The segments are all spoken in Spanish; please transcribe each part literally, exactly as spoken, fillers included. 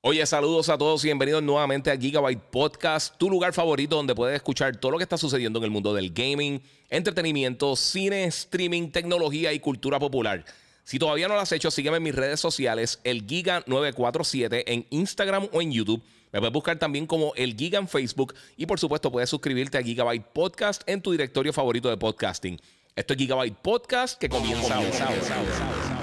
Oye, saludos a todos y bienvenidos nuevamente a Gigabyte Podcast, tu lugar favorito donde puedes escuchar todo lo que está sucediendo en el mundo del gaming, entretenimiento, cine, streaming, tecnología y cultura popular. Si todavía no lo has hecho, sígueme en mis redes sociales, el Giga nueve cuatro siete en Instagram o en YouTube. Me puedes buscar también como el Giga en Facebook y por supuesto puedes suscribirte a Gigabyte Podcast en tu directorio favorito de podcasting. Esto es Gigabyte Podcast que comienza ahora.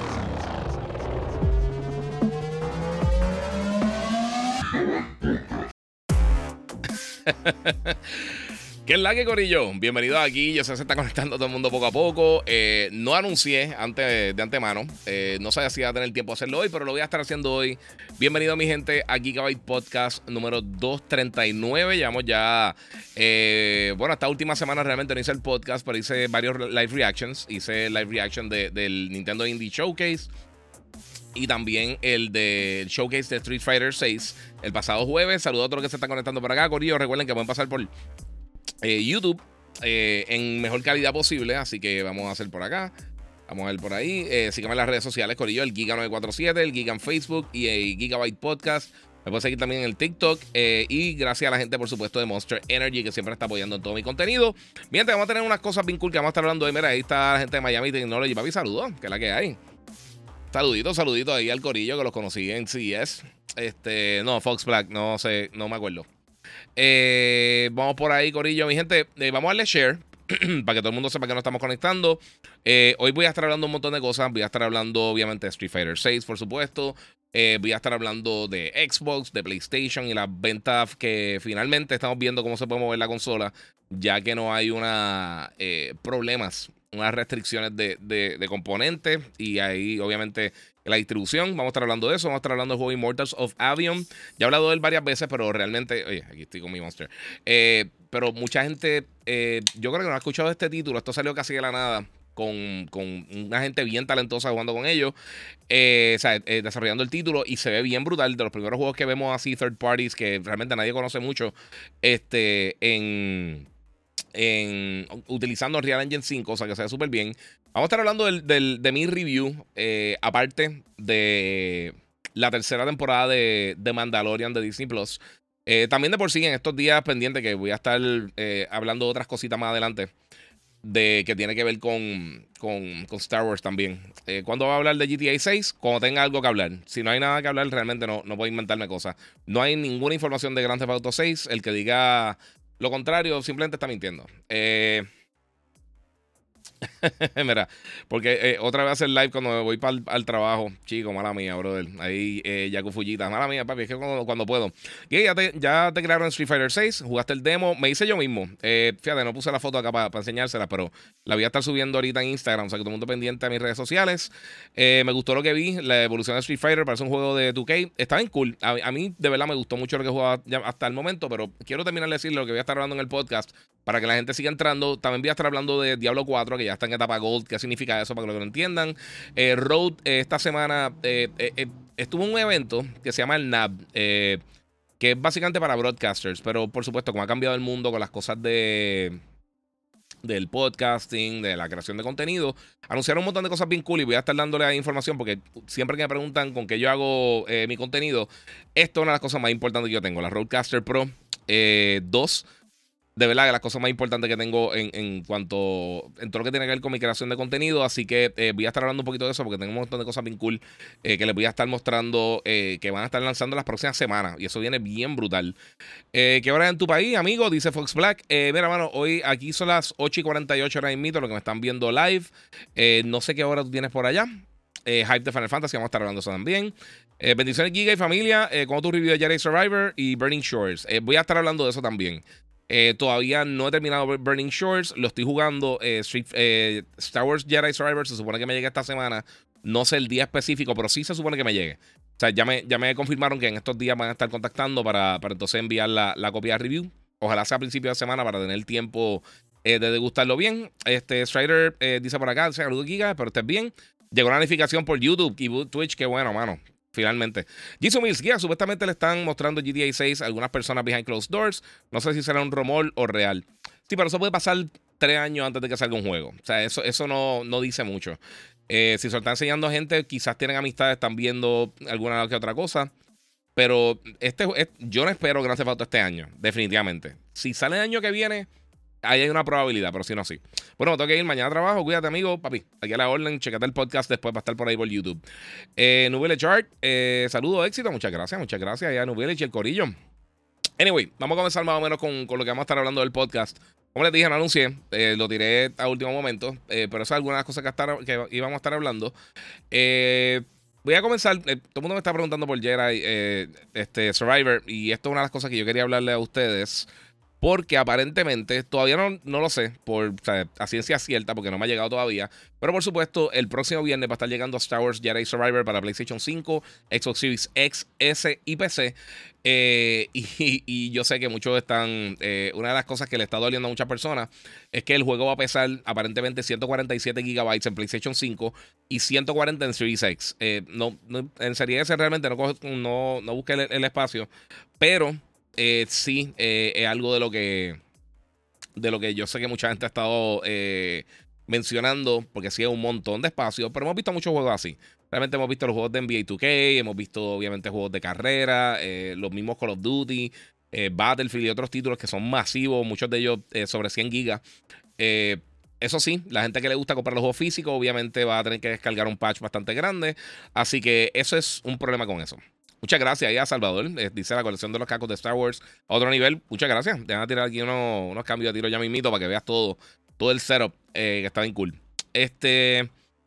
¿Qué es la que, corillo? Bienvenidos aquí. Yo sé que se está conectando todo el mundo poco a poco. Eh, no anuncié antes de antemano. Eh, no sabía si iba a tener tiempo de hacerlo hoy, pero lo voy a estar haciendo hoy. Bienvenido, mi gente, a Gigabyte Podcast número doscientos treinta y nueve. Llevamos ya. Eh, bueno, esta última semana realmente no hice el podcast, pero hice varios live reactions. Hice live reaction de, del Nintendo Indie Showcase. Y también el del showcase de Street Fighter seis el pasado jueves. Saludos a todos los que se están conectando por acá, corillo. Recuerden que pueden pasar por eh, YouTube eh, en mejor calidad posible. Así que vamos a hacer por acá. Vamos a ver por ahí. Eh, síganme en las redes sociales, corillo. El Giga nueve cuatro siete, el Giga en Facebook y el Gigabyte Podcast. Me pueden seguir también en el TikTok. Eh, y gracias a la gente, por supuesto, de Monster Energy, que siempre está apoyando en todo mi contenido. Mientras vamos a tener unas cosas bien cool que vamos a estar hablando de. Mira, ahí está la gente de Miami Technology. Papi, saludos, que es la que hay. Saludito, saludito ahí al corillo que los conocí en C E S. Este, no, Fox Black, no sé, no me acuerdo. Eh, vamos por ahí, corillo, mi gente. Eh, vamos a darle share para que todo el mundo sepa que nos estamos conectando. Eh, hoy voy a estar hablando un montón de cosas. Voy a estar hablando, obviamente, de Street Fighter seis, por supuesto. Eh, voy a estar hablando de Xbox, de PlayStation y las ventas que finalmente estamos viendo cómo se puede mover la consola, ya que no hay una eh, problemas. Unas restricciones de, de, de componentes y ahí obviamente la distribución. Vamos a estar hablando de eso. Vamos a estar hablando del juego Immortals of Avium. Ya he hablado de él varias veces, pero realmente... Oye, aquí estoy con mi Monster. Eh, pero mucha gente... Eh, yo creo que no ha escuchado este título. Esto salió casi de la nada. Con, con una gente bien talentosa jugando con ellos. Eh, o sea, eh, desarrollando el título. Y se ve bien brutal. De los primeros juegos que vemos así, third parties, que realmente nadie conoce mucho. Este, en... En, utilizando Unreal Engine cinco, o sea que se ve súper bien. Vamos a estar hablando del, del, de mi review, eh, aparte de la tercera temporada de, de Mandalorian de Disney Plus. Eh, también de por sí en estos días pendientes que voy a estar eh, hablando de otras cositas más adelante. De que tiene que ver con, con, con Star Wars también. Eh, ¿Cuándo va a hablar de G T A seis? Cuando tenga algo que hablar. Si no hay nada que hablar, realmente no, no puedo inventarme cosas. No hay ninguna información de Grand Theft Auto seis. El que diga lo contrario simplemente está mintiendo. Eh... Mira, porque eh, otra vez hacer live cuando me voy para al trabajo. Chico, mala mía, brother. Ahí, eh, Yaku Fujita. Mala mía, papi, es que cuando, cuando puedo. Y ya te, ya te crearon Street Fighter seis, jugaste el demo. Me hice yo mismo. Eh, fíjate, no puse la foto acá para pa enseñársela, pero la voy a estar subiendo ahorita en Instagram. O sea que todo el mundo pendiente a mis redes sociales. Eh, me gustó lo que vi. La evolución de Street Fighter parece un juego de dos K. Está bien cool. A, a mí, de verdad, me gustó mucho lo que he jugado hasta el momento, pero quiero terminar de decir lo que voy a estar hablando en el podcast para que la gente siga entrando. También voy a estar hablando de Diablo cuatro, que ya está en etapa Gold. ¿Qué significa eso? Para que lo entiendan. Eh, Road, eh, esta semana eh, eh, eh, estuvo en un evento que se llama el N A B, eh, que es básicamente para broadcasters, pero por supuesto, como ha cambiado el mundo con las cosas de del podcasting, de la creación de contenido, anunciaron un montón de cosas bien cool y voy a estar dándole ahí información porque siempre que me preguntan con qué yo hago eh, mi contenido, esto es una de las cosas más importantes que yo tengo, la Rodecaster Pro eh, dos. De verdad que las cosas más importantes que tengo en, en cuanto en todo lo que tiene que ver con mi creación de contenido. Así que eh, voy a estar hablando un poquito de eso porque tengo un montón de cosas bien cool eh, que les voy a estar mostrando eh, que van a estar lanzando las próximas semanas. Y eso viene bien brutal. Eh, ¿Qué hora es en tu país, amigo? Dice Fox Black. Eh, mira, mano, hoy aquí son las ocho y cuarenta y ocho horas mismo, lo que me están viendo live. Eh, no sé qué hora tú tienes por allá. Eh, hype de Final Fantasy, vamos a estar hablando de eso también. Eh, bendiciones, Giga y familia. Eh, como tu review de Jedi Survivor y Burning Shores. Eh, voy a estar hablando de eso también. Eh, todavía no he terminado Burning Shores. Lo estoy jugando. Eh, Street, eh, Star Wars Jedi Survivor se supone que me llegue esta semana. No sé el día específico, pero sí se supone que me llegue. O sea, ya me, ya me confirmaron que en estos días van a estar contactando para, para entonces enviar la, la copia de review. Ojalá sea a principio de semana para tener tiempo eh, de degustarlo bien. Este Strider eh, dice por acá: saludos, Giga, espero estés bien. Llegó una notificación por YouTube y Twitch. Qué bueno, mano. Finalmente. Jisoo Mills, guía, supuestamente le están mostrando G T A seis a algunas personas behind closed doors. No sé si será un rumor o real. Sí, pero eso puede pasar tres años antes de que salga un juego. O sea, eso, eso no, no dice mucho. Eh, si se lo está enseñando a gente, quizás tienen amistades, están viendo alguna que otra cosa. Pero este, es- yo no espero Grand Theft Auto este año, definitivamente. Si sale el año que viene, ahí hay una probabilidad, pero si no, sí. Bueno, me tengo que ir mañana a trabajo. Cuídate, amigo. Papi, aquí a la orden. Checate el podcast después va a estar por ahí por YouTube. Eh, Nubile Chart, eh, saludos, éxito. Muchas gracias, muchas gracias. Ya Nubile y el Corillo. Anyway, vamos a comenzar más o menos con, con lo que vamos a estar hablando del podcast. Como les dije, no anuncié, eh, lo tiré a último momento, eh, pero esas son algunas cosas que, estar, que íbamos a estar hablando. Eh, Voy a comenzar. Eh, todo el mundo me está preguntando por Jedi, eh, este, Survivor, y esto es una de las cosas que yo quería hablarle a ustedes. Porque aparentemente, todavía no, no lo sé, por, o sea, a ciencia cierta, porque no me ha llegado todavía. Pero por supuesto, el próximo viernes va a estar llegando Star Wars Jedi Survivor para PlayStation cinco, Xbox Series X, S y P C. Eh, y, y yo sé que muchos están. Eh, una de las cosas que le está doliendo a muchas personas es que el juego va a pesar aparentemente ciento cuarenta y siete gigabytes en PlayStation cinco y ciento cuarenta en Series X. Eh, no, no, en Series S realmente no, coge- no, no busque el, el espacio, pero. Eh, sí, eh, es algo de lo que de lo que yo sé que mucha gente ha estado eh, mencionando, porque sí es un montón de espacio, pero hemos visto muchos juegos así. Realmente hemos visto los juegos de N B A dos K, hemos visto obviamente juegos de carrera, eh, los mismos Call of Duty, eh, Battlefield y otros títulos que son masivos, muchos de ellos eh, sobre cien gigas. Eh, Eso sí, la gente que le gusta comprar los juegos físicos, obviamente va a tener que descargar un patch bastante grande. Así que eso es un problema con eso. Muchas gracias ahí a Salvador. Eh, dice la colección de los cacos de Star Wars a otro nivel. Muchas gracias. Déjame tirar aquí unos, unos cambios de tiro ya mismito para que veas todo, todo el setup eh, que está bien cool. Este.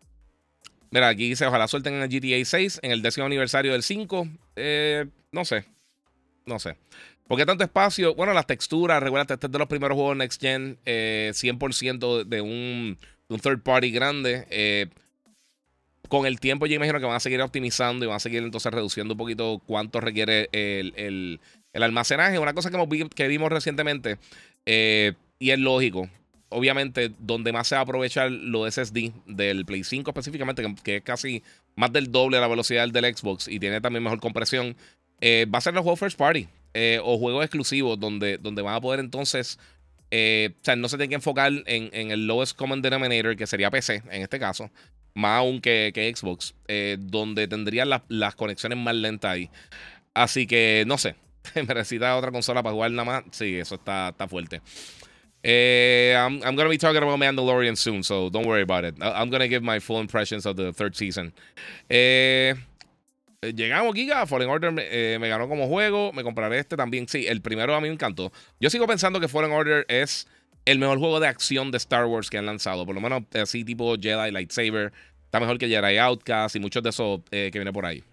Mira, aquí dice: ojalá suelten en el G T A seis en el décimo aniversario del cinco. Eh, no sé. No sé. ¿Por qué tanto espacio? Bueno, las texturas. Recuerda, este es de los primeros juegos Next Gen. Eh, cien por ciento de un, de un third party grande. Eh, con el tiempo yo imagino que van a seguir optimizando y van a seguir entonces reduciendo un poquito cuánto requiere el, el, el almacenaje. Una cosa que, hemos vi- que vimos recientemente, eh, y es lógico, obviamente donde más se va a aprovechar los S S D del Play cinco específicamente, que, que es casi más del doble de la velocidad del Xbox y tiene también mejor compresión, eh, va a ser los juegos first party eh, o juegos exclusivos donde, donde van a poder entonces... Eh, o sea, no se tiene que enfocar en, en el lowest common denominator, que sería P C en este caso, más aún que, que Xbox, eh, donde tendrían las, las conexiones más lentas ahí. Así que no sé, necesita otra consola para jugar nada más. Sí, eso está, está fuerte. Eh, I'm, I'm gonna be talking about Mandalorian soon, so don't worry about it. I- I'm gonna give my full impressions of the third season. Eh, Llegamos, Giga. Fallen Order me, eh, me ganó como juego. Me compraré este también. Sí, el primero a mí me encantó. Yo sigo pensando que Fallen Order es el mejor juego de acción de Star Wars que han lanzado. Por lo menos así, tipo Jedi Lightsaber. Está mejor que Jedi Outcast y muchos de esos eh, que viene por ahí.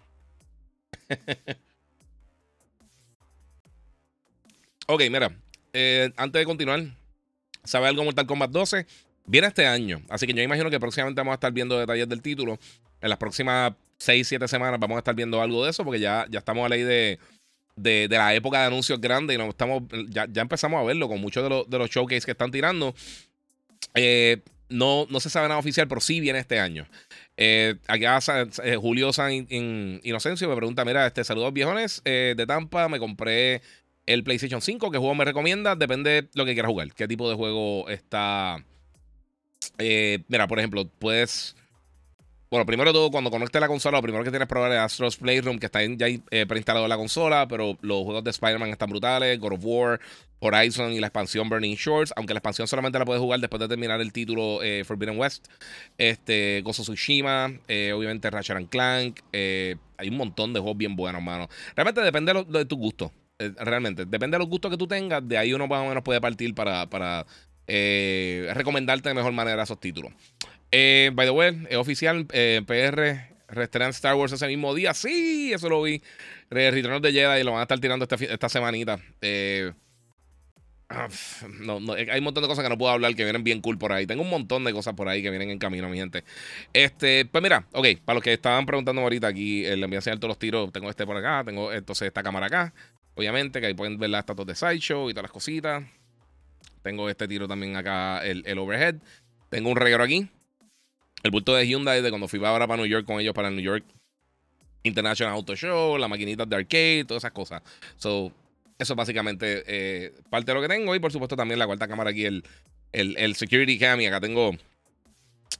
Ok, mira. Eh, antes de continuar, ¿sabe algo Mortal Kombat doce? Viene este año. Así que yo imagino que próximamente vamos a estar viendo detalles del título. En las próximas seis siete semanas vamos a estar viendo algo de eso porque ya, ya estamos a ley de de, de la época de anuncios grandes y nos estamos, ya, ya empezamos a verlo con muchos de, los de los showcase que están tirando. Eh, no, no se sabe nada oficial, pero sí viene este año. Eh, acá eh, Julio San In- Inocencio me pregunta: mira, este, saludos viejones eh, de Tampa, me compré el PlayStation cinco, ¿qué juego me recomienda? Depende de lo que quieras jugar, qué tipo de juego está. Eh, mira, por ejemplo, puedes... Bueno, primero de todo, cuando conectes la consola, lo primero que tienes que probar es Astro's Playroom, que está en- ya eh, preinstalado en la consola, pero los juegos de Spider-Man están brutales, God of War, Horizon y la expansión Burning Shores, aunque la expansión solamente la puedes jugar después de terminar el título eh, Forbidden West. Este, Ghost of Tsushima, eh, obviamente Ratchet and Clank, eh, hay un montón de juegos bien buenos, hermano. Realmente depende de, lo- de tus gustos, eh, realmente, depende de los gustos que tú tengas, de ahí uno más o menos puede partir para, para eh, recomendarte de mejor manera esos títulos. Eh, by the way, es oficial, eh, P R reestrenan Star Wars ese mismo día. Sí, eso lo vi. Re- Return of the Jedi lo van a estar tirando esta, fi- esta semanita. Eh, ah, pf, no, no, eh, hay un montón de cosas que no puedo hablar que vienen bien cool por ahí. Tengo un montón de cosas por ahí que vienen en camino, mi gente. Este, pues mira, ok, para los que estaban preguntando ahorita aquí, eh, les voy a enseñar todos los tiros. Tengo este por acá, tengo entonces esta cámara acá. Obviamente, que ahí pueden ver las estatuas de Sideshow y todas las cositas. Tengo este tiro también acá, el, el overhead. Tengo un reguero aquí. El bulto de Hyundai de cuando fui ahora para New York con ellos para el New York International Auto Show, las maquinitas de arcade, todas esas cosas. So, eso es básicamente eh, parte de lo que tengo. Y por supuesto también la cuarta cámara aquí, el, el, el Security Cam. Y acá tengo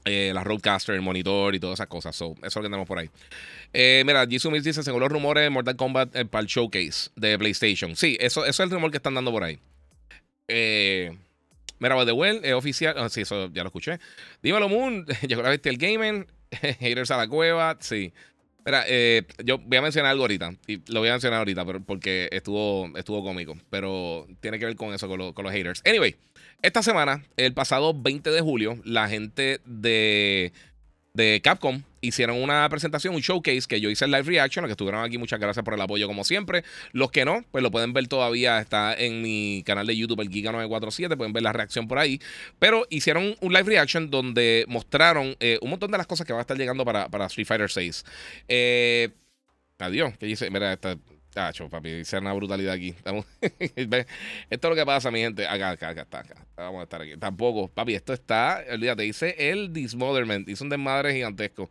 Eh, la Rodecaster, el monitor y todas esas cosas. So, eso es lo que tenemos por ahí. Eh, mira, Jisoo Mills dice, según los rumores, Mortal Kombat eh, para el showcase de PlayStation. Sí, eso, eso es el rumor que están dando por ahí. Eh, mira, The Well, es oficial. Oh, sí, eso ya lo escuché. Dímelo, Moon. Llegó la bestia el gaming. Haters a la cueva. Sí. Mira, eh, yo voy a mencionar algo ahorita. Y lo voy a mencionar ahorita pero, porque estuvo, estuvo cómico. Pero tiene que ver con eso, con, lo, con los haters. Anyway, esta semana, el pasado veinte de julio, la gente de, de Capcom hicieron una presentación, un showcase que yo hice en live reaction. Los que estuvieron aquí, muchas gracias por el apoyo como siempre. Los que no, pues lo pueden ver todavía. Está en mi canal de YouTube, el Giga nueve cuatro siete. Pueden ver la reacción por ahí. Pero hicieron un live reaction donde mostraron eh, un montón de las cosas que van a estar llegando para, para Street Fighter seis. Eh, adiós. ¿Qué dice? Mira, esta... Tacho, papi, dice una brutalidad aquí. Estamos... Esto es lo que pasa, mi gente. Acá, acá, acá, está, acá. Vamos a estar aquí. Tampoco, papi, esto está. Olvídate, dice el Dismotherment. Hizo un desmadre gigantesco.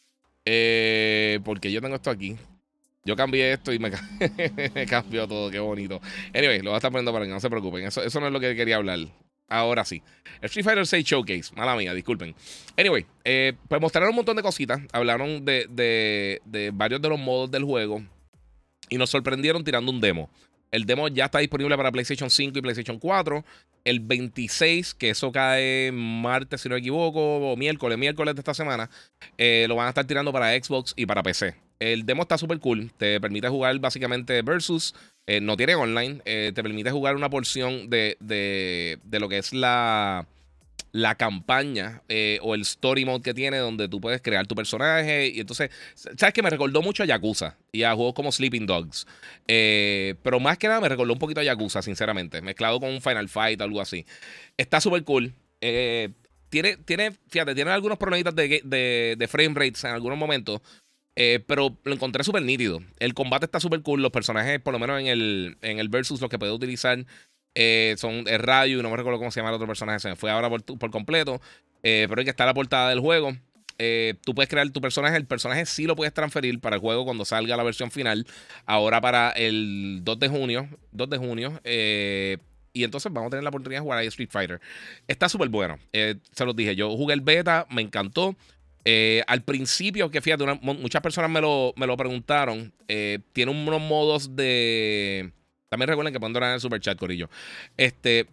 Eh, porque yo tengo esto aquí. Yo cambié esto y me, me cambió todo. Qué bonito. Anyway, lo voy a estar poniendo para que no se preocupen. Eso, eso no es lo que quería hablar. Ahora sí. El Street Fighter seis Showcase. Mala mía, disculpen. Anyway, eh, pues mostraron un montón de cositas. Hablaron de, de, de varios de los modos del juego. Y nos sorprendieron tirando un demo. El demo ya está disponible para PlayStation cinco y PlayStation cuatro. El veintiséis, que eso cae martes, si no me equivoco, o miércoles, miércoles de esta semana, eh, lo van a estar tirando para Xbox y para P C. El demo está súper cool. Te permite jugar básicamente versus. Eh, no tiene online. Eh, te permite jugar una porción de, de, de lo que es la... la campaña eh, o el story mode que tiene donde tú puedes crear tu personaje y entonces, ¿sabes qué? Me recordó mucho a Yakuza y a juegos como Sleeping Dogs, eh, pero más que nada me recordó un poquito a Yakuza, sinceramente, mezclado con un Final Fight, algo así. Está súper cool. eh, tiene, tiene, fíjate, tiene algunos problemitas de, de, de frame rates en algunos momentos, eh, pero lo encontré súper nítido. El combate está súper cool. Los personajes, por lo menos en el, en el versus, los que puedes utilizar eh, son el Rayo y no me recuerdo cómo se llama el otro personaje. Se me fue ahora por, por completo. Eh, pero hay que estar la portada del juego. Eh, tú puedes crear tu personaje. El personaje sí lo puedes transferir para el juego cuando salga la versión final. Ahora para el dos de junio. dos de junio. Eh, y entonces vamos a tener la oportunidad de jugar ahí Street Fighter. Está súper bueno. Eh, se los dije. Yo jugué el beta. Me encantó. Eh, al principio, que fíjate, una, muchas personas me lo, me lo preguntaron. Eh, tiene unos modos de... También recuerden que pueden donar en el super chat, corillo. Este...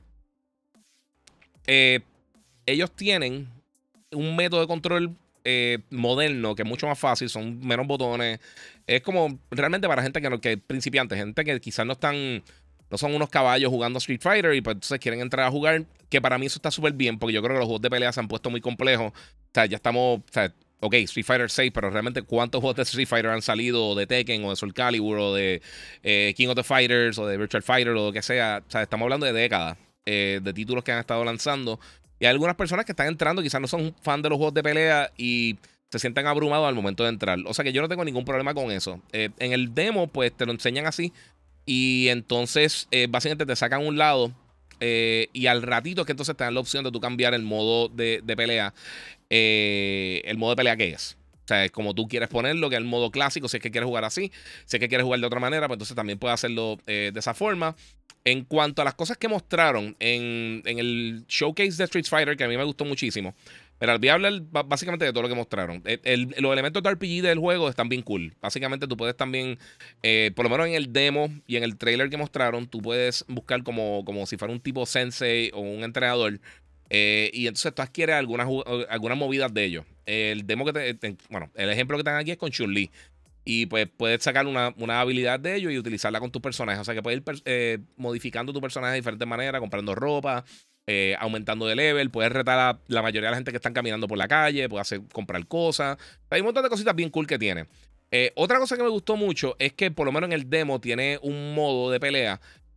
Eh, ellos tienen un método de control eh, moderno que es mucho más fácil. Son menos botones. Es como realmente para gente que, no, que principiantes. Gente que quizás no están... No son unos caballos jugando Street Fighter y pues entonces quieren entrar a jugar. Que para mí eso está súper bien porque yo creo que los juegos de pelea se han puesto muy complejos. O sea, ya estamos... O sea, ok, Street Fighter seis, pero realmente ¿cuántos juegos de Street Fighter han salido? O de Tekken, o de Soul Calibur, o de eh, King of the Fighters, o de Virtual Fighter, o lo que sea. O sea, estamos hablando de décadas eh, de títulos que han estado lanzando. Y hay algunas personas que están entrando, quizás no son fan de los juegos de pelea y se sienten abrumados al momento de entrar. O sea que yo no tengo ningún problema con eso. Eh, en el demo, pues te lo enseñan así. Y entonces, eh, básicamente te sacan un lado. Eh, y al ratito es que entonces te dan la opción de tú cambiar el modo de, de pelea. Eh, el modo de pelea que es. O sea, es como tú quieres ponerlo, que es el modo clásico. Si es que quieres jugar así, si es que quieres jugar de otra manera, pues entonces también puedes hacerlo eh, de esa forma. En cuanto a las cosas que mostraron en, en el showcase de Street Fighter, que a mí me gustó muchísimo. Pero voy a hablar básicamente de todo lo que mostraron. El, el, los elementos de R P G del juego están bien cool. Básicamente tú puedes también, eh, por lo menos en el demo y en el trailer que mostraron, tú puedes buscar como, como si fuera un tipo sensei o un entrenador. Eh, y entonces tú adquieres algunas, algunas movidas de ellos. El demo que te, te, bueno, el ejemplo que tengo aquí es con Chun-Li. Y pues puedes sacar una, una habilidad de ellos y utilizarla con tus personajes. O sea que puedes ir eh, modificando tu personaje de diferentes maneras, comprando ropa, eh, aumentando de level. Puedes retar a la mayoría de la gente que están caminando por la calle, puedes hacer, comprar cosas. Hay un montón de cositas bien cool que tiene. Eh, otra cosa que me gustó mucho es que por lo menos en el demo tiene un modo de pelea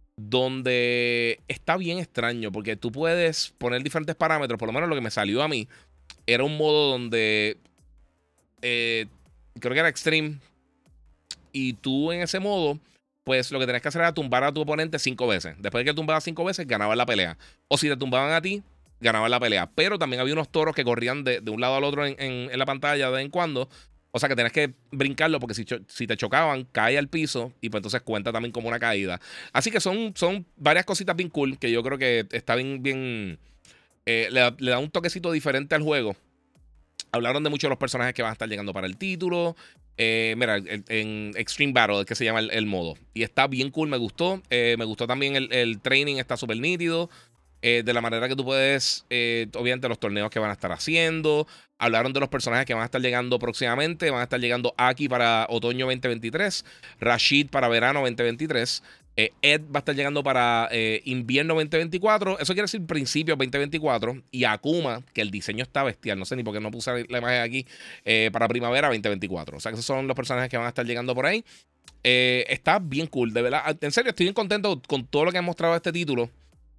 donde está bien extraño porque tú puedes poner diferentes parámetros. Por lo menos lo que me salió a mí era un modo donde eh, creo que era Extreme. Y tú en ese modo, pues lo que tenías que hacer era tumbar a tu oponente cinco veces. Después de que tumbabas cinco veces, ganabas la pelea. O si te tumbaban a ti, ganabas la pelea. Pero también había unos toros que corrían de, de un lado al otro en, en, en la pantalla de vez en cuando. O sea que tenías que brincarlo porque si, si te chocaban, cae al piso y pues entonces cuenta también como una caída. Así que son, son varias cositas bien cool que yo creo que está bien, bien eh, le, le da un toquecito diferente al juego. Hablaron de muchos de los personajes que van a estar llegando para el título. Eh, mira, en, en Extreme Battle, es que se llama el, el modo. Y está bien cool, me gustó. Eh, me gustó también el, el training, está súper nítido. Eh, de la manera que tú puedes, eh, obviamente, los torneos que van a estar haciendo. Hablaron de los personajes que van a estar llegando próximamente. Van a estar llegando Aki para otoño veinte veintitrés, Rashid para verano veinte veintitrés. Eh, Ed va a estar llegando para eh, invierno veinte veinticuatro. Eso quiere decir principio veinte veinticuatro. Y Akuma, que el diseño está bestial. No sé ni por qué no puse la imagen aquí. Eh, para primavera veinte veinticuatro. O sea que esos son los personajes que van a estar llegando por ahí. Eh, está bien cool, de verdad. En serio, estoy bien contento con todo lo que han mostrado este título.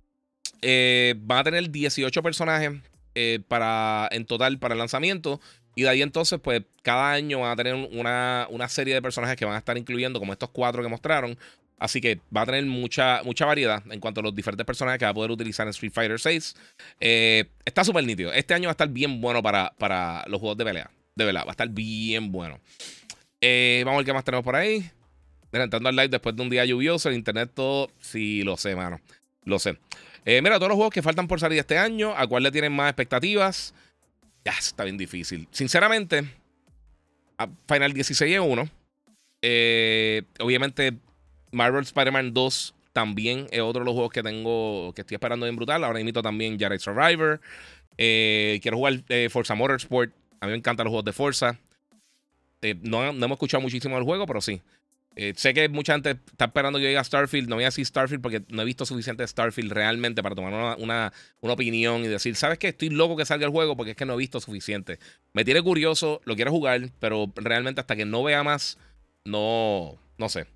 Eh, van a tener dieciocho personajes eh, para, en total para el lanzamiento. Y de ahí entonces, pues cada año van a tener una, una serie de personajes que van a estar incluyendo, como estos cuatro que mostraron. Así que va a tener mucha, mucha variedad en cuanto a los diferentes personajes que va a poder utilizar en Street Fighter seis. Eh, está súper nítido. Este año va a estar bien bueno para, para los juegos de pelea. De verdad, va a estar bien bueno. Eh, vamos a ver qué más tenemos por ahí. Mira, entrando al live después de un día lluvioso, el internet todo. Sí, lo sé, mano. Lo sé. Eh, mira, todos los juegos que faltan por salir este año, ¿a cuál le tienen más expectativas? Ya, está bien difícil. Sinceramente, a Final dieciséis es uno. Eh, obviamente, Marvel Spider-Man dos también es otro de los juegos que tengo, que estoy esperando bien brutal. Ahora invito también Jedi Survivor. Eh, quiero jugar eh, Forza Motorsport. A mí me encantan los juegos de Forza. Eh, no, no hemos escuchado muchísimo del juego, pero sí. Eh, sé que mucha gente está esperando que yo diga Starfield. No voy a decir Starfield porque no he visto suficiente de Starfield realmente para tomar una, una, una opinión y decir, ¿sabes qué? Estoy loco que salga el juego porque es que no he visto suficiente. Me tiene curioso, lo quiero jugar, pero realmente hasta que no vea más, no, no sé.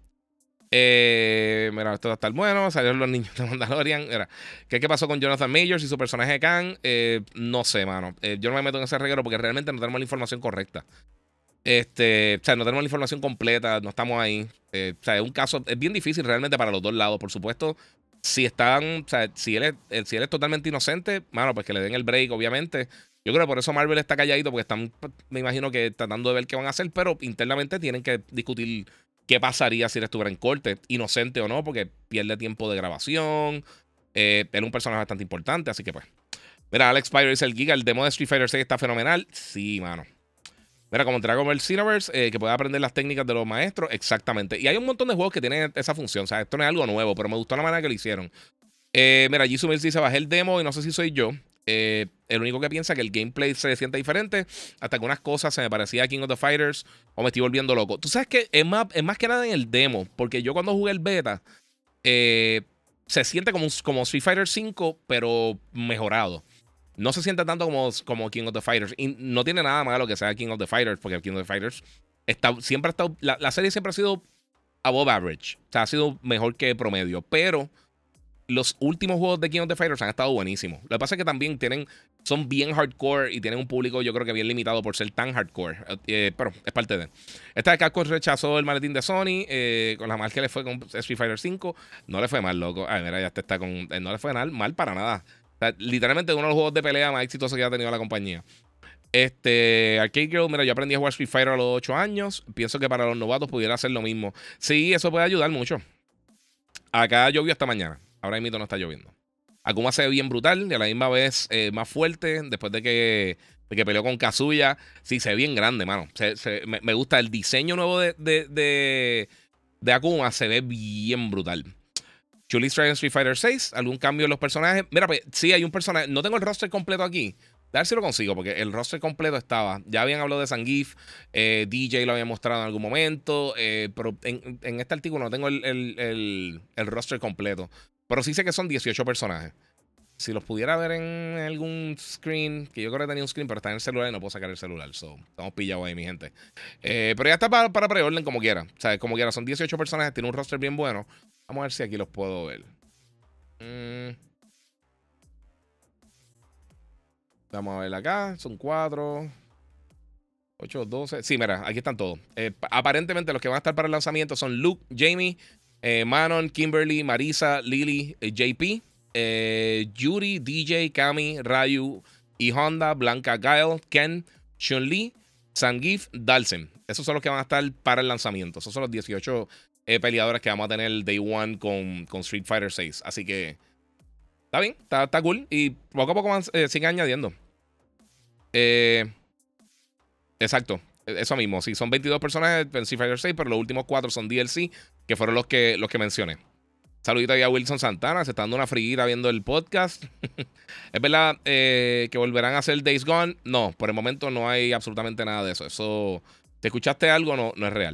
Eh, mira, esto va a estar bueno. Salieron los niños de Mandalorian. Mira, ¿qué, qué pasó con Jonathan Majors y su personaje de Khan? Eh, no sé, mano. Eh, yo no me meto en ese reguero porque realmente no tenemos la información correcta. Este, o sea, no tenemos la información completa, no estamos ahí. Eh, o sea, es un caso, es bien difícil realmente para los dos lados. Por supuesto, si están, o sea, si él es, eh, si él es totalmente inocente, mano, pues que le den el break, obviamente. Yo creo que por eso Marvel está calladito, porque están, me imagino que tratando de ver qué van a hacer, pero internamente tienen que discutir qué pasaría si él estuviera en corte, inocente o no, porque pierde tiempo de grabación. Eh, era un personaje bastante importante, así que pues. Mira, Alex Pyro dice el Giga, el demo de Street Fighter seis está fenomenal. Sí, mano. Mira, como Dragon Ball Xenoverse, eh, que puede aprender las técnicas de los maestros. Exactamente. Y hay un montón de juegos que tienen esa función. O sea, esto no es algo nuevo, pero me gustó la manera que lo hicieron. Eh, mira, Jisoo Mills dice, bajé el demo y no sé si soy yo. Eh, el único que piensa que el gameplay se siente diferente. Hasta que unas cosas se me parecía a King of the Fighters o me estoy volviendo loco. Tú sabes que es más, es más que nada en el demo. Porque yo cuando jugué el beta, eh, se siente como, como Street Fighter cinco, pero mejorado. No se siente tanto como, como King of the Fighters. Y no tiene nada malo que sea King of the Fighters, porque King of the Fighters está, siempre ha estado. La, la serie siempre ha sido above average. O sea, ha sido mejor que promedio. Pero los últimos juegos de King of the Fighters han estado buenísimos. Lo que pasa es que también tienen, son bien hardcore y tienen un público, yo creo que bien limitado por ser tan hardcore. Eh, pero es parte de. Esta de Capcom rechazó el maletín de Sony eh, con la mal que le fue con Street Fighter cinco. No le fue mal, loco. Ay, mira, ya te está con. Eh, no le fue mal, mal para nada. O sea, literalmente uno de los juegos de pelea más exitosos que ha tenido la compañía. Este, Arcade Girl, mira, yo aprendí a jugar Street Fighter a los ocho años. Pienso que para los novatos pudiera hacer lo mismo. Sí, eso puede ayudar mucho. Acá llovió hasta mañana. Ahora mismo no está lloviendo. Akuma se ve bien brutal y a la misma vez eh, más fuerte. Después de que, de que peleó con Kazuya. Sí, se ve bien grande, mano. Se, se, me, me gusta el diseño nuevo de, de, de, de Akuma. Se ve bien brutal. Chun-Li trae en Street Fighter seis. ¿Algún cambio en los personajes? Mira, pues sí, hay un personaje. No tengo el roster completo aquí. A ver si lo consigo, porque el roster completo estaba. Ya habían hablado de Zangief. Eh, D J lo había mostrado en algún momento. Eh, pero en, en este artículo no tengo el, el, el, el roster completo. Pero sí sé que son dieciocho personajes. Si los pudiera ver en algún screen, que yo creo que tenía un screen, pero está en el celular y no puedo sacar el celular. So, estamos pillados ahí, mi gente. Eh, pero ya está para, para preorden como quiera. O sea, como quiera, son dieciocho personajes, tiene un roster bien bueno. Vamos a ver si aquí los puedo ver. Mm. Vamos a ver acá. Son cuatro, ocho, doce. Sí, mira, aquí están todos. Eh, aparentemente los que van a estar para el lanzamiento son Luke, Jamie, eh, Manon, Kimberly, Marisa, Lily, eh, J P, eh, Yuri, D J, Kami, Ryu y Honda, Blanca, Guile, Ken, Chun-Li, Zangief, Dalsim. Esos son los que van a estar para el lanzamiento. Esos son los dieciocho eh, peleadores que vamos a tener el Day One con, con Street Fighter seis. Así que está bien, está, está cool. Y poco a poco van, eh, siguen añadiendo. Eh, Exacto. Eso mismo. Sí, son veintidós personajes en Street Fighter seis, pero los últimos cuatro son D L C, que fueron los que, los que mencioné. Saludito ahí a Wilson Santana, se está dando una friguita viendo el podcast. ¿Es verdad eh, que volverán a hacer Days Gone? No, por el momento no hay absolutamente nada de eso. Eso, ¿te escuchaste algo? No, no es real.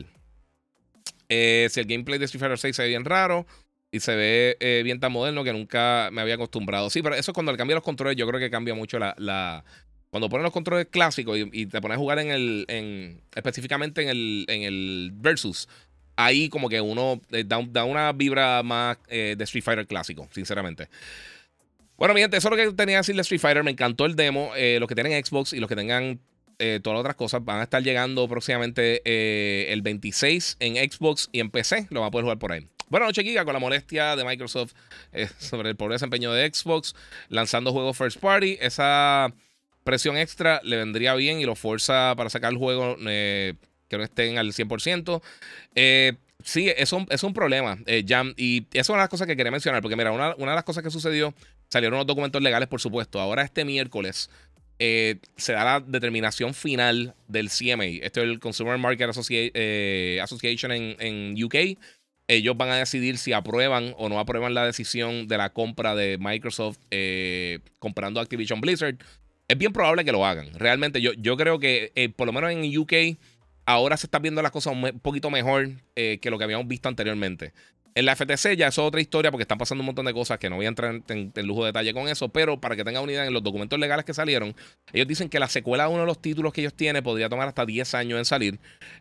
Eh, si el gameplay de Street Fighter seis se ve bien raro y se ve eh, bien tan moderno que nunca me había acostumbrado. Sí, pero eso es cuando le cambian los controles. Yo creo que cambia mucho la... la cuando ponen los controles clásicos y, y te pones a jugar en el... En, específicamente en el, en el Versus, ahí como que uno eh, da, da, una vibra más eh, de Street Fighter clásico, sinceramente. Bueno, mi gente, eso es lo que tenía que decir de Street Fighter. Me encantó el demo. Eh, los que tienen Xbox y los que tengan eh, todas las otras cosas van a estar llegando próximamente eh, el veintiséis en Xbox y en P C. Lo van a poder jugar por ahí. Buenas noches, Giga, con la molestia de Microsoft eh, sobre el pobre desempeño de Xbox, lanzando juegos first party. Esa presión extra le vendría bien y lo fuerza para sacar el juego eh, que no estén al cien por ciento. Eh, sí, es un, es un problema, eh, Jam. Y esa es una de las cosas que quería mencionar. Porque mira, una, una de las cosas que sucedió, salieron los documentos legales, por supuesto. Ahora este miércoles eh, se da la determinación final del C M A. Esto es el Consumer Market Associ eh, Association en, en U K. Ellos van a decidir si aprueban o no aprueban la decisión de la compra de Microsoft eh, comprando Activision Blizzard. Es bien probable que lo hagan. Realmente yo, yo creo que eh, por lo menos en U K ahora se están viendo las cosas un poquito mejor eh, que lo que habíamos visto anteriormente. En la F T C ya es otra historia porque están pasando un montón de cosas que no voy a entrar en, en, en lujo de detalle con eso, pero para que tengan una idea, en los documentos legales que salieron, ellos dicen que la secuela de uno de los títulos que ellos tienen podría tomar hasta diez años en salir.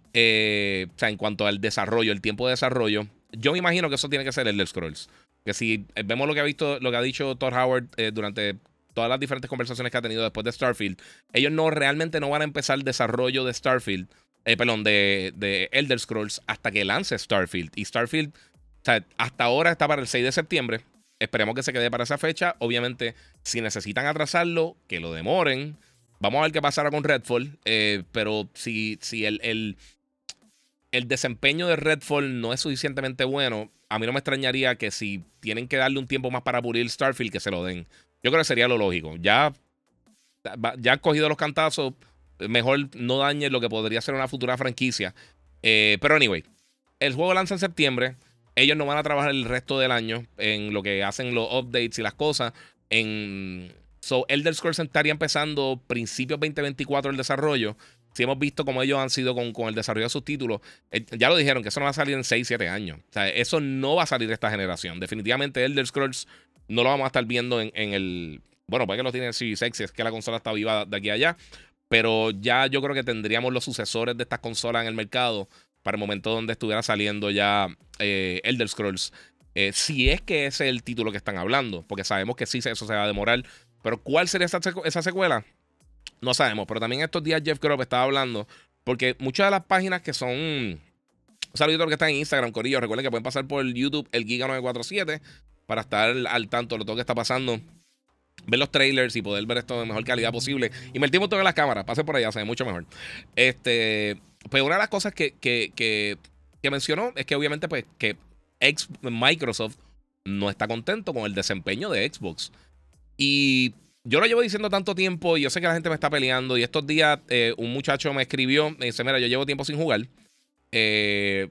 Eh, o sea, en cuanto al desarrollo, el tiempo de desarrollo. Yo me imagino que eso tiene que ser el Elder Scrolls. Que si vemos lo que ha visto, lo que ha dicho Todd Howard eh, durante todas las diferentes conversaciones que ha tenido después de Starfield, ellos no realmente no van a empezar el desarrollo de Starfield, eh, perdón, de, de Elder Scrolls hasta que lance Starfield. Y Starfield, o sea, hasta ahora está para el seis de septiembre. Esperemos que se quede para esa fecha. Obviamente, si necesitan atrasarlo, que lo demoren. Vamos a ver qué pasará con Redfall. Eh, pero si, si el, el, el desempeño de Redfall no es suficientemente bueno, a mí no me extrañaría que si tienen que darle un tiempo más para pulir Starfield, que se lo den. Yo creo que sería lo lógico. Ya, ya han cogido los cantazos. Mejor no dañen lo que podría ser una futura franquicia. Eh, pero anyway, el juego lanza en septiembre. Ellos no van a trabajar el resto del año en lo que hacen los updates y las cosas. En So, Elder Scrolls estaría empezando principios veinte veinticuatro el desarrollo. Si hemos visto cómo ellos han sido con, con el desarrollo de sus títulos, eh, ya lo dijeron que eso no va a salir en seis siete años. O sea, eso no va a salir de esta generación. Definitivamente Elder Scrolls no lo vamos a estar viendo en, en el... Bueno, puede que lo tiene el Series X, es que la consola está viva de aquí a allá. Pero ya yo creo que tendríamos los sucesores de estas consolas en el mercado para el momento donde estuviera saliendo ya eh, Elder Scrolls. Eh, si es que ese es el título que están hablando, porque sabemos que sí, eso se va a demorar. Pero ¿cuál sería esa, secu esa secuela? No sabemos. Pero también estos días Jeff Grubb estaba hablando, porque muchas de las páginas que son... Un saludito a los que están en Instagram, Corillo. Recuerden que pueden pasar por YouTube, el Giga nueve cuatro siete, para estar al tanto de todo lo que está pasando. Ver los trailers y poder ver esto de mejor calidad posible. Invertimos todo en las cámaras. Pase por allá, se ve mucho mejor. Este, pues una de las cosas que, que, que, que mencionó es que obviamente pues que ex Microsoft no está contento con el desempeño de Xbox. Y yo lo llevo diciendo tanto tiempo y yo sé que la gente me está peleando. Y estos días eh, un muchacho me escribió, me dice, mira, yo llevo tiempo sin jugar. Eh,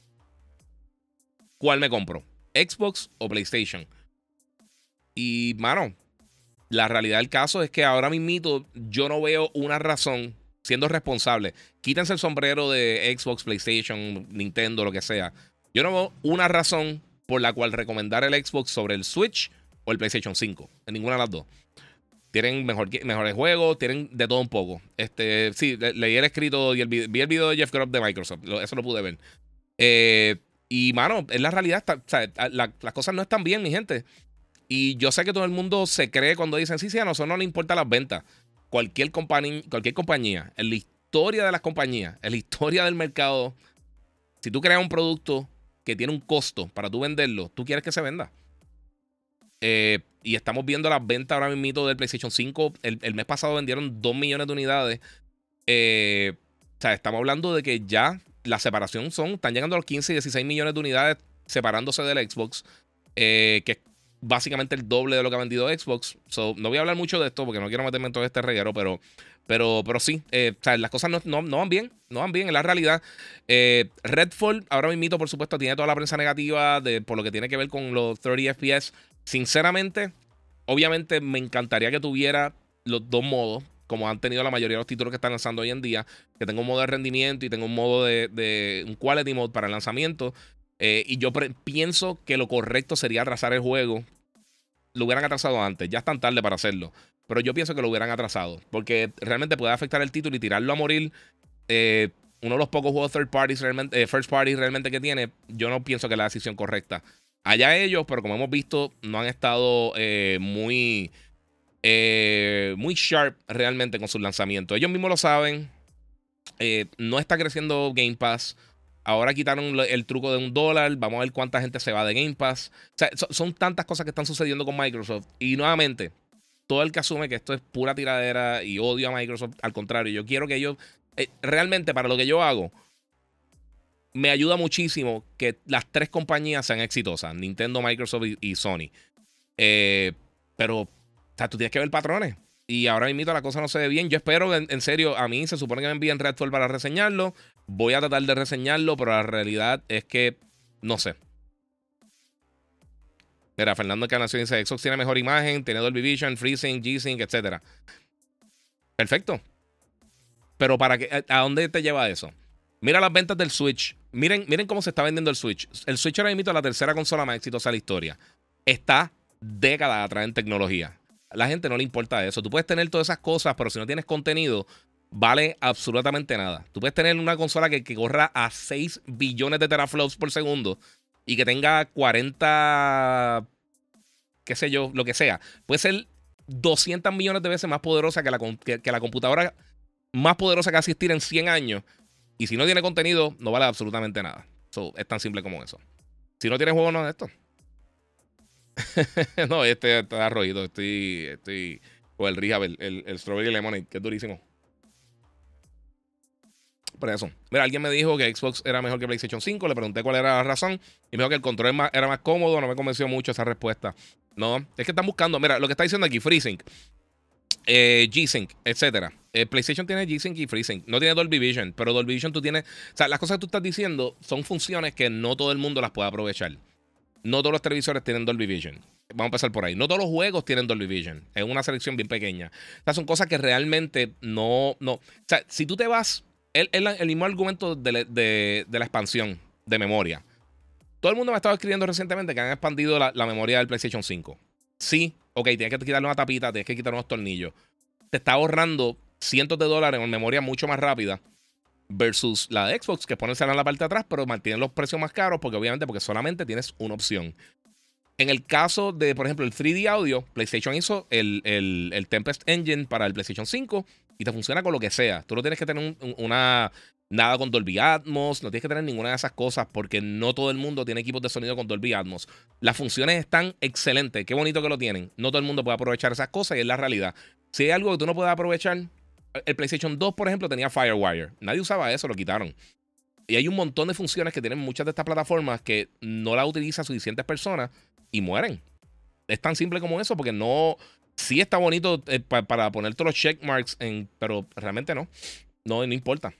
¿Cuál me compro? ¿Xbox o PlayStation? Y, mano, la realidad del caso es que ahora mismito yo no veo una razón, siendo responsable. Quítense el sombrero de Xbox, PlayStation, Nintendo, lo que sea. Yo no veo una razón por la cual recomendar el Xbox sobre el Switch o el PlayStation cinco. En ninguna de las dos. Tienen mejor, mejores juegos, tienen de todo un poco. Este, sí, le, leí el escrito y el, vi el video de Jeff Grubb de Microsoft. Lo, eso lo pude ver. Eh, y, mano, es la realidad. Está, o sea, la, las cosas no están bien, mi gente. Y yo sé que todo el mundo se cree cuando dicen, sí, sí, a nosotros no nos importan las ventas. Cualquier, cualquier compañía, en la historia de las compañías, en la historia del mercado, si tú creas un producto que tiene un costo para tú venderlo, tú quieres que se venda. Eh, y estamos viendo las ventas ahora mismo del PlayStation cinco. El, el mes pasado vendieron dos millones de unidades. Eh, o sea, estamos hablando de que ya la separación son, están llegando a los quince y dieciséis millones de unidades separándose del Xbox. Eh, que es básicamente el doble de lo que ha vendido Xbox. So, no voy a hablar mucho de esto porque no quiero meterme en todo este reguero, pero Pero, pero sí, eh, o sea, las cosas no, no, no van bien, no van bien en la realidad. Eh, Redfall, ahora mismo, por supuesto, tiene toda la prensa negativa de, por lo que tiene que ver con los treinta F P S. Sinceramente, obviamente me encantaría que tuviera los dos modos, como han tenido la mayoría de los títulos que están lanzando hoy en día, que tengo un modo de rendimiento y tengo un modo de, de un quality mode para el lanzamiento. Eh, y yo pienso que lo correcto sería atrasar el juego. Lo hubieran atrasado antes, ya es tan tarde para hacerlo. Pero yo pienso que lo hubieran atrasado, porque realmente puede afectar el título y tirarlo a morir. Eh, uno de los pocos juegos third parties realmente, eh, first party realmente que tiene, yo no pienso que es la decisión correcta. Allá ellos, pero como hemos visto, no han estado eh, muy, eh, muy sharp realmente con sus lanzamientos. Ellos mismos lo saben. Eh, no está creciendo Game Pass. Ahora quitaron el truco de un dólar. Vamos a ver cuánta gente se va de Game Pass. O sea, son, son tantas cosas que están sucediendo con Microsoft. Y nuevamente, todo el que asume que esto es pura tiradera y odio a Microsoft, al contrario, yo quiero que ellos, eh, realmente para lo que yo hago, me ayuda muchísimo que las tres compañías sean exitosas, Nintendo, Microsoft y, y Sony. Eh, pero, o sea, tú tienes que ver patrones. Y ahora mismo la cosa no se ve bien. Yo espero, en, en serio, a mí se supone que me envíen Redfall para reseñarlo. Voy a tratar de reseñarlo, pero la realidad es que no sé. Mira, Fernando Encarnación dice: Xbox tiene mejor imagen, tiene Dolby Vision, FreeSync, G-Sync, etcétera. Perfecto. Pero para qué, ¿a dónde te lleva eso? Mira las ventas del Switch. Miren, miren cómo se está vendiendo el Switch. El Switch ahora mismo es la tercera consola más exitosa de la historia. Está décadas atrás en tecnología. A la gente no le importa eso. Tú puedes tener todas esas cosas, pero si no tienes contenido, vale absolutamente nada. Tú puedes tener una consola que, que corra a seis billones de teraflops por segundo y que tenga cuarenta, qué sé yo, lo que sea. Puede ser doscientos millones de veces más poderosa que la, que, que la computadora más poderosa que va a existir en cien años. Y si no tiene contenido, no vale absolutamente nada. So, es tan simple como eso. Si no tiene juego, no es esto. No, este está roído. Estoy, estoy con el Rehab, el, el, el Strawberry Lemonade, que es durísimo. Por eso. Mira, alguien me dijo que Xbox era mejor que PlayStation cinco. Le pregunté cuál era la razón. Y me dijo que el control más, era más cómodo. No me convenció mucho esa respuesta. No, es que están buscando. Mira, lo que está diciendo aquí: FreeSync, eh, G-Sync, etcétera. Eh, PlayStation tiene G-Sync y FreeSync. No tiene Dolby Vision, pero Dolby Vision tú tienes. O sea, las cosas que tú estás diciendo son funciones que no todo el mundo las puede aprovechar. No todos los televisores tienen Dolby Vision. Vamos a empezar por ahí. No todos los juegos tienen Dolby Vision. Es una selección bien pequeña. O sea, son cosas que realmente no. no o sea, si tú te vas. El, el, el mismo argumento de, de, de la expansión de memoria. Todo el mundo me ha estado escribiendo recientemente que han expandido la, la memoria del PlayStation cinco. Sí, ok, tienes que quitarle una tapita, tienes que quitar unos tornillos. Te está ahorrando cientos de dólares en memoria mucho más rápida versus la de Xbox, que pone el celular en la parte de atrás, pero mantienen los precios más caros porque obviamente porque solamente tienes una opción. En el caso de, por ejemplo, el tres D Audio, PlayStation hizo el, el, el Tempest Engine para el PlayStation cinco y te funciona con lo que sea. Tú no tienes que tener un, un, una... Nada con Dolby Atmos, no tienes que tener ninguna de esas cosas porque no todo el mundo tiene equipos de sonido con Dolby Atmos. Las funciones están excelentes, qué bonito que lo tienen. No todo el mundo puede aprovechar esas cosas y es la realidad. Si hay algo que tú no puedes aprovechar, el PlayStation dos, por ejemplo, tenía FireWire. Nadie usaba eso, lo quitaron. Y hay un montón de funciones que tienen muchas de estas plataformas que no las utilizan suficientes personas y mueren. Es tan simple como eso porque no... Sí está bonito eh, pa, para poner todos los checkmarks, en, pero realmente no. No, no importa.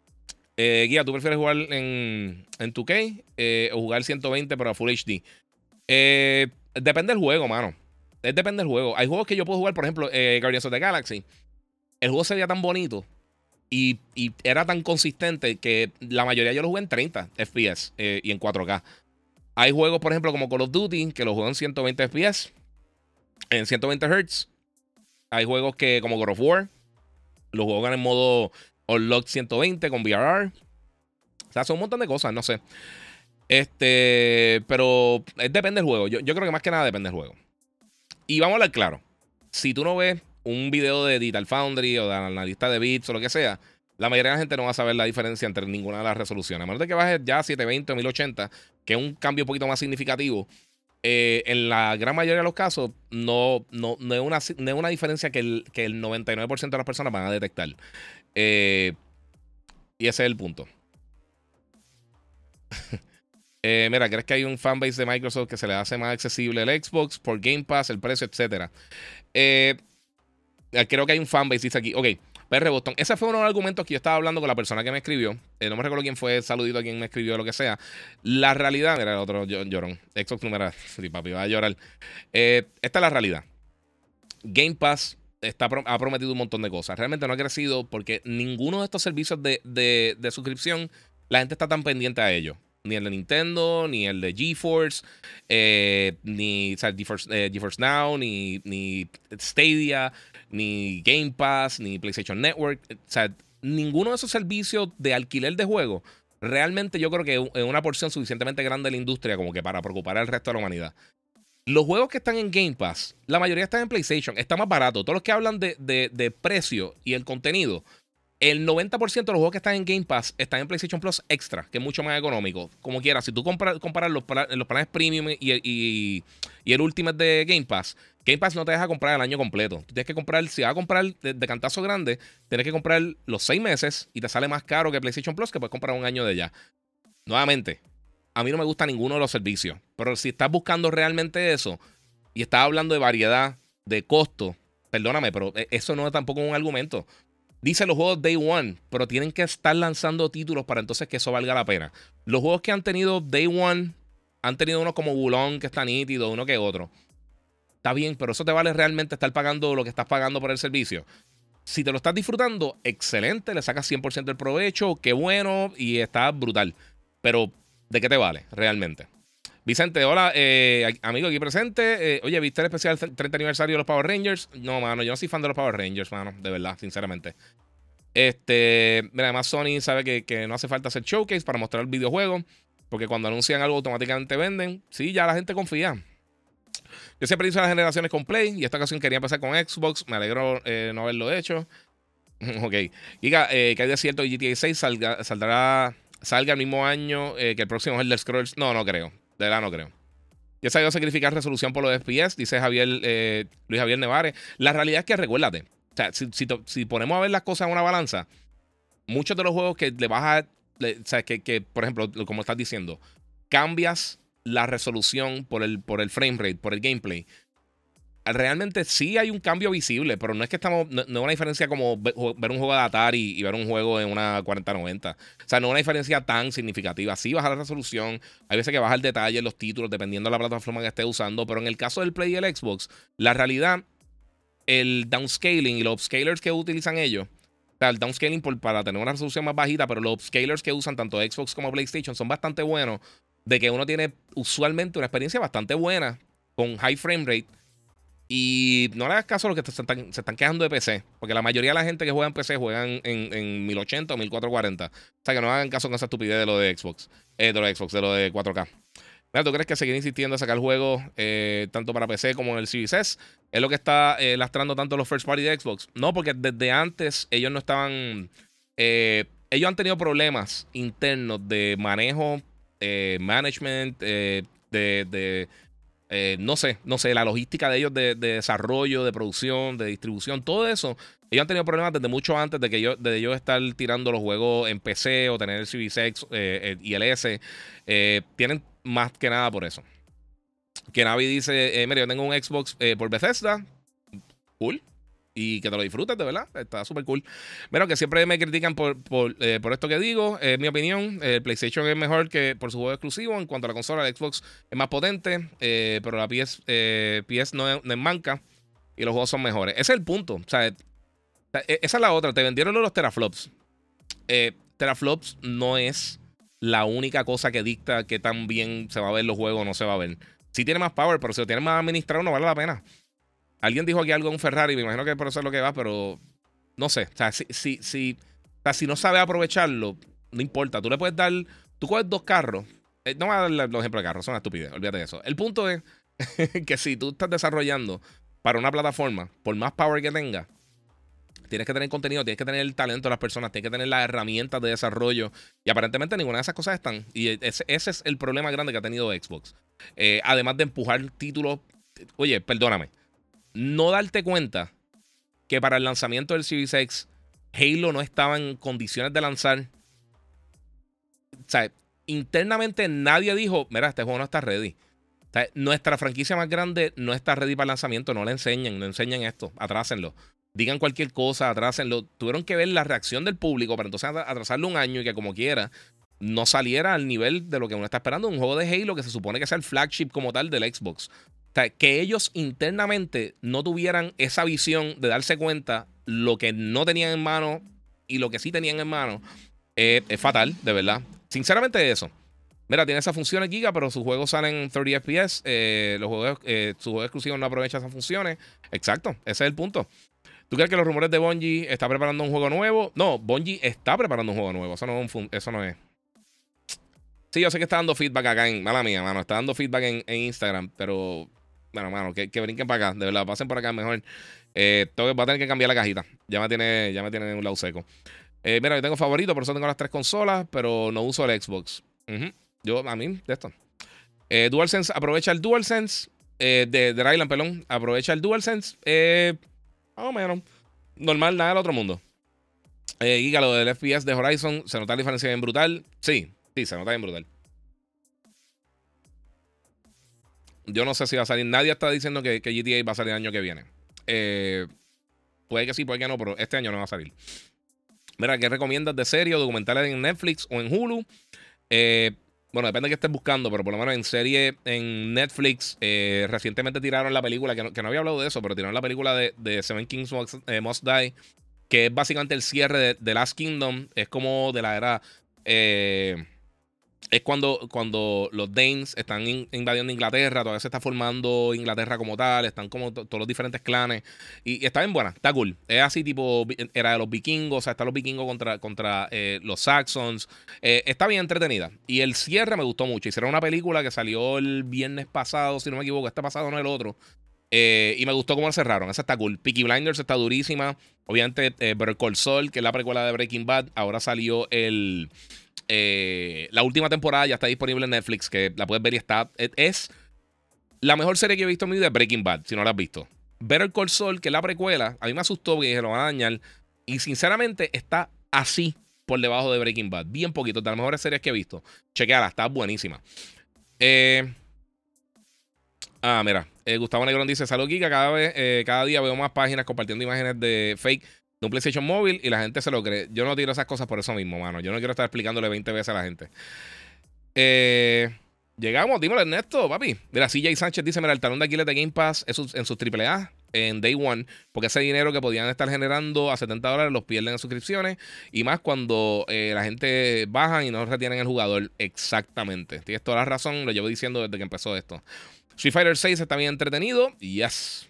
Eh, Guía, ¿tú prefieres jugar en, en dos K eh, o jugar ciento veinte pero a Full H D? Eh, depende del juego, mano. Es depende del juego. Hay juegos que yo puedo jugar, por ejemplo, eh, Guardians of the Galaxy. El juego se veía tan bonito y, y era tan consistente que la mayoría yo lo jugué en treinta F P S eh, y en cuatro K. Hay juegos, por ejemplo, como Call of Duty, que lo juego en ciento veinte F P S, en ciento veinte Hz. Hay juegos que, como God of War, lo juegan en modo Unlocked ciento veinte con V R R. O sea, son un montón de cosas, no sé. Este, pero eh, depende del juego. Yo, yo creo que más que nada depende del juego. Y vamos a hablar claro. Si tú no ves un video de Digital Foundry o de analista de bits o lo que sea, la mayoría de la gente no va a saber la diferencia entre ninguna de las resoluciones. A menos de que bajes ya a setecientos veinte o mil ochenta, que es un cambio un poquito más significativo. Eh, en la gran mayoría de los casos, no, no, no, es, una, no es una diferencia que el, que el noventa y nueve por ciento de las personas van a detectar. Eh, y ese es el punto. eh, mira, ¿crees que hay un fanbase de Microsoft que se le hace más accesible el Xbox por Game Pass, el precio, etcétera? Eh, creo que hay un fanbase, dice aquí. Ok, P R Boston. Ese fue uno de los argumentos que yo estaba hablando con la persona que me escribió. Eh, no me recuerdo quién fue, saludito a quien me escribió, lo que sea. La realidad, mira, el otro llorón. Xbox numeral. Sí, papi, va a llorar. Eh, esta es la realidad. Game Pass está, ha prometido un montón de cosas. Realmente no ha crecido porque ninguno de estos servicios de, de, de suscripción, la gente está tan pendiente a ellos. Ni el de Nintendo, ni el de GeForce, eh, ni o sea, GeForce, eh, GeForce Now, ni, ni Stadia, ni Game Pass, ni PlayStation Network. O sea, ninguno de esos servicios de alquiler de juegos, realmente yo creo que es una porción suficientemente grande de la industria como que para preocupar al resto de la humanidad. Los juegos que están en Game Pass, la mayoría están en PlayStation, está más barato. Todos los que hablan de, de, de precio y el contenido, el noventa por ciento de los juegos que están en Game Pass están en PlayStation Plus Extra, que es mucho más económico. Como quieras, si tú comparas, comparas los, los planes Premium y, y, y el Ultimate de Game Pass, Game Pass no te deja comprar el año completo. Tú tienes que comprar, si vas a comprar de, de cantazo grande, tienes que comprar los seis meses y te sale más caro que PlayStation Plus, que puedes comprar un año de ya. Nuevamente, a mí no me gusta ninguno de los servicios, pero si estás buscando realmente eso y estás hablando de variedad, de costo, perdóname, pero eso no es tampoco un argumento. Dice los juegos Day One, pero tienen que estar lanzando títulos para entonces que eso valga la pena. Los juegos que han tenido Day One han tenido uno como Wulong, que está nítido, uno que otro. Está bien, pero eso te vale realmente estar pagando lo que estás pagando por el servicio. Si te lo estás disfrutando, excelente, le sacas cien por ciento del provecho, qué bueno y está brutal. Pero, ¿de qué te vale realmente? Vicente, hola, eh, amigo aquí presente. Eh, oye, ¿viste el especial treinta aniversario de los Power Rangers? No, mano, yo no soy fan de los Power Rangers, mano, de verdad, sinceramente. Este, mira, además Sony sabe que, que no hace falta hacer showcase para mostrar el videojuego, porque cuando anuncian algo automáticamente venden. Sí, ya la gente confía. Yo siempre hice las generaciones con Play y esta ocasión quería empezar con Xbox. Me alegro eh, no haberlo hecho. Ok. Giga, eh, que hay de cierto que G T A seis salga, saldrá, salga el mismo año eh, que el próximo Elder Scrolls. No, no creo. De verdad no creo. Ya se ha ido a sacrificar resolución por los F P S, dice Javier, eh, Luis Javier Nevares. La realidad es que recuérdate, o sea, si, si, si ponemos a ver las cosas en una balanza, muchos de los juegos que le vas a, le, o sea, que, que, por ejemplo, como estás diciendo, cambias la resolución por el, por el frame rate, por el gameplay. Realmente sí hay un cambio visible, pero no es que estamos, no, no es una diferencia como ver, ver un juego de Atari y ver un juego en una cuarenta noventa. O sea, no es una diferencia tan significativa. Sí baja la resolución, hay veces que baja el detalle en los títulos, dependiendo de la plataforma que esté usando, pero en el caso del Play y el Xbox, la realidad, el downscaling y los upscalers que utilizan ellos, o sea, el downscaling por, para tener una resolución más bajita, pero los upscalers que usan tanto Xbox como PlayStation son bastante buenos, de que uno tiene usualmente una experiencia bastante buena con high frame rate. Y no le hagas caso a los que se están, se están quejando de P C, porque la mayoría de la gente que juega en P C juegan en, en mil ochenta o mil cuatrocientos cuarenta. O sea, que no hagan caso con esa estupidez de lo de Xbox, eh, de lo de Xbox, de lo de cuatro K. Mira, ¿tú crees que seguir insistiendo a sacar juegos eh, tanto para P C como en el Series S es lo que está eh, lastrando tanto los first party de Xbox? No, porque desde antes ellos no estaban... Eh, ellos han tenido problemas internos de manejo, eh, management, eh, de... de Eh, no sé, no sé, la logística de ellos de, de desarrollo, de producción, de distribución, todo eso. Ellos han tenido problemas desde mucho antes de que yo, de ellos estar tirando los juegos en P C o tener el Series X eh, y el S. Eh, tienen más que nada por eso. Que Navi dice, eh, mira, yo tengo un Xbox eh, por Bethesda. Cool. Y que te lo disfrutes, de verdad. Está súper cool. Mira, que siempre me critican por, por, eh, por esto que digo. Es eh, mi opinión. El eh, PlayStation es mejor que por su juego exclusivo. En cuanto a la consola, el Xbox es más potente. Eh, pero la P S, eh, P S no, es, no es manca. Y los juegos son mejores. Ese es el punto. O sea, esa es la otra. Te vendieron los teraflops. Eh, teraflops no es la única cosa que dicta que tan bien se va a ver los juegos o no se va a ver. Sí tiene más power, pero si lo tiene más administrado no vale la pena. Alguien dijo aquí algo de un Ferrari, me imagino que por eso es lo que va, pero no sé. O sea, si, si, si, o sea, si no sabes aprovecharlo, no importa. Tú le puedes dar, tú coges dos carros. Eh, no voy a dar los ejemplos de carros, son una estupidez, olvídate de eso. El punto es que si tú estás desarrollando para una plataforma, por más power que tenga, tienes que tener contenido, tienes que tener el talento de las personas, tienes que tener las herramientas de desarrollo. Y aparentemente ninguna de esas cosas están. Y ese, ese es el problema grande que ha tenido Xbox. Eh, además de empujar títulos. Oye, perdóname. No darte cuenta que para el lanzamiento del Series X, Halo no estaba en condiciones de lanzar. O sea, internamente nadie dijo, mira, este juego no está ready. O sea, nuestra franquicia más grande no está ready para el lanzamiento. No le enseñen, no enseñen esto, atrásenlo. digan cualquier cosa, atrásenlo. Tuvieron que ver la reacción del público para entonces atrasarlo un año y que como quiera no saliera al nivel de lo que uno está esperando. Un juego de Halo que se supone que sea el flagship como tal del Xbox. O sea, que ellos internamente no tuvieran esa visión de darse cuenta lo que no tenían en mano y lo que sí tenían en mano, eh, es fatal, de verdad. Sinceramente eso. Mira, tiene esa función Giga, pero sus juegos salen en treinta F P S. Eh, los juegos, eh, sus juegos exclusivos no aprovechan esas funciones. Exacto, ese es el punto. ¿Tú crees que los rumores de Bungie está preparando un juego nuevo? No, Bungie está preparando un juego nuevo. Eso no es. Un eso no es. Sí, yo sé que está dando feedback acá en. Mala mía, mano. Está dando feedback en, en Instagram, pero. Bueno, mano, que, que brinquen para acá. De verdad, pasen por acá mejor. Eh, tengo que, voy a tener que cambiar la cajita. Ya me tiene, ya me tiene en un lado seco. Eh, mira, yo tengo favorito, por eso tengo las tres consolas, pero no uso el Xbox. Uh-huh. Yo, a mí, de esto. Eh, DualSense, aprovecha el DualSense. Eh, de, de Ryland, perdón. Aprovecha el DualSense. Eh, más o menos. Normal, nada del otro mundo. Eh, Giga, lo del F P S de Horizon, ¿se nota la diferencia bien brutal? Sí, sí, se nota bien brutal. Yo no sé si va a salir. Nadie está diciendo que, que G T A va a salir el año que viene. Eh, puede que sí, puede que no, pero este año no va a salir. Mira, ¿qué recomiendas de serie o documentales en Netflix o en Hulu? Eh, bueno, depende de qué estés buscando, pero por lo menos en serie en Netflix, eh, recientemente tiraron la película, que no, que no había hablado de eso, pero tiraron la película de, de Seven Kings Must, eh, Must Die, que es básicamente el cierre de, de Last Kingdom. Es como de la era... Eh, es cuando, cuando los Danes están in, invadiendo Inglaterra, todavía se está formando Inglaterra como tal, están como todos los diferentes clanes. Y, y está bien buena, está cool. Es así tipo, era de los vikingos, o sea, están los vikingos contra, contra eh, los Saxons. Eh, está bien entretenida. Y el cierre me gustó mucho. Hicieron una película que salió el viernes pasado, si no me equivoco, este pasado no el otro. Eh, y me gustó cómo la cerraron. Esa está cool. Peaky Blinders está durísima. Obviamente, eh, Better Call Saul, que es la precuela de Breaking Bad. Ahora salió el... Eh, la última temporada ya está disponible en Netflix, que la puedes ver y está. Es la mejor serie que he visto en mi vida, Breaking Bad, si no la has visto. Better Call Saul, que es la precuela, a mí me asustó porque dije, lo van a dañar. Y sinceramente está así por debajo de Breaking Bad. Bien poquito, de las mejores series que he visto. Chequeala, está buenísima. Eh, ah, mira. Eh, Gustavo Negrón dice: Salud, Kika. Cada vez, eh, cada día veo más páginas compartiendo imágenes de fake de un PlayStation móvil y la gente se lo cree. Yo no tiro esas cosas por eso mismo, mano. Yo no quiero estar explicándole veinte veces a la gente. Eh, llegamos, dímelo, Ernesto, papi. Mira, C J Sánchez dice: mira, el talón de Aquiles de Game Pass en sus, en sus triple A en Day One, porque ese dinero que podían estar generando a setenta dólares los pierden en suscripciones y más cuando eh, la gente baja y no retienen el jugador. Exactamente. Tienes toda la razón, lo llevo diciendo desde que empezó esto. Street Fighter seis está bien entretenido. Yes.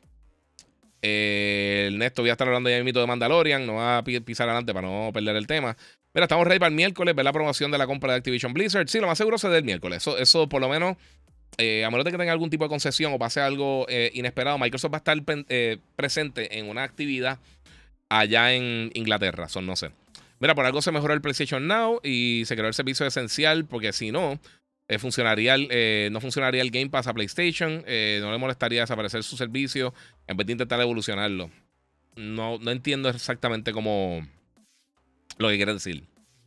Eh, Ernesto, voy a estar hablando ya de mito de Mandalorian. No va a pisar adelante para no perder el tema. Mira, estamos ready para el miércoles. Ver la promoción de la compra de Activision Blizzard. Sí, lo más seguro se dé el miércoles. Eso, eso por lo menos, eh, a menos de que tenga algún tipo de concesión o pase algo eh, inesperado, Microsoft va a estar eh, presente en una actividad allá en Inglaterra. Son, no sé. Mira, por algo se mejoró el PlayStation Now y se creó el servicio esencial, porque si no, eh, funcionaría el, eh, no funcionaría el Game Pass a PlayStation. Eh, no le molestaría desaparecer su servicio en vez de intentar evolucionarlo. No, no entiendo exactamente cómo lo que quiere decir.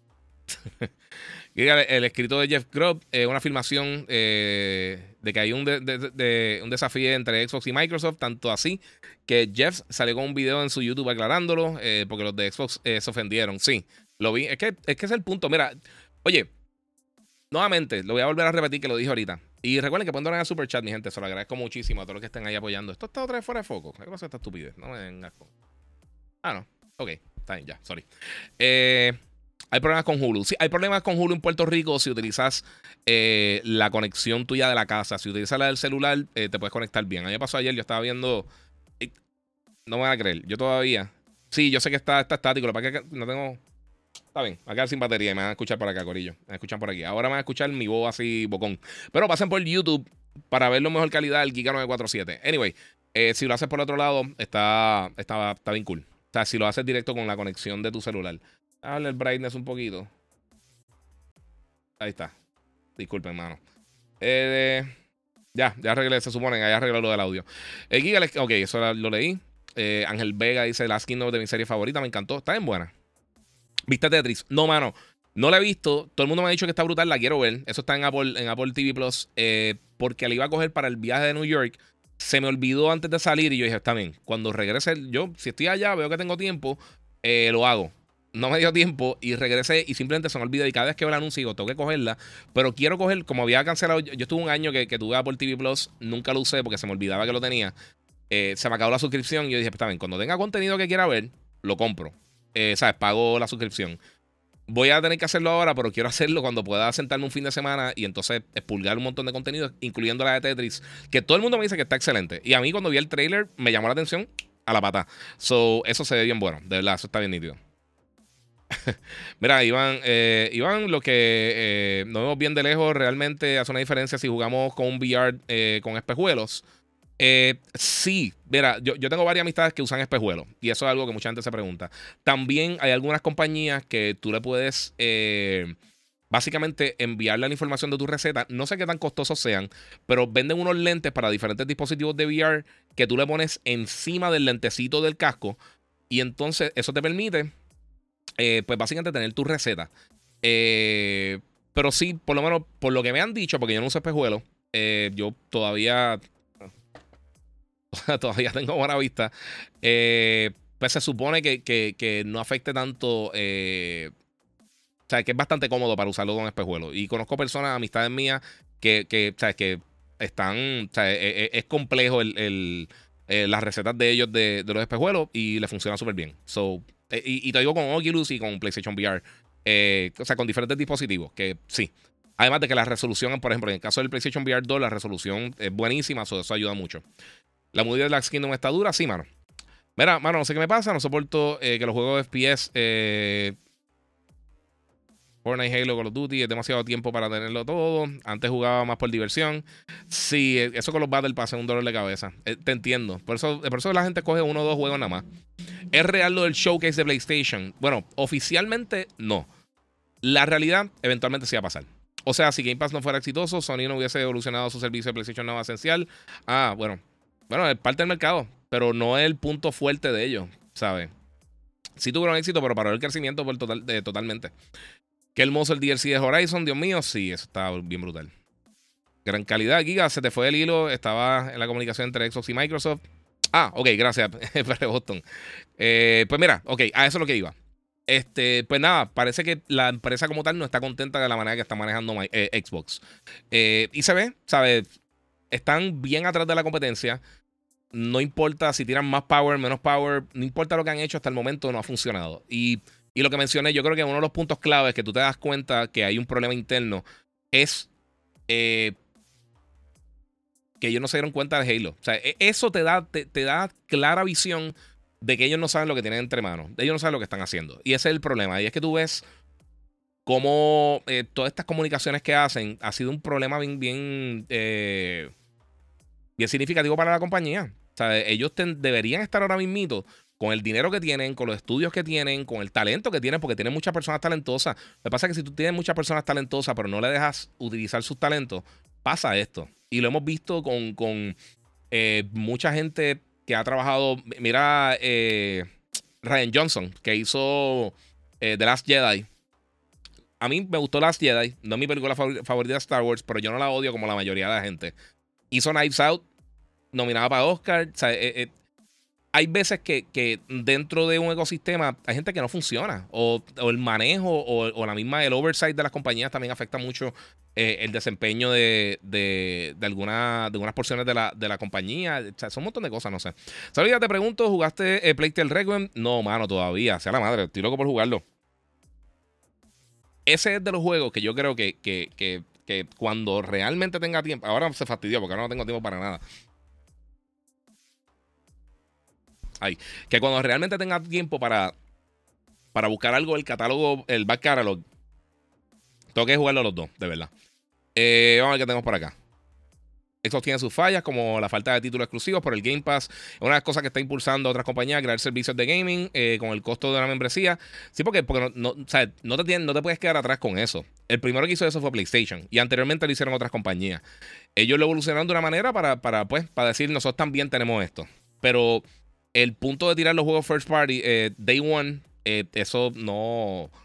el, el escrito de Jeff Grubb es eh, una afirmación eh, de que hay un, de, de, de, un desafío entre Xbox y Microsoft, tanto así que Jeff salió con un video en su YouTube aclarándolo, eh, porque los de Xbox eh, se ofendieron. Sí, lo vi. Es que, es que es el punto. Mira, oye, nuevamente, lo voy a volver a repetir que lo dije ahorita. Y recuerden que pueden donar al Super Chat, mi gente. Se lo agradezco muchísimo a todos los que estén ahí apoyando. Esto está otra vez fuera de foco. ¿Qué pasa esta estupidez? No me vengas con... Ah, no. Ok, está bien, ya, sorry. Eh, hay problemas con Hulu. Sí, hay problemas con Hulu en Puerto Rico si utilizas eh, la conexión tuya de la casa. Si utilizas la del celular, eh, te puedes conectar bien. A mí me pasó ayer, yo estaba viendo... Eh, no me van a creer, yo todavía... Sí, yo sé que está, está estático, lo que pasa es que no tengo... Está bien, va a quedar sin batería y me van a escuchar por acá, corillo. Me van a escuchar por aquí. Ahora me van a escuchar mi voz así bocón. Pero pasen por YouTube para verlo en mejor calidad, el Giga nueve cuatro siete. Anyway, eh, si lo haces por otro lado, está, está, está bien cool. O sea, si lo haces directo con la conexión de tu celular. Dale el brightness un poquito. Ahí está. Disculpen, hermano. Eh, ya, ya arreglé, se supone, ya arreglé lo del audio. El Giga, ok, eso lo, lo leí. Eh, Ángel Vega dice: Last Kingdom de mi serie favorita, me encantó. Está bien buena. ¿Viste Tetris? No, mano. No la he visto. Todo el mundo me ha dicho que está brutal. La quiero ver. Eso está en Apple, en Apple T V Plus. Eh, porque la iba a coger para el viaje de New York. Se me olvidó antes de salir y yo dije, está bien, cuando regrese, yo si estoy allá, veo que tengo tiempo, eh, lo hago. No me dio tiempo y regresé y simplemente se me olvida. Y cada vez que veo el anuncio digo, tengo que cogerla. Pero quiero coger, como había cancelado, yo, yo estuve un año que, que tuve Apple T V Plus, nunca lo usé porque se me olvidaba que lo tenía. Eh, se me acabó la suscripción y yo dije, pues, está bien, cuando tenga contenido que quiera ver, lo compro. Eh, ¿Sabes? Pago la suscripción. Voy a tener que hacerlo ahora, pero quiero hacerlo cuando pueda sentarme un fin de semana y entonces expulgar un montón de contenido, incluyendo la de Tetris, que todo el mundo me dice que está excelente. Y a mí cuando vi el trailer me llamó la atención a la pata. So, eso se ve bien bueno, de verdad, eso está bien nítido. Mira, Iván, eh, Iván, lo que eh, nos vemos bien de lejos realmente hace una diferencia si jugamos con un V R eh, con espejuelos. Eh, sí, mira, yo, yo tengo varias amistades que usan espejuelos y eso es algo que mucha gente se pregunta. También hay algunas compañías que tú le puedes eh, básicamente enviarle la información de tu receta. No sé qué tan costosos sean, pero venden unos lentes para diferentes dispositivos de V R que tú le pones encima del lentecito del casco y entonces eso te permite, eh, pues básicamente tener tu receta. Eh, pero sí, por lo menos por lo que me han dicho, porque yo no uso espejuelos, eh, yo todavía todavía tengo buena vista. Eh, pues se supone que, que, que no afecte tanto. Eh, o sea, que es bastante cómodo para usarlo con espejuelos. Y conozco personas, amistades mías, que, que, o sea, que están. O sea, es, es- es complejo el, el, eh, las recetas de ellos de, de los espejuelos y le funciona súper bien. So, eh, y, y te digo con Oculus y con PlayStation V R. Eh, o sea, con diferentes dispositivos, que sí. Además de que la resolución, por ejemplo, en el caso del PlayStation V R dos, la resolución es buenísima, so eso ayuda mucho. La movida de Last Kingdom está dura, sí, mano. Mira, mano, no sé qué me pasa. No soporto eh, que los juegos de F P S, eh, Fortnite, Halo, Call of Duty, es demasiado tiempo para tenerlo todo. Antes jugaba más por diversión. Sí, eh, eso con los Battle Pass es un dolor de cabeza. Eh, te entiendo. Por eso, por eso la gente coge uno o dos juegos nada más. ¿Es real lo del showcase de PlayStation? Bueno, oficialmente no. La realidad, eventualmente sí va a pasar. O sea, si Game Pass no fuera exitoso, Sony no hubiese evolucionado su servicio de PlayStation Now esencial. Ah, bueno. Bueno, es parte del mercado, pero no es el punto fuerte de ellos, ¿sabes? Sí tuvieron éxito, pero paró el crecimiento por total, de, totalmente. Qué hermoso el D L C de Horizon, Dios mío. Sí, eso está bien brutal. Gran calidad, Giga. Se te fue el hilo. Estaba en la comunicación entre Xbox y Microsoft. Ah, ok, gracias, F. Boston. Eh, pues mira, ok, a eso es lo que iba. Este, pues nada, parece que la empresa como tal no está contenta de la manera que está manejando my- eh, Xbox. Eh, y se ve, ¿sabes? Están bien atrás de la competencia. No importa si tiran más power, menos power, no importa lo que han hecho hasta el momento, no ha funcionado. Y, y lo que mencioné, yo creo que uno de los puntos claves que tú te das cuenta que hay un problema interno es eh, que ellos no se dieron cuenta de Halo. O sea, e- eso te da, te, te da clara visión de que ellos no saben lo que tienen entre manos. Ellos no saben lo que están haciendo. Y ese es el problema. Y es que tú ves cómo eh, todas estas comunicaciones que hacen ha sido un problema bien, bien, eh, bien significativo para la compañía. O sea, ellos ten- deberían estar ahora mismito con el dinero que tienen, con los estudios que tienen, con el talento que tienen, porque tienen muchas personas talentosas. Lo que pasa es que si tú tienes muchas personas talentosas, pero no le dejas utilizar sus talentos, pasa esto. Y lo hemos visto con, con eh, mucha gente que ha trabajado. Mira, eh, Ryan Johnson, que hizo eh, The Last Jedi. A mí me gustó Last Jedi, no es mi película favor- favorita de Star Wars, pero yo no la odio como la mayoría de la gente. Hizo Knives Out, nominada para Oscar. O sea, eh, eh, hay veces que, que dentro de un ecosistema hay gente que no funciona. O, o el manejo o, o la misma, el oversight de las compañías también afecta mucho eh, el desempeño de, de, de, alguna- de algunas porciones de la, de la compañía. O sea, son un montón de cosas, no sé. Sabes, ya te pregunto, ¿jugaste eh, Playtale Requiem? No, mano, todavía. Sea la madre, estoy loco por jugarlo. Ese es de los juegos que yo creo que, que, que, que cuando realmente tenga tiempo. Ahora se fastidió porque ahora no tengo tiempo para nada. Ay, que cuando realmente tenga tiempo para, para buscar algo del catálogo, el back catalog, tengo que jugarlo los dos, de verdad. Eh, vamos a ver qué tenemos por acá. Xbox tiene sus fallas, como la falta de títulos exclusivos, por el Game Pass es una de las cosas que está impulsando a otras compañías a crear servicios de gaming eh, con el costo de una membresía. Sí, porque, porque no, no, o sea, no, te tienen, no te puedes quedar atrás con eso. El primero que hizo eso fue PlayStation y anteriormente lo hicieron otras compañías. Ellos lo evolucionaron de una manera para, para, pues, para decir, nosotros también tenemos esto. Pero el punto de tirar los juegos first party, eh, day one, eh, eso no...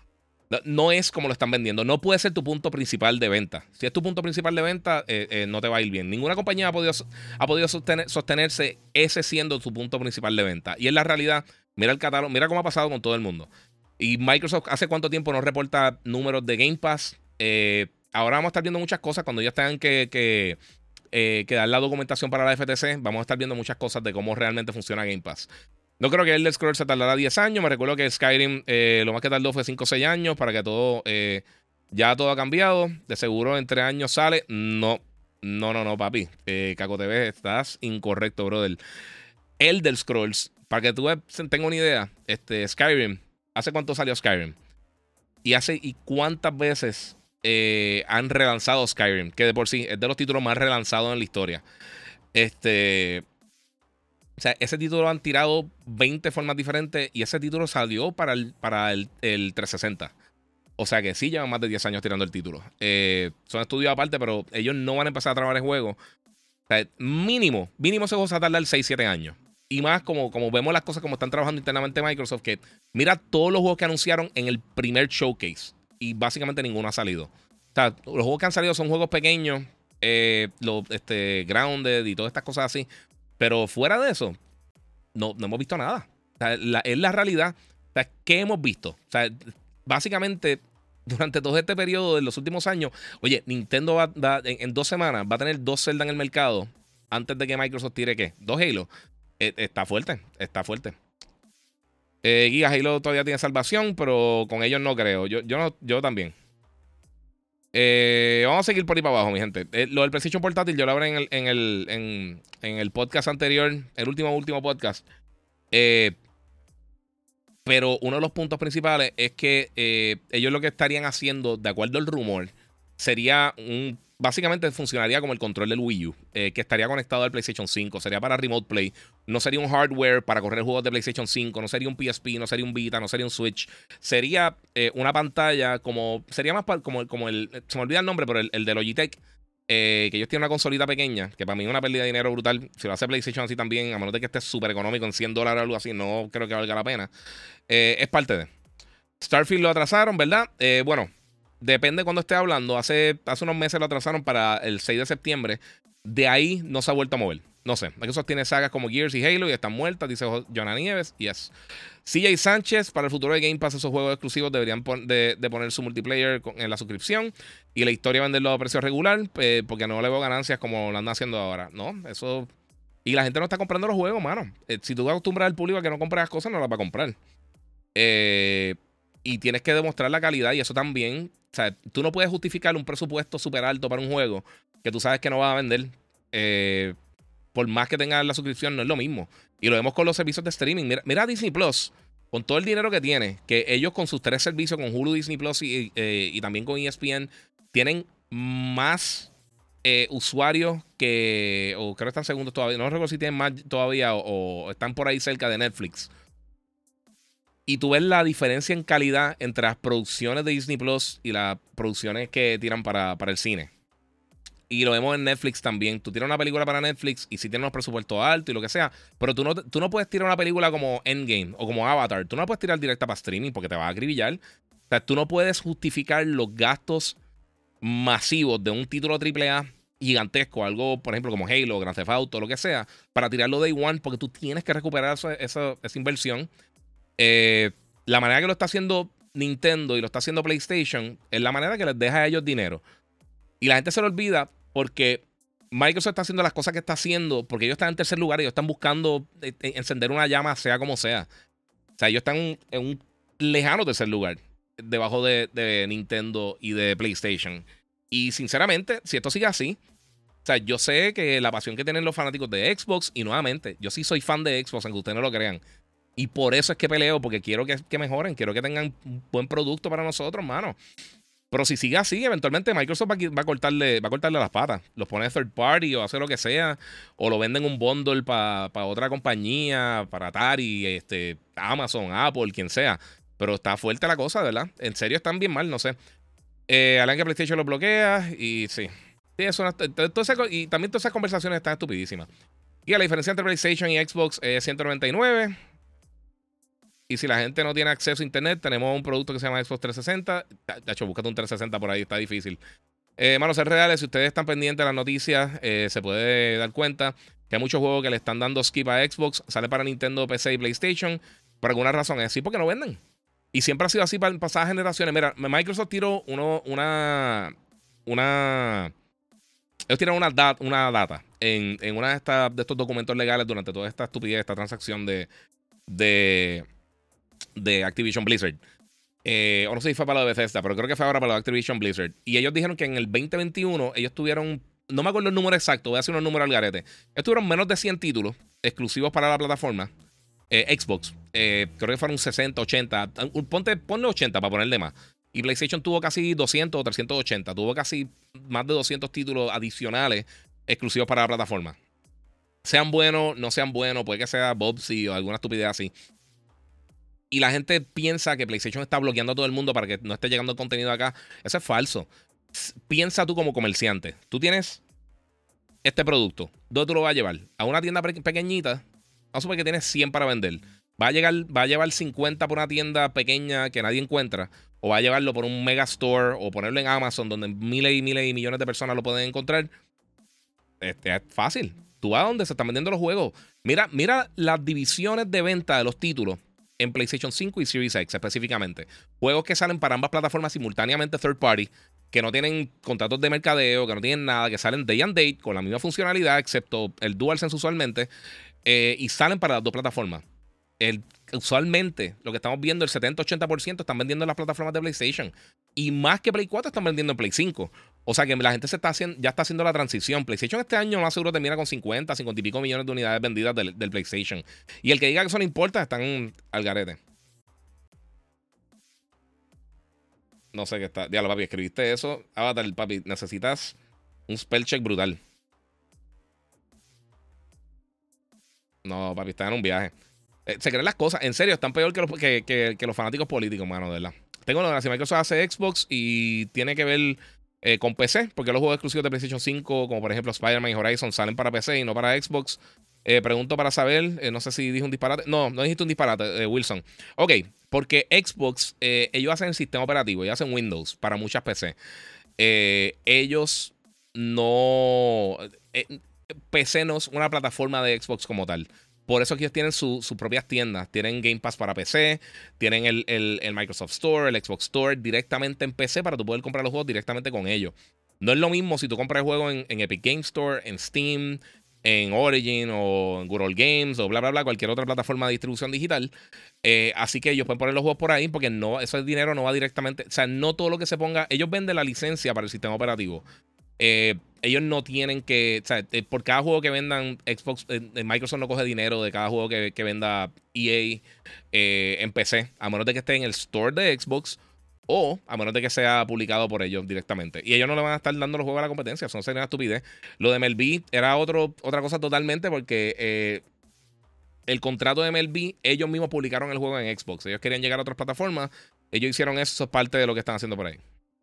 No, no es como lo están vendiendo. No puede ser tu punto principal de venta. Si es tu punto principal de venta, eh, eh, no te va a ir bien. Ninguna compañía ha podido, ha podido sostener, sostenerse ese siendo tu punto principal de venta. Y en la realidad, mira el catálogo, mira cómo ha pasado con todo el mundo. Y Microsoft hace cuánto tiempo no reporta números de Game Pass. Eh, ahora vamos a estar viendo muchas cosas cuando ya tengan que, que, eh, que dar la documentación para la F T C. Vamos a estar viendo muchas cosas de cómo realmente funciona Game Pass. No creo que Elder Scrolls se tardará diez años. Me recuerdo que Skyrim eh, lo más que tardó fue cinco o seis años para que todo, eh, ya todo ha cambiado. De seguro en tres años sale. No, no, no, no, papi. Eh, Caco T V, estás incorrecto, brother. Elder Scrolls, para que tú tengas una idea, este, Skyrim, ¿hace cuánto salió Skyrim? Y hace y cuántas veces eh, han relanzado Skyrim, que de por sí es de los títulos más relanzados en la historia. Este... O sea, ese título lo han tirado veinte formas diferentes y ese título salió para el, para el, el trescientos sesenta. O sea que sí llevan más de diez años tirando el título. Eh, son estudios aparte, pero ellos no van a empezar a trabajar el juego. O sea, mínimo, mínimo se va a tardar seis siete años. Y más como, como vemos las cosas como están trabajando internamente Microsoft, que mira todos los juegos que anunciaron en el primer showcase. Y básicamente ninguno ha salido. O sea, los juegos que han salido son juegos pequeños, eh, los, este, Grounded y todas estas cosas así. Pero fuera de eso, no, no hemos visto nada. O sea, la, es la realidad. O sea, ¿qué hemos visto? O sea, básicamente, durante todo este periodo de los últimos años, oye, Nintendo va, va en, en dos semanas va a tener dos Zelda en el mercado antes de que Microsoft tire, ¿qué? Dos Halo. Eh, está fuerte, está fuerte. Eh, Giga, Halo todavía tiene salvación, pero con ellos no creo. Yo, yo, no, yo también. Eh, vamos a seguir por ahí para abajo, mi gente. Eh, lo del PlayStation Portátil, yo lo hablé en el, en el, en, en el podcast anterior, el último, último podcast. Eh, pero uno de los puntos principales es que eh, ellos lo que estarían haciendo, de acuerdo al rumor, sería un. Básicamente funcionaría como el control del Wii U, eh, que estaría conectado al PlayStation cinco. Sería para Remote Play. No sería un hardware para correr juegos de PlayStation cinco. No sería un P S P, no sería un Vita, no sería un Switch. Sería eh, una pantalla como. Sería más como, como el. Se me olvida el nombre, pero el, el de Logitech. Eh, que ellos tienen una consolita pequeña, que para mí es una pérdida de dinero brutal. Si lo hace PlayStation así también, a menos de que esté súper económico en cien dólares o algo así, no creo que valga la pena. Eh, es parte de. Starfield lo atrasaron, ¿verdad? Eh, bueno. Depende cuando esté hablando. Hace, hace unos meses lo atrasaron para el seis de septiembre. De ahí no se ha vuelto a mover. No sé. Microsoft tiene sagas como Gears y Halo y están muertas, dice Jonah Nieves. Yes. C J Sánchez, para el futuro de Game Pass, esos juegos exclusivos deberían pon de, de poner su multiplayer en la suscripción y la historia venderlo a precio regular, eh, porque no le veo ganancias como lo andan haciendo ahora. No, eso. Y la gente no está comprando los juegos, mano. Eh, si tú acostumbras al público a que no compre las cosas, no las va a comprar. Eh. Y tienes que demostrar la calidad y eso también. O sea, tú no puedes justificar un presupuesto súper alto para un juego que tú sabes que no va a vender. Eh, por más que tengas la suscripción, no es lo mismo. Y lo vemos con los servicios de streaming. Mira, mira Disney Plus, con todo el dinero que tiene, que ellos con sus tres servicios, con Hulu, Disney Plus y, eh, y también con E S P N, tienen más eh, usuarios que. O creo que están segundos todavía. No recuerdo si tienen más todavía o, o están por ahí cerca de Netflix. Y tú ves la diferencia en calidad entre las producciones de Disney Plus y las producciones que tiran para, para el cine. Y lo vemos en Netflix también. Tú tiras una película para Netflix y si tienes unos presupuestos altos y lo que sea. Pero tú no, tú no puedes tirar una película como Endgame o como Avatar. Tú no la puedes tirar directa para streaming porque te va a acribillar. O sea, tú no puedes justificar los gastos masivos de un título triple A gigantesco. Algo, por ejemplo, como Halo, Grand Theft Auto, lo que sea. Para tirarlo Day One porque tú tienes que recuperar esa, esa, esa inversión. Eh, la manera que lo está haciendo Nintendo y lo está haciendo PlayStation es la manera que les deja a ellos dinero. Y la gente se lo olvida porque Microsoft está haciendo las cosas que está haciendo porque ellos están en tercer lugar y ellos están buscando eh, encender una llama sea como sea. O sea, ellos están en un lejano tercer lugar debajo de, de Nintendo y de PlayStation. Y sinceramente, si esto sigue así, o sea, yo sé que la pasión que tienen los fanáticos de Xbox, y nuevamente, yo sí soy fan de Xbox, aunque ustedes no lo crean. Y por eso es que peleo, porque quiero que, que mejoren, quiero que tengan un buen producto para nosotros, mano. Pero si sigue así, eventualmente Microsoft va a, va a, cortarle, va a cortarle las patas. Los pone third party o hace lo que sea. O lo venden un bundle para pa otra compañía, para Atari, este, Amazon, Apple, quien sea. Pero está fuerte la cosa, ¿verdad? En serio están bien mal, no sé. Eh, Alan que PlayStation lo bloquea y sí. Sí, eso, entonces, y también todas esas conversaciones están estupidísimas. Y la diferencia entre PlayStation y Xbox es ciento noventa y nueve. Y si la gente no tiene acceso a internet, tenemos un producto que se llama Xbox trescientos sesenta. De hecho, búscate un trescientos sesenta por ahí, está difícil. Eh, manos, ser reales, si ustedes están pendientes de las noticias, eh, se puede dar cuenta que hay muchos juegos que le están dando skip a Xbox, sale para Nintendo, P C y PlayStation. Por alguna razón es así porque no venden. Y siempre ha sido así para pasadas generaciones. Mira, Microsoft tiró uno, una. Una. Ellos tiraron una, dat, una data en, en una de, estas, de estos documentos legales durante toda esta estupidez, esta transacción de. de. de Activision Blizzard. Eh, o no sé si fue para la de Bethesda, pero creo que fue ahora para la de Activision Blizzard. Y ellos dijeron que en el veinte veintiuno ellos tuvieron. No me acuerdo el número exacto, voy a hacer unos números al garete. Ellos tuvieron menos de cien títulos exclusivos para la plataforma. Eh, Xbox, eh, creo que fueron sesenta, ochenta. Ponte, ponle ochenta para ponerle más. Y PlayStation tuvo casi doscientos o trescientos ochenta. Tuvo casi más de doscientos títulos adicionales exclusivos para la plataforma. Sean buenos, no sean buenos, puede que sea Bobsy o alguna estupidez así. Y la gente piensa que PlayStation está bloqueando a todo el mundo para que no esté llegando el contenido acá. Eso es falso. Piensa tú como comerciante. Tú tienes este producto. ¿Dónde tú lo vas a llevar? A una tienda pequeñita. Vamos a suponer que tienes cien para vender. ¿Va a, llegar, ¿Va a llevar cincuenta por una tienda pequeña que nadie encuentra? ¿O va a llevarlo por un mega store o ponerlo en Amazon donde miles y miles y millones de personas lo pueden encontrar? Este, es fácil. Tú vas a donde se están vendiendo los juegos. Mira, mira las divisiones de venta de los títulos en PlayStation cinco y Series X específicamente. Juegos que salen para ambas plataformas simultáneamente third party, que no tienen contratos de mercadeo, que no tienen nada, que salen day and date con la misma funcionalidad, excepto el DualSense usualmente. Eh, y salen para las dos plataformas. El, usualmente, lo que estamos viendo, el setenta a ochenta por ciento están vendiendo en las plataformas de PlayStation. Y más que Play cuatro están vendiendo en Play cinco. O sea que la gente se está haciendo, ya está haciendo la transición. PlayStation este año más seguro termina con cincuenta, cincuenta y pico millones de unidades vendidas del, del PlayStation. Y el que diga que eso no importa, están al garete. No sé qué está. Diablo, papi, escribiste eso. Avatar, papi, necesitas un spell check brutal. No, papi, está en un viaje. Eh, se creen las cosas. En serio, están peor que los, que, que, que los fanáticos políticos, mano, de verdad. Tengo la si Microsoft hace Xbox y tiene que ver eh, con P C, porque los juegos exclusivos de PlayStation cinco, como por ejemplo Spider-Man y Horizon, salen para P C y no para Xbox. Eh, pregunto para saber, eh, no sé si dije un disparate. No, no dijiste un disparate, eh, Wilson. Ok, porque Xbox, eh, ellos hacen el sistema operativo, ellos hacen Windows para muchas P C. Eh, ellos no... Eh, P C no es una plataforma de Xbox como tal. Por eso que ellos tienen su, sus propias tiendas. Tienen Game Pass para P C, tienen el, el, el Microsoft Store, el Xbox Store directamente en P C para tú poder comprar los juegos directamente con ellos. No es lo mismo si tú compras el juego en, en Epic Game Store, en Steam, en Origin o en Good Old Games o bla, bla, bla, cualquier otra plataforma de distribución digital. Eh, así que ellos pueden poner los juegos por ahí porque no, ese dinero no va directamente. O sea, no todo lo que se ponga. Ellos venden la licencia para el sistema operativo. Eh, ellos no tienen que, o sea, eh, por cada juego que vendan Xbox, eh, Microsoft no coge dinero de cada juego que, que venda E A eh, en P C, a menos de que esté en el store de Xbox o a menos de que sea publicado por ellos directamente. Y ellos no le van a estar dando los juegos a la competencia, eso no sería una estupidez. Lo de M L B era otro, otra cosa totalmente porque eh, el contrato de M L B, ellos mismos publicaron el juego en Xbox. Ellos querían llegar a otras plataformas, ellos hicieron eso, eso es parte de lo que están haciendo por ahí.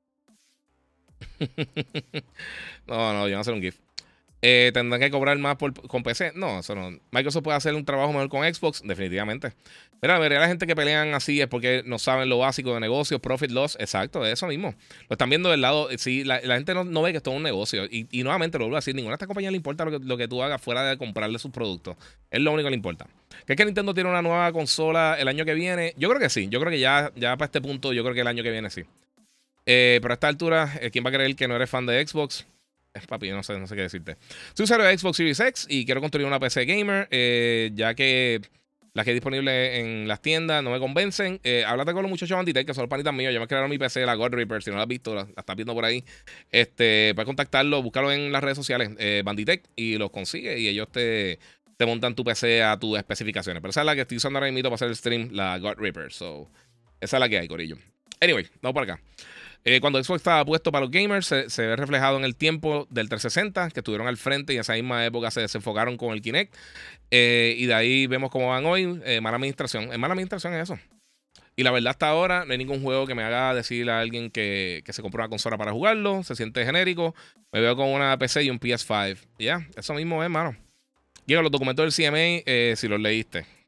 No, no, yo no hacer un GIF. Eh, ¿Tendrán que cobrar más por, con P C? No, eso no. Microsoft puede hacer un trabajo mejor con Xbox, definitivamente. Mira, la mayoría de la gente que pelean así es porque no saben lo básico de negocios, profit loss. Exacto, eso mismo. Lo están viendo del lado. Sí, la, la gente no, no ve que esto es un negocio. Y, y nuevamente lo vuelvo a decir: ninguna de estas compañías le importa lo que, lo que tú hagas fuera de comprarle sus productos. Es lo único que le importa. ¿Crees que Nintendo tiene una nueva consola el año que viene? Yo creo que sí. Yo creo que ya, ya para este punto, yo creo que el año que viene sí. Eh, pero a esta altura, eh, ¿quién va a creer que no eres fan de Xbox? Eh, papi, no sé, no sé qué decirte. Soy usuario de Xbox Series X y quiero construir una P C gamer, eh, ya que las que hay disponibles en las tiendas no me convencen. Eh, háblate con los muchachos de Banditech, que son los panitas míos. Ya me crearon mi P C, la God Reaper. Si no la has visto, la, la estás viendo por ahí. Este, puedes contactarlos, búscalo en las redes sociales, eh, Banditech, y los consigue y ellos te, te montan tu P C a tus especificaciones. Pero esa es la que estoy usando ahora mismo para hacer el stream, la God Reaper. So, esa es la que hay, corillo. Anyway, vamos por acá. Eh, cuando Xbox estaba puesto para los gamers, se, se ve reflejado en el tiempo del trescientos sesenta, que estuvieron al frente y en esa misma época se desenfocaron con el Kinect. Eh, y de ahí vemos cómo van hoy. Eh, mala administración. Es mala administración eso. Y la verdad, hasta ahora no hay ningún juego que me haga decirle a alguien que, que se compró una consola para jugarlo. Se siente genérico. Me veo con una P C y un P S cinco. Ya, yeah, eso mismo es, mano. Llegan los documentos del C M A, eh, si los leíste.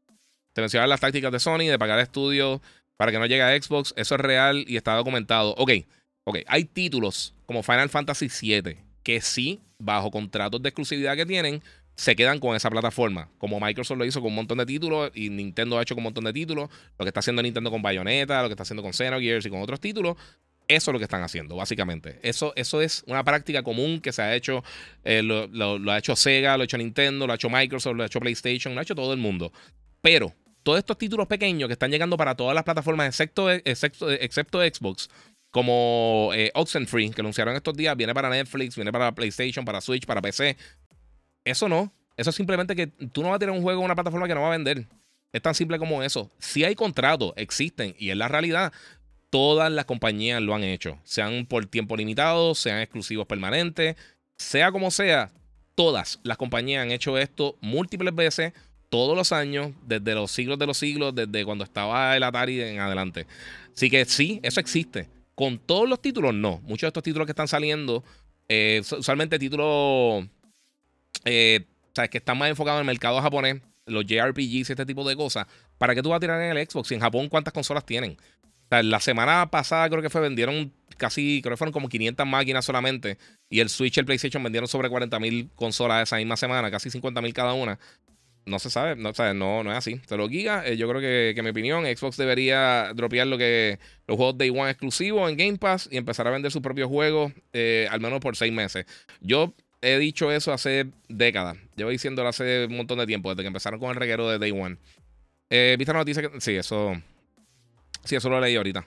Te mencionan las tácticas de Sony de pagar estudios para que no llegue a Xbox. Eso es real y está documentado. Ok, ok. Hay títulos como Final Fantasy siete que sí, bajo contratos de exclusividad que tienen, se quedan con esa plataforma. Como Microsoft lo hizo con un montón de títulos y Nintendo ha hecho con un montón de títulos. Lo que está haciendo Nintendo con Bayonetta, lo que está haciendo con Xenogears y con otros títulos. Eso es lo que están haciendo, básicamente. Eso, eso es una práctica común que se ha hecho, eh, lo, lo, lo ha hecho Sega, lo ha hecho Nintendo, lo ha hecho Microsoft, lo ha hecho PlayStation, lo ha hecho todo el mundo. Pero todos estos títulos pequeños que están llegando para todas las plataformas, excepto, excepto, excepto Xbox, como eh, Oxenfree, que anunciaron estos días, viene para Netflix, viene para PlayStation, para Switch, para P C. Eso no. Eso es simplemente que tú no vas a tirar un juego en una plataforma que no va a vender. Es tan simple como eso. Si hay contratos, existen, y es la realidad. Todas las compañías lo han hecho, sean por tiempo limitado, sean exclusivos permanentes, sea como sea, todas las compañías han hecho esto múltiples veces, todos los años, desde los siglos de los siglos, desde cuando estaba el Atari en adelante. Así que sí, eso existe. Con todos los títulos, no. Muchos de estos títulos que están saliendo, eh, usualmente títulos eh, sabes, que están más enfocados en el mercado japonés, los J R P Gs y este tipo de cosas. ¿Para qué tú vas a tirar en el Xbox? Y en Japón, ¿cuántas consolas tienen? Sea, la semana pasada creo que fue, vendieron casi, creo que fueron como quinientas máquinas solamente. Y el Switch y el PlayStation vendieron sobre cuarenta mil consolas esa misma semana, casi cincuenta mil cada una. No se sabe, no, o sea, no, no es así. Te lo giga. Eh, yo creo que, que, en mi opinión, Xbox debería dropear lo que, los juegos Day One exclusivos en Game Pass y empezar a vender sus propios juegos, eh, al menos por seis meses. Yo he dicho eso hace décadas. Llevo diciéndolo hace un montón de tiempo, desde que empezaron con el reguero de Day One. Eh, ¿Viste la noticia? Que, sí, eso. Sí, eso lo leí ahorita.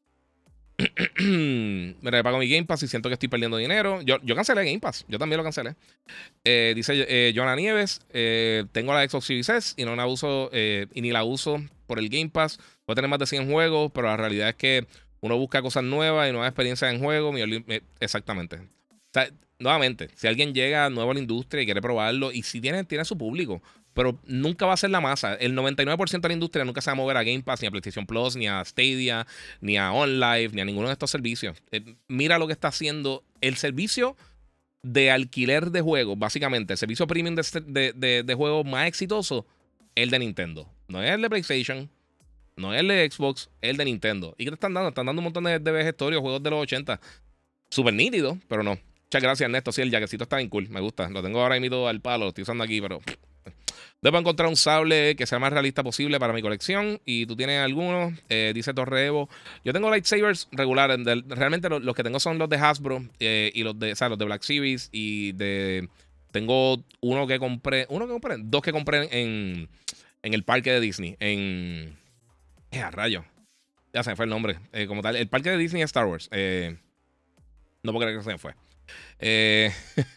Me pago mi Game Pass y siento que estoy perdiendo dinero. Yo, yo cancelé Game Pass. Yo también lo cancelé. Eh, dice eh, Jonah Nieves. Eh, tengo la Xbox Series S y no la uso eh, y ni la uso por el Game Pass. Puedo tener más de cien juegos, pero la realidad es que uno busca cosas nuevas y nuevas experiencias en juego. Mi, eh, exactamente. O sea, nuevamente, si alguien llega nuevo a la industria y quiere probarlo, y si tiene, tiene su público, pero nunca va a ser la masa. El noventa y nueve por ciento de la industria nunca se va a mover a Game Pass, ni a PlayStation Plus, ni a Stadia, ni a OnLive, ni a ninguno de estos servicios. Eh, mira lo que está haciendo el servicio de alquiler de juegos, básicamente. El servicio premium de, de, de, de juegos más exitoso, el de Nintendo. No es el de PlayStation, no es el de Xbox, es el de Nintendo. ¿Y qué te están dando? Están dando un montón de, de vejestorios, juegos de los ochenta. Súper nítido, pero no. Muchas gracias, Ernesto. Sí, el jaquecito está bien cool. Me gusta. Lo tengo ahora mismo al palo. Lo estoy usando aquí, pero... Debo encontrar un sable que sea más realista posible para mi colección. Y tú tienes algunos, eh, dice Torrevo. Yo tengo lightsabers regulares. De, realmente los, los que tengo son los de Hasbro eh, y los de, o sea, los de Black Series. Y de. Tengo uno que compré. Uno que compré. Dos que compré en, en el parque de Disney. En. Eh, a rayo. Ya se me fue el nombre. Eh, como tal. El parque de Disney es Star Wars. Eh, no puedo creer que se me fue. Eh,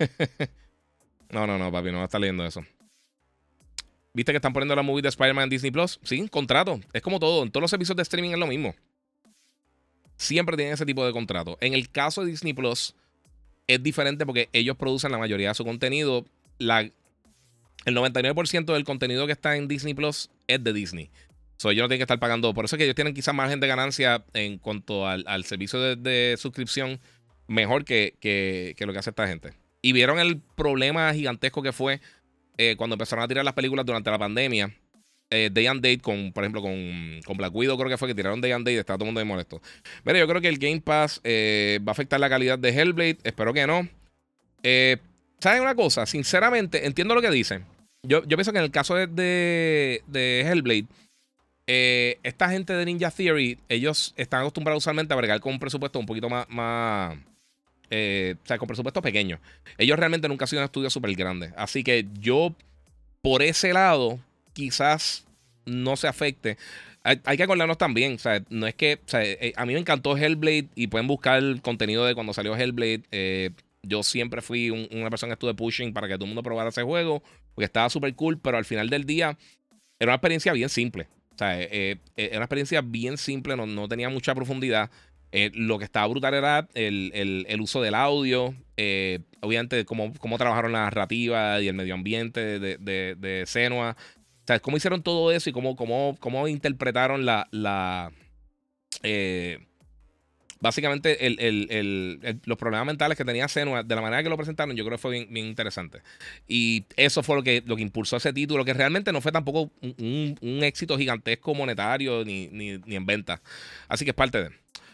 no, no, no, papi. No va a estar leyendo eso. ¿Viste que están poniendo la movie de Spider-Man en Disney Plus? Sí, contrato. Es como todo. En todos los servicios de streaming es lo mismo. Siempre tienen ese tipo de contrato. En el caso de Disney Plus, es diferente porque ellos producen la mayoría de su contenido. La, el noventa y nueve por ciento del contenido que está en Disney Plus es de Disney. So, ellos no tienen que estar pagando. Por eso es que ellos tienen quizás margen de ganancia en cuanto al, al servicio de, de suscripción mejor que, que, que lo que hace esta gente. Y vieron el problema gigantesco que fue Eh, cuando empezaron a tirar las películas durante la pandemia, eh, Day and Date, con, por ejemplo, con, con Black Widow, creo que fue que tiraron Day and Date, está todo el mundo ahí molesto. Mira, yo creo que el Game Pass eh, va a afectar la calidad de Hellblade, espero que no. Eh, ¿Saben una cosa? Sinceramente, entiendo lo que dicen. Yo, yo pienso que en el caso de, de, de Hellblade, eh, esta gente de Ninja Theory, ellos están acostumbrados usualmente a bregar con un presupuesto un poquito más... más Eh, o sea, con presupuesto pequeño. Ellos realmente nunca han sido un estudio súper grande. Así que yo, por ese lado, quizás no se afecte. Hay, hay que acordarnos también, o sea, no es que, o sea, eh, a mí me encantó Hellblade y pueden buscar el contenido de cuando salió Hellblade. Eh, yo siempre fui un, una persona que estuve pushing para que todo el mundo probara ese juego, porque estaba súper cool, pero al final del día era una experiencia bien simple. O sea, eh, eh, era una experiencia bien simple, no, no tenía mucha profundidad. Eh, lo que estaba brutal era el, el, el uso del audio, eh, obviamente cómo, cómo trabajaron la narrativa y el medio ambiente de, de, de Senua. O sea, cómo hicieron todo eso y cómo, cómo, cómo interpretaron la, la, eh, básicamente el, el, el, el, los problemas mentales que tenía Senua, de la manera que lo presentaron, yo creo que fue bien, bien interesante. Y eso fue lo que, lo que impulsó ese título, que realmente no fue tampoco un, un, un éxito gigantesco monetario ni, ni, ni en venta. Así que es parte de...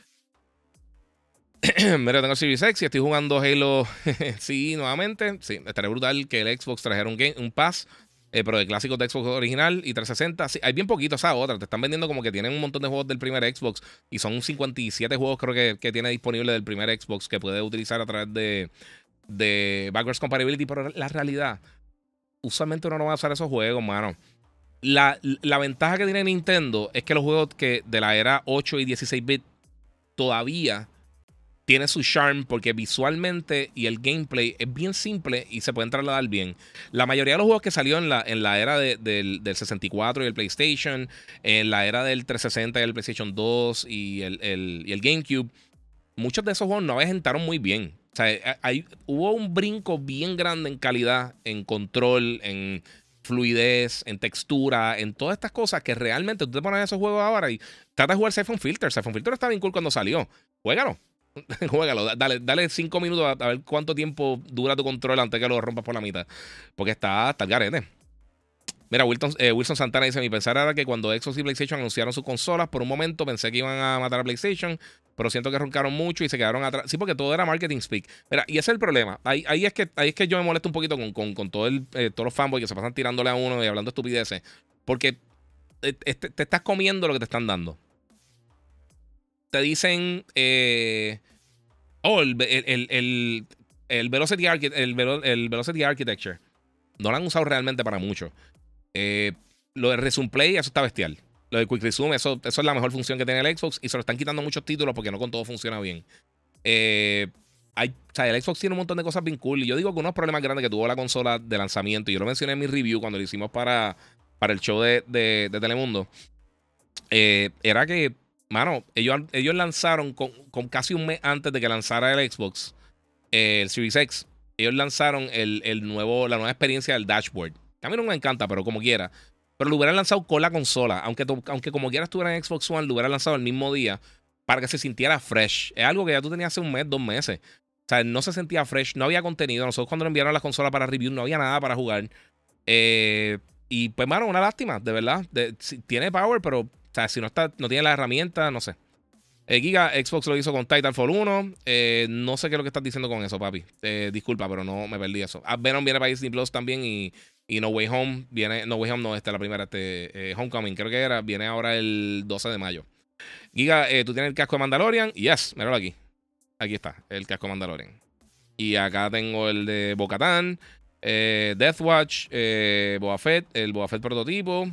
Mira, tengo el Series X y estoy jugando Halo. Sí, nuevamente. Sí, estaría brutal que el Xbox trajera un, game, un pass, eh, pero de clásicos de Xbox original y trescientos sesenta. Sí, hay bien poquito esa otra. Te están vendiendo como que tienen un montón de juegos del primer Xbox y son cincuenta y siete juegos, creo que, que tiene disponible del primer Xbox que puede utilizar a través de, de backwards compatibility. Pero la realidad, usualmente uno no va a usar esos juegos, mano. La, la ventaja que tiene Nintendo es que los juegos que de la era ocho y dieciséis bits todavía tiene su charm porque visualmente y el gameplay es bien simple y se pueden trasladar bien. La mayoría de los juegos que salió en la, en la era de, del, del sesenta y cuatro y el PlayStation, en la era del trescientos sesenta y el PlayStation dos y el, el, y el GameCube, muchos de esos juegos no aventaron muy bien. O sea, hay, hubo un brinco bien grande en calidad, en control, en fluidez, en textura, en todas estas cosas que realmente tú te pones esos juegos ahora y trata de jugar Siphon Filter. Siphon Filter está bien cool cuando salió. Juégalo. Juégalo, dale, dale cinco minutos a, a ver cuánto tiempo dura tu control antes que lo rompas por la mitad. Porque está hasta el garete. Mira, Wilton, eh, Wilson Santana dice: mi pensar era que cuando Xbox y PlayStation anunciaron sus consolas, por un momento pensé que iban a matar a PlayStation, pero siento que roncaron mucho y se quedaron atrás. Sí, porque todo era marketing speak. Mira, y ese es el problema. Ahí, ahí, es, que, ahí es que yo me molesto un poquito con, con, con todo el, eh, todos los fanboys que se pasan tirándole a uno y hablando estupideces. Porque eh, te, te estás comiendo lo que te están dando. Te dicen... Eh, oh, el, el, el, el, el, Velocity Archi- el, Velo- el Velocity Architecture. No lo han usado realmente para mucho. Eh, lo de Resume Play, eso está bestial. Lo de Quick Resume, eso, eso es la mejor función que tiene el Xbox. Y se lo están quitando muchos títulos porque no con todo funciona bien. Eh, hay, o sea, el Xbox tiene un montón de cosas bien cool. Y yo digo que unos problemas grandes que tuvo la consola de lanzamiento, y yo lo mencioné en mi review cuando lo hicimos para, para el show de, de, de Telemundo, eh, era que, mano, ellos, ellos lanzaron con, con casi un mes antes de que lanzara el Xbox, eh, el Series X, ellos lanzaron el, el nuevo, la nueva experiencia del dashboard. A mí no me encanta, pero como quiera. Pero lo hubieran lanzado con la consola. Aunque, aunque como quiera estuviera en Xbox One, lo hubieran lanzado el mismo día para que se sintiera fresh. Es algo que ya tú tenías hace un mes, dos meses. O sea, no se sentía fresh, no había contenido. Nosotros cuando nos enviaron las consolas para review no había nada para jugar. Eh, y pues, mano, una lástima, de verdad. De, si, tiene power, pero o sea, si no, está, no tiene las herramientas, no sé. Eh, Giga, Xbox lo hizo con Titanfall uno. Eh, no sé qué es lo que estás diciendo con eso, papi. Eh, disculpa, pero no me perdí eso. Ah, Venom viene para Disney Plus también y, y No Way Home viene. No Way Home no, esta es la primera. Este, eh, Homecoming, creo que era. Viene ahora el doce de mayo. Giga, eh, ¿tú tienes el casco de Mandalorian? Yes, míralo aquí. Aquí está, el casco de Mandalorian. Y acá tengo el de Bo-Katan, eh, Deathwatch, eh, Boba Fett, el Boba Fett prototipo.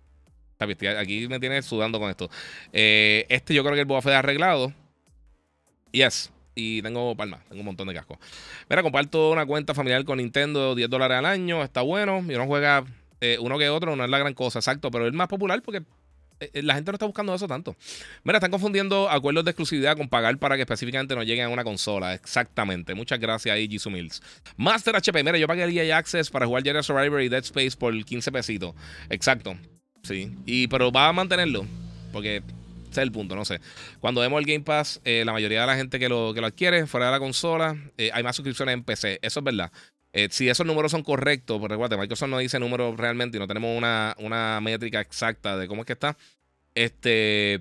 Aquí me tiene sudando con esto. Eh, este yo creo que el Boba Fett arreglado. Yes. Y tengo palma. Tengo un montón de cascos. Mira, comparto una cuenta familiar con Nintendo, diez dólares al año. Está bueno. Y uno juega eh, uno que otro. No es la gran cosa, exacto. Pero es más popular porque eh, la gente no está buscando eso tanto. Mira, están confundiendo acuerdos de exclusividad con pagar para que específicamente no lleguen a una consola. Exactamente. Muchas gracias ahí, Jisoo Mills. Master H P. Mira, yo pagué el E A Access para jugar Jedi Survivor y Dead Space por quince pesitos. Exacto. Sí, y, pero va a mantenerlo, porque ese es el punto, no sé. Cuando vemos el Game Pass, eh, la mayoría de la gente que lo, que lo adquiere fuera de la consola, eh, hay más suscripciones en P C, eso es verdad. Eh, si esos números son correctos, porque recuerda, Microsoft no dice números realmente y no tenemos una, una métrica exacta de cómo es que está, este,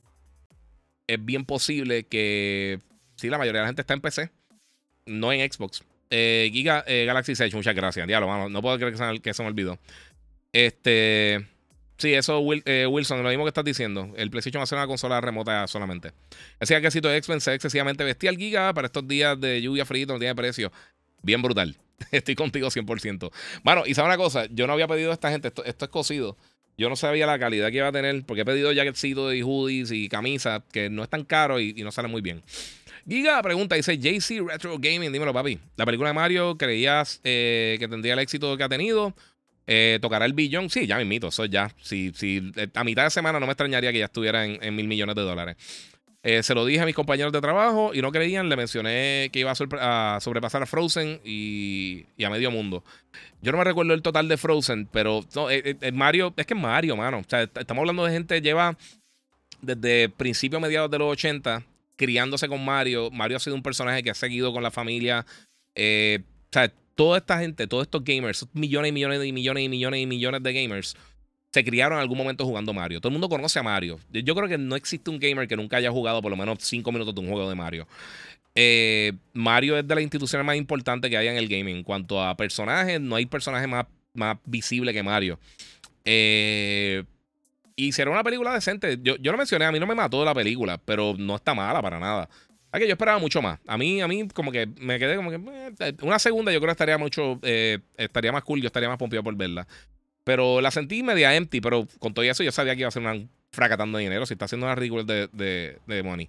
es bien posible que sí, la mayoría de la gente está en P C, no en Xbox. Eh, Giga eh, Galaxy Edge, muchas gracias. Diablo, mano, no puedo creer que se, que se me olvidó. Este... Sí, eso, Will, eh, Wilson, lo mismo que estás diciendo. El PlayStation va a ser una consola remota solamente. Ese quesito de X-Men es excesivamente bestial, Giga. Para estos días de lluvia frío no tiene precio. Bien brutal. Estoy contigo cien por ciento. Mano, y sabe una cosa, yo no había pedido a esta gente, esto, esto es cocido. Yo no sabía la calidad que iba a tener, porque he pedido jacketcitos y hoodies y camisas que no es tan caro y, y no salen muy bien. Giga pregunta, dice J C Retro Gaming, dímelo, papi. La película de Mario, ¿creías eh, que tendría el éxito que ha tenido? Eh, ¿Tocará el billón? Sí, ya mismito, eso ya. Si, si, a mitad de semana no me extrañaría que ya estuviera en, en mil millones de dólares. Eh, se lo dije a mis compañeros de trabajo y no creían. Le mencioné que iba a, sorpre a sobrepasar a Frozen y, y a medio mundo. Yo no me recuerdo el total de Frozen, pero no, eh, eh, Mario, es que es Mario, mano. O sea, estamos hablando de gente que lleva desde principios, mediados de los ochenta criándose con Mario. Mario ha sido un personaje que ha seguido con la familia. Eh, o sea, toda esta gente, todos estos gamers, millones y millones y millones y millones y millones de gamers, se criaron en algún momento jugando Mario. Todo el mundo conoce a Mario. Yo, yo creo que no existe un gamer que nunca haya jugado por lo menos cinco minutos de un juego de Mario. Eh, Mario es de las instituciones más importantes que hay en el gaming. En cuanto a personajes, no hay personaje más, más visible que Mario. Eh, y será una película decente. Yo, yo lo mencioné, a mí no me mató la película, pero no está mala para nada. Es que yo esperaba mucho más. A mí, a mí como que me quedé como que... Eh, una segunda yo creo que estaría mucho... Eh, estaría más cool, yo estaría más pompeado por verla. Pero la sentí media empty, pero con todo eso yo sabía que iba a ser una fracatando de dinero. Si está haciendo una ridícula de, de, de money.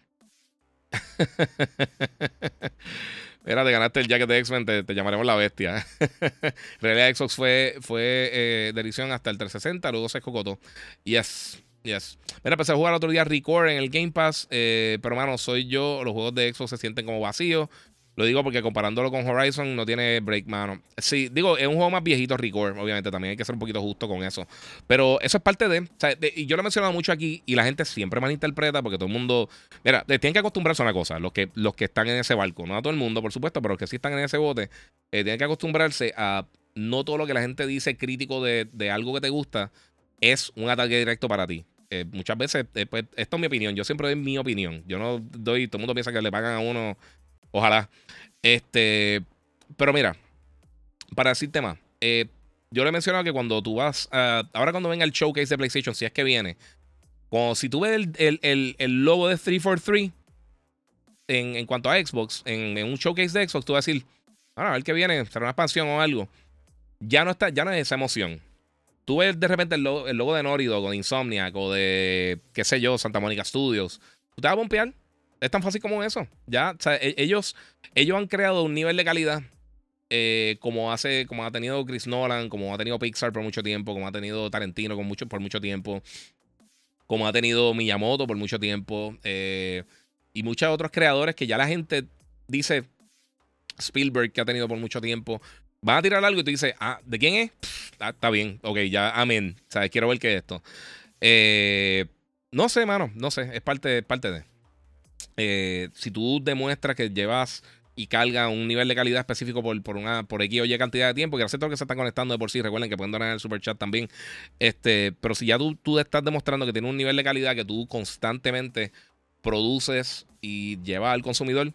Mira, te ganaste el jacket de X-Men, te, te llamaremos la bestia. En realidad, Xbox fue, fue eh, de edición hasta el trescientos sesenta, luego se escocotó. Yes, yes. Mira, empecé a jugar otro día Record en el Game Pass, eh, pero mano, soy yo. Los juegos de Xbox se sienten como vacíos. Lo digo porque comparándolo con Horizon no tiene break, mano. Sí, digo, es un juego más viejito, Record, obviamente. También hay que ser un poquito justo con eso. Pero eso es parte de... O sea, de y yo lo he mencionado mucho aquí y la gente siempre malinterpreta porque todo el mundo... Mira, tienen que acostumbrarse a una cosa. Los que, los que están en ese barco. No a todo el mundo, por supuesto, pero los que sí están en ese bote, eh, tienen que acostumbrarse a no todo lo que la gente dice crítico de, de algo que te gusta es un ataque directo para ti. Eh, muchas veces, eh, pues, esto es mi opinión. Yo siempre doy mi opinión. Yo no doy... Todo el mundo piensa que le pagan a uno... Ojalá. Este, pero mira, para decirte más, eh, yo le he mencionado que cuando tú vas a, ahora cuando venga el showcase de PlayStation, si es que viene, cuando, si tú ves el, el, el, el logo de trescientos cuarenta y tres en, en cuanto a Xbox, en, en un showcase de Xbox, tú vas a decir, ah, a ver qué viene, será una expansión o algo. Ya no está, ya no es esa emoción. Tú ves de repente el logo, el logo de Naughty Dog o de Insomniac o de, qué sé yo, Santa Monica Studios. Tú te vas a bombear. Es tan fácil como eso. Ya, o sea, ellos, ellos han creado un nivel de calidad eh, como hace, como ha tenido Chris Nolan, como ha tenido Pixar por mucho tiempo, como ha tenido Tarantino con mucho, por mucho tiempo, como ha tenido Miyamoto por mucho tiempo, eh, y muchos otros creadores que ya la gente dice, Spielberg que ha tenido por mucho tiempo, van a tirar algo y tú dices, ah, ¿de quién es? Pff, ah, está bien, ok, ya, amén. O sea, quiero ver qué es esto. Eh, no sé, mano, no sé, es parte, es parte de... Eh, si tú demuestras que llevas y cargas un nivel de calidad específico por, por una por X o Y cantidad de tiempo, que gracias a todos los que se están conectando de por sí, recuerden que pueden donar en el super chat también. Este, pero si ya tú, tú estás demostrando que tienes un nivel de calidad que tú constantemente produces y llevas al consumidor,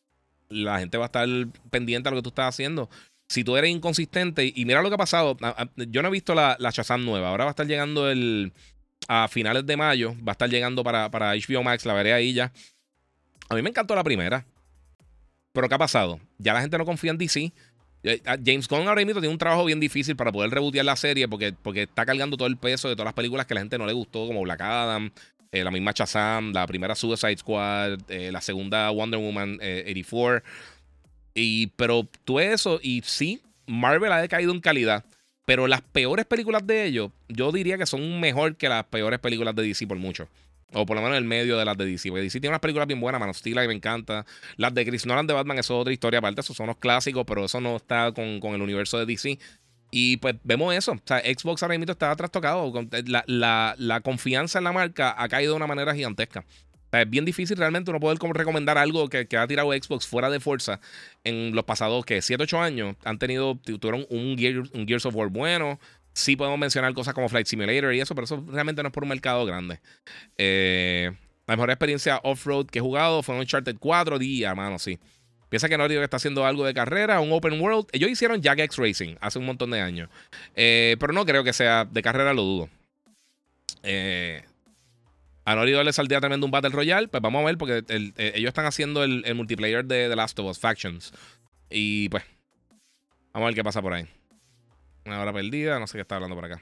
la gente va a estar pendiente a lo que tú estás haciendo. Si tú eres inconsistente, y mira lo que ha pasado, a, a, yo no he visto la, la Shazam nueva, ahora va a estar llegando el a finales de mayo, va a estar llegando para, para H B O Max, la veré ahí ya. A mí me encantó la primera. Pero ¿qué ha pasado? Ya la gente no confía en D C. James Gunn ahora mismo tiene un trabajo bien difícil para poder rebootear la serie porque, porque está cargando todo el peso de todas las películas que a la gente no le gustó, como Black Adam, eh, la misma Shazam, la primera Suicide Squad, eh, la segunda Wonder Woman eh, ochenta y cuatro. Y, pero tú ves eso y sí, Marvel ha decaído en calidad. Pero las peores películas de ellos, yo diría que son mejor que las peores películas de D C por mucho. O por lo menos en el medio de las de D C. Porque D C tiene unas películas bien buenas, Man of Steel, que me encanta. Las de Chris Nolan de Batman, eso es otra historia aparte. Esos son los clásicos, pero eso no está con, con el universo de D C. Y pues vemos eso. O sea, Xbox ahora mismo está trastocado. La, la, la confianza en la marca ha caído de una manera gigantesca. O sea, es bien difícil realmente uno poder como recomendar algo que, que ha tirado Xbox fuera de fuerza en los pasados, que siete ocho años. Han tenido, tuvieron un, Gear, un Gears of War bueno. Sí podemos mencionar cosas como Flight Simulator y eso, pero eso realmente no es por un mercado grande. Eh, la mejor experiencia off-road que he jugado fue en Uncharted cuatro días, mano, sí. Piensa que Naughty Dog está haciendo algo de carrera, un open world. Ellos hicieron Jack X Racing hace un montón de años. Eh, pero no creo que sea de carrera, lo dudo. Eh, a Naughty Dog le saldría tremendo un Battle Royale. Pues vamos a ver, porque el, el, ellos están haciendo el, el multiplayer de The Last of Us Factions. Y pues, vamos a ver qué pasa por ahí. Una hora perdida, no sé qué está hablando por acá.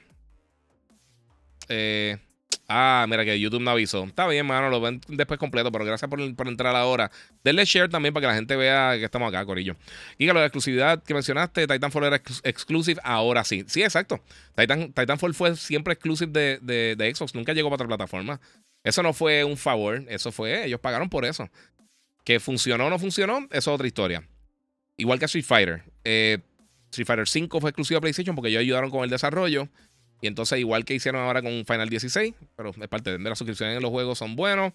Eh, ah, mira que YouTube no avisó. Está bien, mano, lo ven después completo, pero gracias por, por entrar ahora. Denle share también para que la gente vea que estamos acá, corillo. Y que lo de exclusividad que mencionaste, Titanfall era ex exclusive, ahora sí. Sí, exacto. Titan, Titanfall fue siempre exclusive de, de, de Xbox, nunca llegó para otra plataforma. Eso no fue un favor, eso fue, ellos pagaron por eso. Que funcionó o no funcionó, eso es otra historia. Igual que Street Fighter. Eh, Street Fighter cinco fue exclusivo a PlayStation porque ellos ayudaron con el desarrollo. Y entonces, igual que hicieron ahora con Final dieciséis, pero es parte de las suscripciones en los juegos son buenos.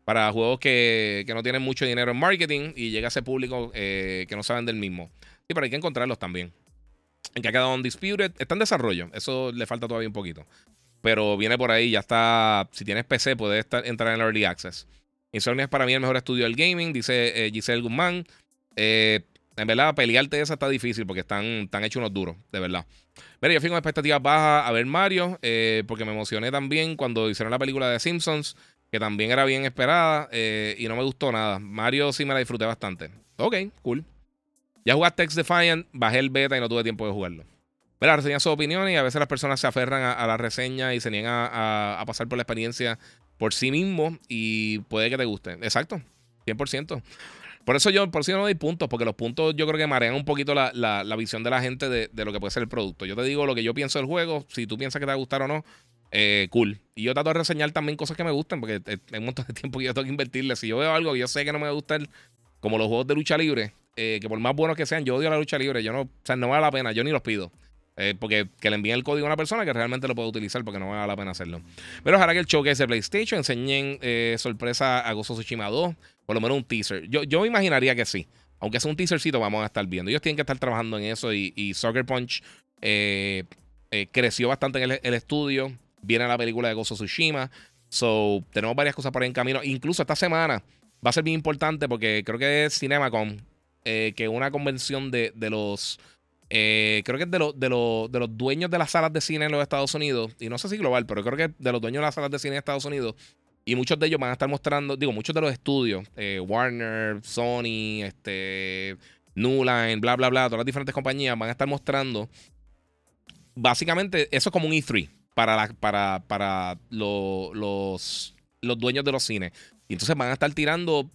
para juegos que, que no tienen mucho dinero en marketing y llega a ese público eh, que no saben del mismo. Sí, pero hay que encontrarlos también. En que ha quedado Undisputed, está en desarrollo. Eso le falta todavía un poquito. Pero viene por ahí, ya está. Si tienes P C, puedes estar, entrar en el Early Access. Insomnia es para mí el mejor estudio del gaming, dice eh, Giselle Guzmán. Eh, en verdad, pelearte esa está difícil porque están, están hechos unos duros, de verdad. Mira, yo fui con expectativas bajas a ver Mario, eh, porque me emocioné también cuando hicieron la película de Simpsons, que también era bien esperada, eh, y no me gustó nada. Mario sí me la disfruté bastante. Ok, cool. Ya jugaste X Defiant, bajé el beta y no tuve tiempo de jugarlo. Mira, reseñas sus opiniones y a veces las personas se aferran a, a la reseña y se niegan a, a, a pasar por la experiencia por sí mismo y puede que te guste. Exacto, cien por ciento. Por eso yo, por eso yo no doy puntos, porque los puntos yo creo que marean un poquito la, la, la visión de la gente de, de lo que puede ser el producto. Yo te digo lo que yo pienso del juego, si tú piensas que te va a gustar o no, eh, cool. Y yo trato de reseñar también cosas que me gustan, porque hay un montón de tiempo que yo tengo que invertirle. Si yo veo algo que yo sé que no me va a gustar, como los juegos de lucha libre, eh, que por más buenos que sean, yo odio la lucha libre, yo no, o sea, no vale la pena, yo ni los pido. Eh, porque que le envíen el código a una persona que realmente lo pueda utilizar porque no vale la pena hacerlo. Pero ojalá que el showcase de PlayStation enseñen eh, sorpresa a Ghost of Tsushima dos, por lo menos un teaser. Yo, yo me imaginaría que sí. Aunque sea un teasercito, vamos a estar viendo. Ellos tienen que estar trabajando en eso y, y Sucker Punch eh, eh, creció bastante en el, el estudio. Viene la película de Ghost of Tsushima. So, tenemos varias cosas por ahí en camino. Incluso esta semana va a ser bien importante porque creo que es CinemaCon, eh, que es una convención de, de los... Eh, creo que es de, lo, de, lo, de los dueños de las salas de cine en los Estados Unidos. Y no sé si global, pero creo que de los dueños de las salas de cine en Estados Unidos. Y muchos de ellos van a estar mostrando, digo, muchos de los estudios, eh, Warner, Sony, este, New Line, bla, bla, bla, todas las diferentes compañías van a estar mostrando. Básicamente, eso es como un E tres para, la, para, para lo, los, los dueños de los cines. Y entonces van a estar tirando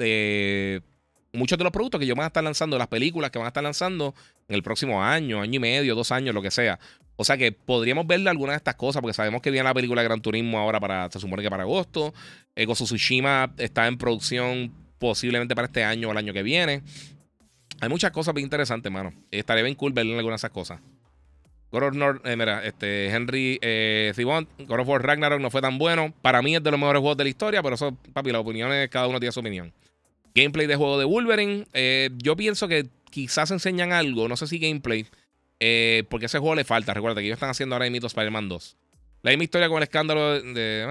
eh, muchos de los productos que ellos van a estar lanzando, las películas que van a estar lanzando en el próximo año, año y medio, dos años, lo que sea. O sea que podríamos verle algunas de estas cosas, porque sabemos que viene la película de Gran Turismo ahora para, se supone que para agosto. Eh, Ghost of Tsushima está en producción posiblemente para este año o el año que viene. Hay muchas cosas bien interesantes, mano. Estaría bien cool verle algunas de esas cosas. God of War, eh, mira, este, Henry eh, Thibon, God of War Ragnarok no fue tan bueno. Para mí es de los mejores juegos de la historia, pero eso, papi, las opiniones, cada uno tiene su opinión. Gameplay de juego de Wolverine. Eh, yo pienso que quizás enseñan algo, no sé si gameplay, eh, porque ese juego le falta. Recuerda que ellos están haciendo ahora mismo Spider-Man dos. La misma historia con el escándalo de...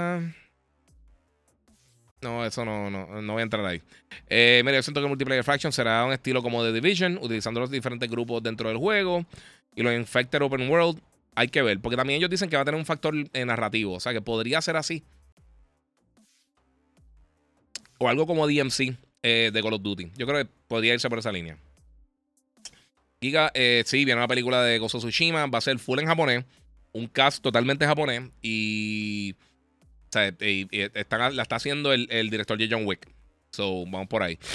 No, eso no, no, no voy a entrar ahí. Eh, mira, yo siento que Multiplayer Faction será un estilo como The Division, utilizando los diferentes grupos dentro del juego. Y los Infected Open World, hay que ver. Porque también ellos dicen que va a tener un factor eh, narrativo. O sea, que podría ser así. O algo como D M C eh, de Call of Duty. Yo creo que podría irse por esa línea. Giga, eh, sí, viene una película de Ghost of Tsushima. Va a ser full en japonés. Un cast totalmente japonés. Y... O sea, y, y está, la está haciendo el, el director de John Wick. So, vamos por ahí.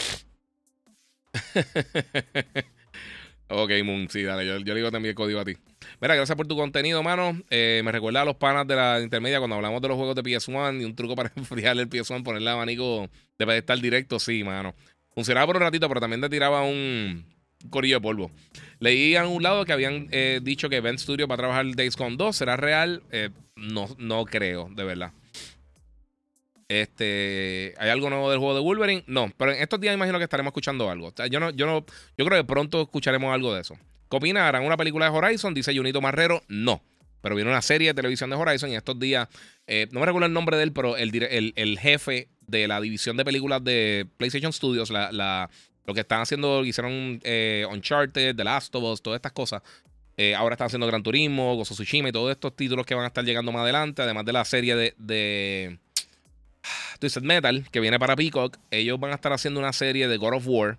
Ok, Moon, sí, dale. Yo, yo le digo también el código a ti. Mira, gracias por tu contenido, mano. Eh, me recuerda a los panas de la intermedia cuando hablamos de los juegos de P S uno y un truco para enfriar el P S uno, ponerle abanico de pedestal directo. Sí, mano. Funcionaba por un ratito, pero también te tiraba un corillo de polvo. Leí a un lado que habían eh, dicho que Event Studio va a trabajar Days Gone dos. ¿Será real? Eh, no, no creo, de verdad. Este, ¿hay algo nuevo del juego de Wolverine? No, pero en estos días imagino que estaremos escuchando algo. O sea, yo no, yo no, yo creo que pronto escucharemos algo de eso. ¿Qué opinas? ¿Harán una película de Horizon? Dice Junito Marrero. No. Pero viene una serie de televisión de Horizon y en estos días, eh, no me recuerdo el nombre de él, pero el, el, el jefe de la división de películas de PlayStation Studios, la, la, lo que están haciendo, hicieron eh, Uncharted, The Last of Us, todas estas cosas. Eh, ahora están haciendo Gran Turismo, Ghost of Tsushima y todos estos títulos que van a estar llegando más adelante, además de la serie de... de Twisted Metal, que viene para Peacock. Ellos van a estar haciendo una serie de God of War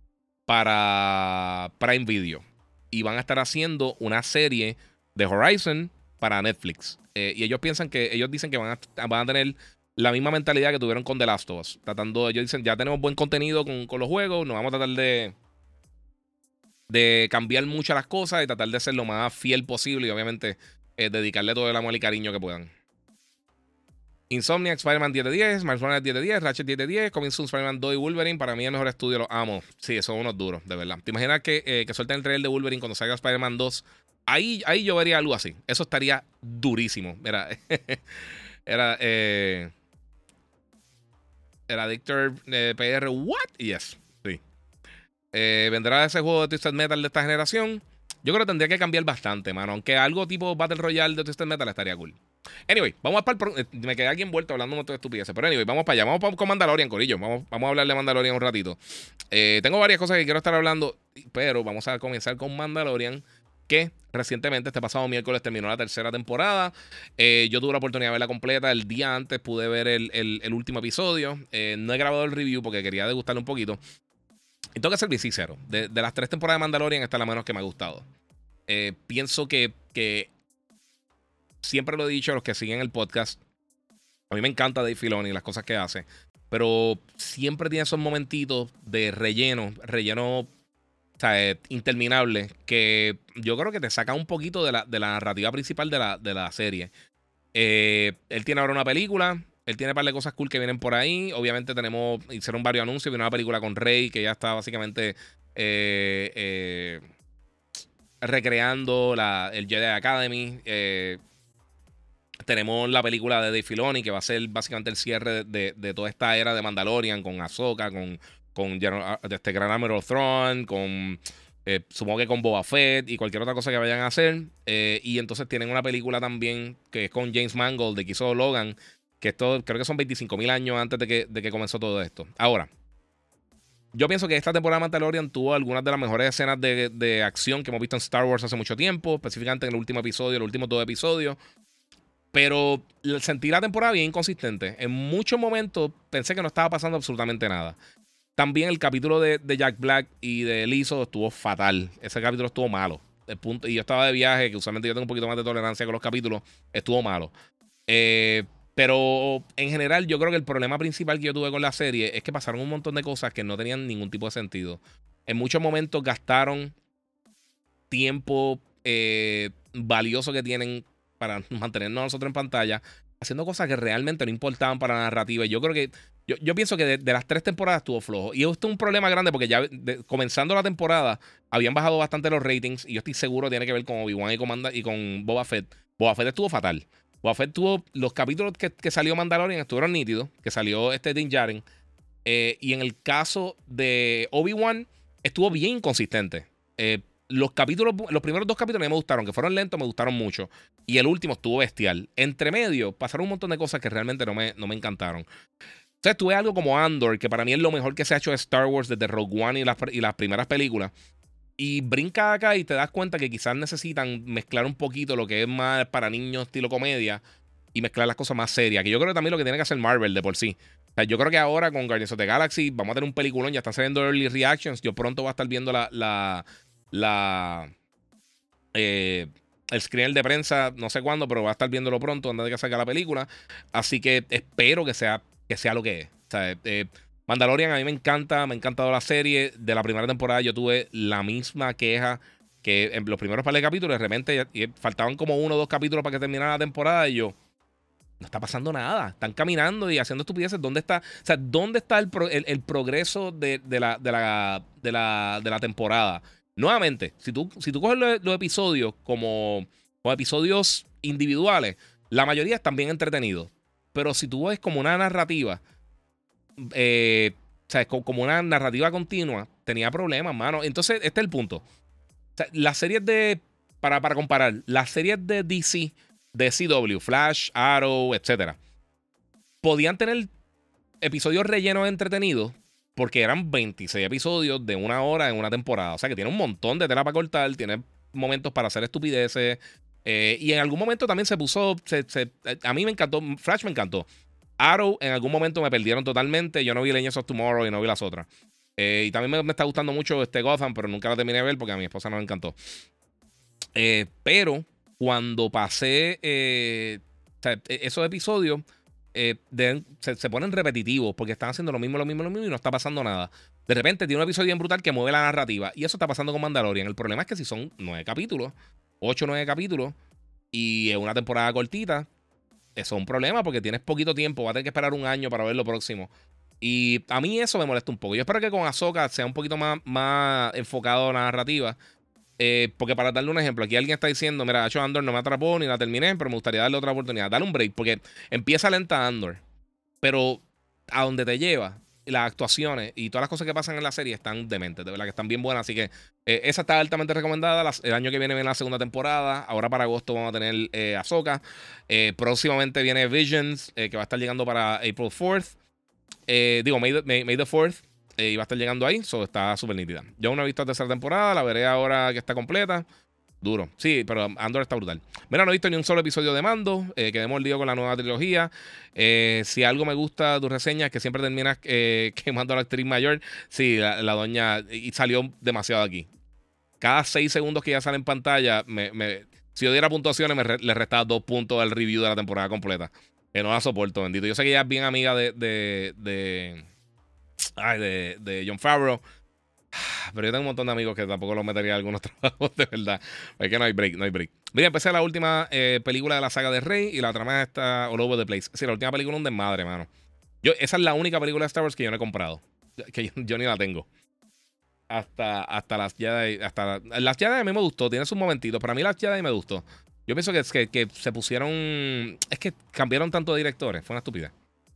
para Prime Video. Y van a estar haciendo una serie de Horizon para Netflix. Eh, y ellos piensan que, ellos dicen que van a, van a tener la misma mentalidad que tuvieron con The Last of Us. Tratando, ellos dicen, ya tenemos buen contenido con, con los juegos, nos vamos a tratar de, de cambiar muchas las cosas y tratar de ser lo más fiel posible y obviamente eh, dedicarle todo el amor y cariño que puedan. Insomniac, Spider-Man diez de diez, Miles Morales diez de diez, Ratchet diez de diez, Coming Soon, Spider-Man dos y Wolverine. Para mí el mejor estudio, los amo. Sí, son unos duros, de verdad. ¿Te imaginas que, eh, que suelten el trailer de Wolverine cuando salga Spider-Man dos? Ahí, ahí yo vería algo así. Eso estaría durísimo. Mira, era... Eh... El Addictor eh, P R, ¿what? Yes, sí. Eh, ¿Vendrá ese juego de Twisted Metal de esta generación? Yo creo que tendría que cambiar bastante, mano. Aunque algo tipo Battle Royale de Twisted Metal estaría cool. Anyway, vamos para el pro eh, me quedé aquí envuelto hablando un montón de estupideces. Pero anyway, vamos para allá. Vamos pa con Mandalorian, corillo. Vamos, vamos a hablar de Mandalorian un ratito. Eh, tengo varias cosas que quiero estar hablando, pero vamos a comenzar con Mandalorian, que recientemente, este pasado miércoles, terminó la tercera temporada. Eh, yo tuve la oportunidad de verla completa. El día antes pude ver el, el, el último episodio. Eh, no he grabado el review porque quería degustarlo un poquito. Y tengo que ser bien sincero. De, de las tres temporadas de Mandalorian, esta es la menos que me ha gustado. Eh, pienso que, que siempre lo he dicho a los que siguen el podcast. A mí me encanta Dave Filoni y las cosas que hace. Pero siempre tiene esos momentitos de relleno. Relleno, o sea, eh, interminable. Que yo creo que te saca un poquito de la, de la narrativa principal de la, de la serie. Eh, él tiene ahora una película. Él tiene un par de cosas cool que vienen por ahí. Obviamente tenemos, hicieron varios anuncios. Viene una película con Rey que ya está básicamente eh, eh, recreando la, el Jedi Academy. Eh, tenemos la película de Dave Filoni que va a ser básicamente el cierre de, de, de toda esta era de Mandalorian con Ahsoka, con, con este Gran Admiral Thrawn, con... Eh, supongo que con Boba Fett y cualquier otra cosa que vayan a hacer. Eh, y entonces tienen una película también que es con James Mangold, de que hizo Logan. Que esto creo que son veinticinco mil años antes de que, de que comenzó todo esto. Ahora, yo pienso que esta temporada de Mandalorian tuvo algunas de las mejores escenas de, de acción que hemos visto en Star Wars hace mucho tiempo. Específicamente en el último episodio, los últimos dos episodios. Pero sentí la temporada bien inconsistente. En muchos momentos pensé que no estaba pasando absolutamente nada. También el capítulo de, de Jack Black y de Lizzo estuvo fatal. Ese capítulo estuvo malo. El punto, y yo estaba de viaje, que usualmente yo tengo un poquito más de tolerancia con los capítulos. Estuvo malo. Eh, pero en general yo creo que el problema principal que yo tuve con la serie es que pasaron un montón de cosas que no tenían ningún tipo de sentido. En muchos momentos gastaron tiempo eh, valioso que tienen para mantenernos nosotros en pantalla haciendo cosas que realmente no importaban para la narrativa. Y yo creo que, yo, yo pienso que de, de las tres temporadas estuvo flojo. Y esto es un problema grande porque ya de, comenzando la temporada habían bajado bastante los ratings y yo estoy seguro que tiene que ver con Obi-Wan y, con y con Boba Fett. Boba Fett estuvo fatal. Boba Fett tuvo los capítulos que, que salió Mandalorian estuvieron nítidos, que salió este Din Djarin. Eh, y en el caso de Obi-Wan estuvo bien inconsistente. Eh, Los capítulos, los primeros dos capítulos me gustaron, que fueron lentos, me gustaron mucho. Y el último estuvo bestial. Entre medio pasaron un montón de cosas que realmente no me, no me encantaron. Entonces tuve algo como Andor, que para mí es lo mejor que se ha hecho de Star Wars desde Rogue One y las, y las primeras películas. Y brinca acá y te das cuenta que quizás necesitan mezclar un poquito lo que es más para niños estilo comedia y mezclar las cosas más serias. Que yo creo que también lo que tiene que hacer Marvel de por sí. O sea, yo creo que ahora con Guardians of the Galaxy vamos a tener un peliculón. Ya están saliendo early reactions. Yo pronto voy a estar viendo la... la La, eh, el screener de prensa, no sé cuándo, pero va a estar viéndolo pronto antes de que salga la película. Así que espero que sea, que sea lo que es. O sea, eh, Mandalorian a mí me encanta, me ha encantado la serie. De la primera temporada yo tuve la misma queja que en los primeros par de capítulos. De repente y faltaban como uno o dos capítulos para que terminara la temporada y yo... No está pasando nada. Están caminando y haciendo estupideces. ¿Dónde está? O sea, ¿dónde está el, pro, el, el progreso de, de, la, de, la, de, la, de la temporada? Nuevamente, si tú, si tú coges los, los episodios como, como episodios individuales, la mayoría están bien entretenidos. Pero si tú ves como una narrativa, eh, o sea, como una narrativa continua, tenía problemas, mano. Entonces, este es el punto. O sea, las series de, para, para comparar, las series de D C, de C W, Flash, Arrow, etcétera, podían tener episodios rellenos entretenidos porque eran veintiséis episodios de una hora en una temporada. O sea que tiene un montón de tela para cortar, tiene momentos para hacer estupideces. Eh, y en algún momento también se puso... Se, se, a mí me encantó, Flash me encantó. Arrow en algún momento me perdieron totalmente. Yo no vi Legends of Tomorrow y no vi las otras. Eh, y también me, me está gustando mucho este Gotham, pero nunca la terminé de ver porque a mi esposa no le encantó. Eh, pero cuando pasé eh, o sea, esos episodios... Eh, de, se, se ponen repetitivos porque están haciendo lo mismo, lo mismo, lo mismo y no está pasando nada. De repente tiene un episodio bien brutal que mueve la narrativa y eso está pasando con Mandalorian. El problema es que si son nueve capítulos, ocho o nueve capítulos y es una temporada cortita, eso es un problema porque tienes poquito tiempo, va a tener que esperar un año para ver lo próximo. Y a mí eso me molesta un poco. Yo espero que con Ahsoka sea un poquito más, más enfocado en la narrativa. Eh, porque para darle un ejemplo, aquí alguien está diciendo, mira, hecho Andor no me atrapó ni la terminé, pero me gustaría darle otra oportunidad. Dale un break, porque empieza lenta Andor, pero a donde te lleva, las actuaciones y todas las cosas que pasan en la serie están dementes, de verdad que están bien buenas. Así que eh, esa está altamente recomendada. Las, el año que viene viene la segunda temporada. Ahora para agosto vamos a tener eh, Ahsoka. Eh, próximamente viene Visions, eh, que va a estar llegando para April fourth. Eh, digo, May the, May, May the fourth. Eh, y va a estar llegando ahí. So está súper nítida. Yo aún no he visto la tercera temporada. La veré ahora que está completa. Duro. Sí, pero Andor está brutal. Mira, no he visto ni un solo episodio de Mando. Eh, quedé mordido con la nueva trilogía. Eh, si algo me gusta de tus reseñas, que siempre terminas eh, quemando a la actriz mayor. Sí, la, la doña. Y salió demasiado aquí. Cada seis segundos que ella sale en pantalla, me, me, si yo diera puntuaciones, me re, le restaba dos puntos al review de la temporada completa. Que no la soporto, bendito. Yo sé que ella es bien amiga de. de, de, ay, de, de Jon Favreau. Pero yo tengo un montón de amigos que tampoco los metería en algunos trabajos, de verdad. Es que no hay break, no hay break. Mira, empecé la última eh, película de la saga de Rey y la trama está all over the place. Sí, la última película es un desmadre, mano. Yo, esa es la única película de Star Wars que yo no he comprado. Que yo, yo ni la tengo. Hasta, hasta las Jedi. Hasta las Jedi a mí me gustó. Tiene sus momentitos. Pero a mí las Jedi me gustó. Yo pienso que, que, que se pusieron. Es que cambiaron tanto de directores. Fue una estupidez.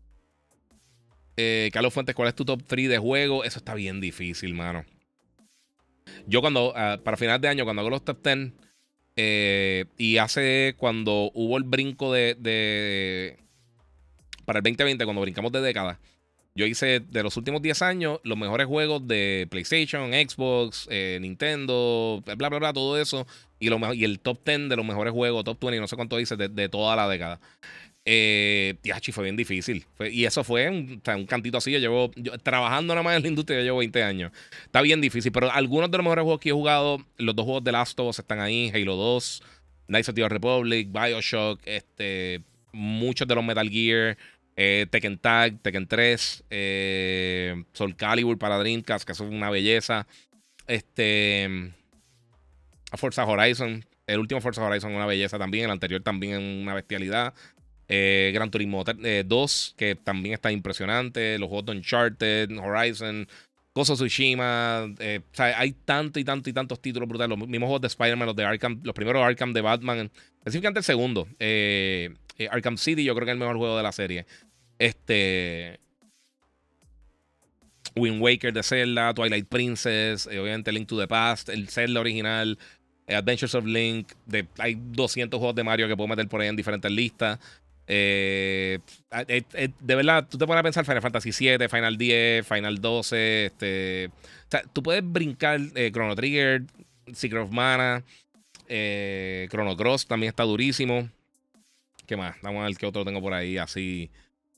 Eh, Carlos Fuentes, ¿cuál es tu top tres de juego? Eso está bien difícil, mano. Yo cuando, uh, para final de año, cuando hago los top diez, eh, y hace cuando hubo el brinco de, de, para el veinte veinte, cuando brincamos de década, yo hice de los últimos diez años los mejores juegos de PlayStation, Xbox, eh, Nintendo, bla, bla, bla, todo eso, y, lo, y el top diez de los mejores juegos, top veinte, no sé cuánto hice, de, de toda la década. Eh, yachi, fue bien difícil. Fue, y eso fue un, o sea, un cantito así. Yo llevo yo, trabajando nada más en la industria, yo llevo veinte años. Está bien difícil, pero algunos de los mejores juegos que he jugado, los dos juegos de Last of Us están ahí: Halo dos, Knights of the Old Republic, Bioshock, este, muchos de los Metal Gear, eh, Tekken Tag, Tekken tres, eh, Soul Calibur para Dreamcast, que eso es una belleza. Este, Forza Horizon, el último Forza Horizon es una belleza también, el anterior también es una bestialidad. Eh, Gran Turismo eh, dos, que también está impresionante. Los juegos de Uncharted, Horizon, Ghost of Tsushima. Eh, o sea, hay tanto y tanto y tantos títulos brutales. Los mismos juegos de Spider-Man, los de Arkham, los primeros Arkham de Batman, específicamente el segundo. Eh, eh, Arkham City, yo creo que es el mejor juego de la serie. Este. Wind Waker de Zelda, Twilight Princess, eh, obviamente Link to the Past, el Zelda original, eh, Adventures of Link. De, hay doscientos juegos de Mario que puedo meter por ahí en diferentes listas. Eh, eh, eh, de verdad, tú te pones a pensar Final Fantasy siete, Final diez, Final doce. Este, o sea, tú puedes brincar eh, Chrono Trigger, Secret of Mana, eh, Chrono Cross también está durísimo. ¿Qué más? Vamos a ver qué otro tengo por ahí así.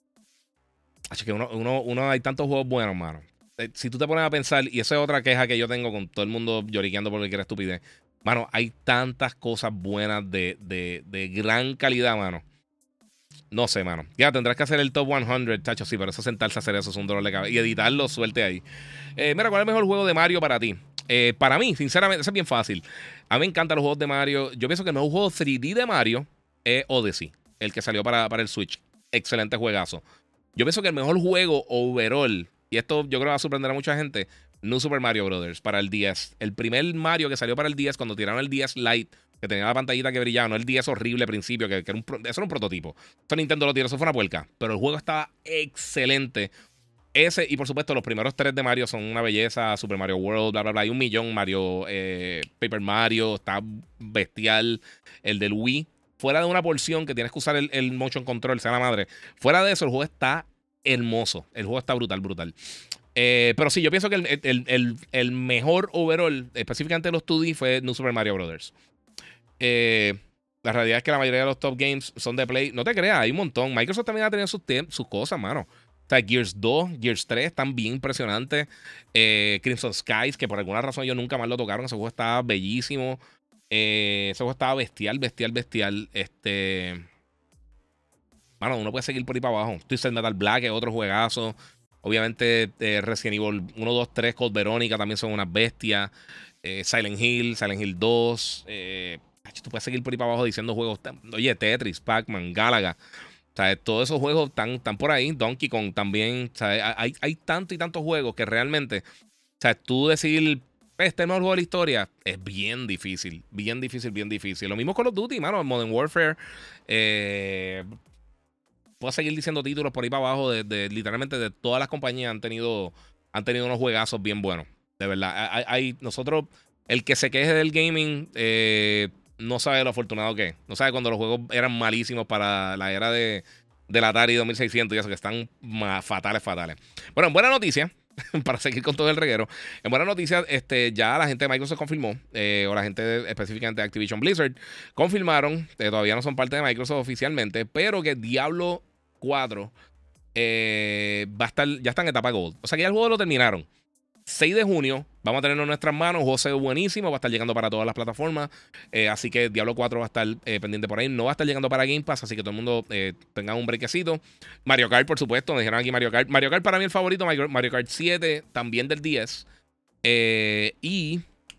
Así que uno, uno, uno hay tantos juegos buenos, mano. Eh, si tú te pones a pensar, y esa es otra queja que yo tengo con todo el mundo lloriqueando porque quiere estupidez. Mano, hay tantas cosas buenas de, de, de gran calidad, mano. No sé, mano. Ya tendrás que hacer el top cien, chacho, sí, pero eso sentarse a hacer eso es un dolor de cabeza. Y editarlo, suelte ahí. Eh, mira, ¿cuál es el mejor juego de Mario para ti? Eh, para mí, sinceramente, eso es bien fácil. A mí me encantan los juegos de Mario. Yo pienso que el mejor juego tres D de Mario es Odyssey, el que salió para, para el Switch. Excelente juegazo. Yo pienso que el mejor juego overall, y esto yo creo que va a sorprender a mucha gente, New Super Mario Bros. Para el D S. El primer Mario que salió para el D S, cuando tiraron el D S Lite, que tenía la pantallita que brillaba, no el D S horrible al principio, que, que era un, eso era un prototipo. Eso Nintendo lo tiró, eso fue una puerca. Pero el juego estaba excelente. Ese, y por supuesto, los primeros tres de Mario son una belleza. Super Mario World, bla, bla, bla. Hay un millón. Mario, eh, Paper Mario, está bestial. El del Wii, fuera de una porción que tienes que usar el, el motion control, sea la madre. Fuera de eso, el juego está hermoso. El juego está brutal, brutal. Eh, pero sí, yo pienso que el, el, el, el mejor overall, específicamente de los dos D, fue New Super Mario Bros. Eh, la realidad es que la mayoría de los top games son de Play. No te creas, hay un montón. Microsoft también ha tenido sus, sus cosas, mano. O sea, Gears dos, Gears tres están bien impresionantes. Eh, Crimson Skies, que por alguna razón ellos nunca más lo tocaron. Ese juego estaba bellísimo. Eh, ese juego estaba bestial, bestial, bestial. Este. Mano, uno puede seguir por ahí para abajo. Twisted Metal Black es otro juegazo. Obviamente, eh, Resident Evil uno, dos, tres, Code Verónica también son unas bestias. Eh, Silent Hill, Silent Hill dos. Eh, tú puedes seguir por ahí para abajo diciendo juegos. Oye, Tetris, Pac-Man, Galaga. O sea, todos esos juegos están, están por ahí. Donkey Kong también. O sea, hay, hay tantos y tantos juegos que realmente. O sea, tú decir, este es el mejor juego de la historia, es bien difícil. Bien difícil, bien difícil. Lo mismo con los Duty, mano. Modern Warfare. Eh, puedo seguir diciendo títulos por ahí para abajo. De, de- literalmente de todas las compañías han tenido, han tenido unos juegazos bien buenos. De verdad. Hay, hay- nosotros, el que se queje del gaming, eh, no sabe lo afortunado que es. No sabe cuando los juegos eran malísimos para la era de, del Atari dos mil seiscientos y eso, que están ma- fatales, fatales. Bueno, en buena noticia. Para seguir con todo el reguero. En buenas noticias, este, ya la gente de Microsoft confirmó, eh, o la gente de- específicamente de Activision Blizzard, confirmaron, eh, todavía no son parte de Microsoft oficialmente, pero que Diablo cuatro eh, va a estar, ya está en etapa Gold. O sea que ya el juego lo terminaron. seis de junio, vamos a tenerlo en nuestras manos. Un juego se ve buenísimo, va a estar llegando para todas las plataformas. Eh, así que Diablo cuatro va a estar eh, pendiente por ahí. No va a estar llegando para Game Pass, así que todo el mundo eh, tenga un brequecito. Mario Kart, por supuesto, me dijeron aquí Mario Kart. Mario Kart para mí el favorito, Mario, Mario Kart siete, también del diez. Eh, y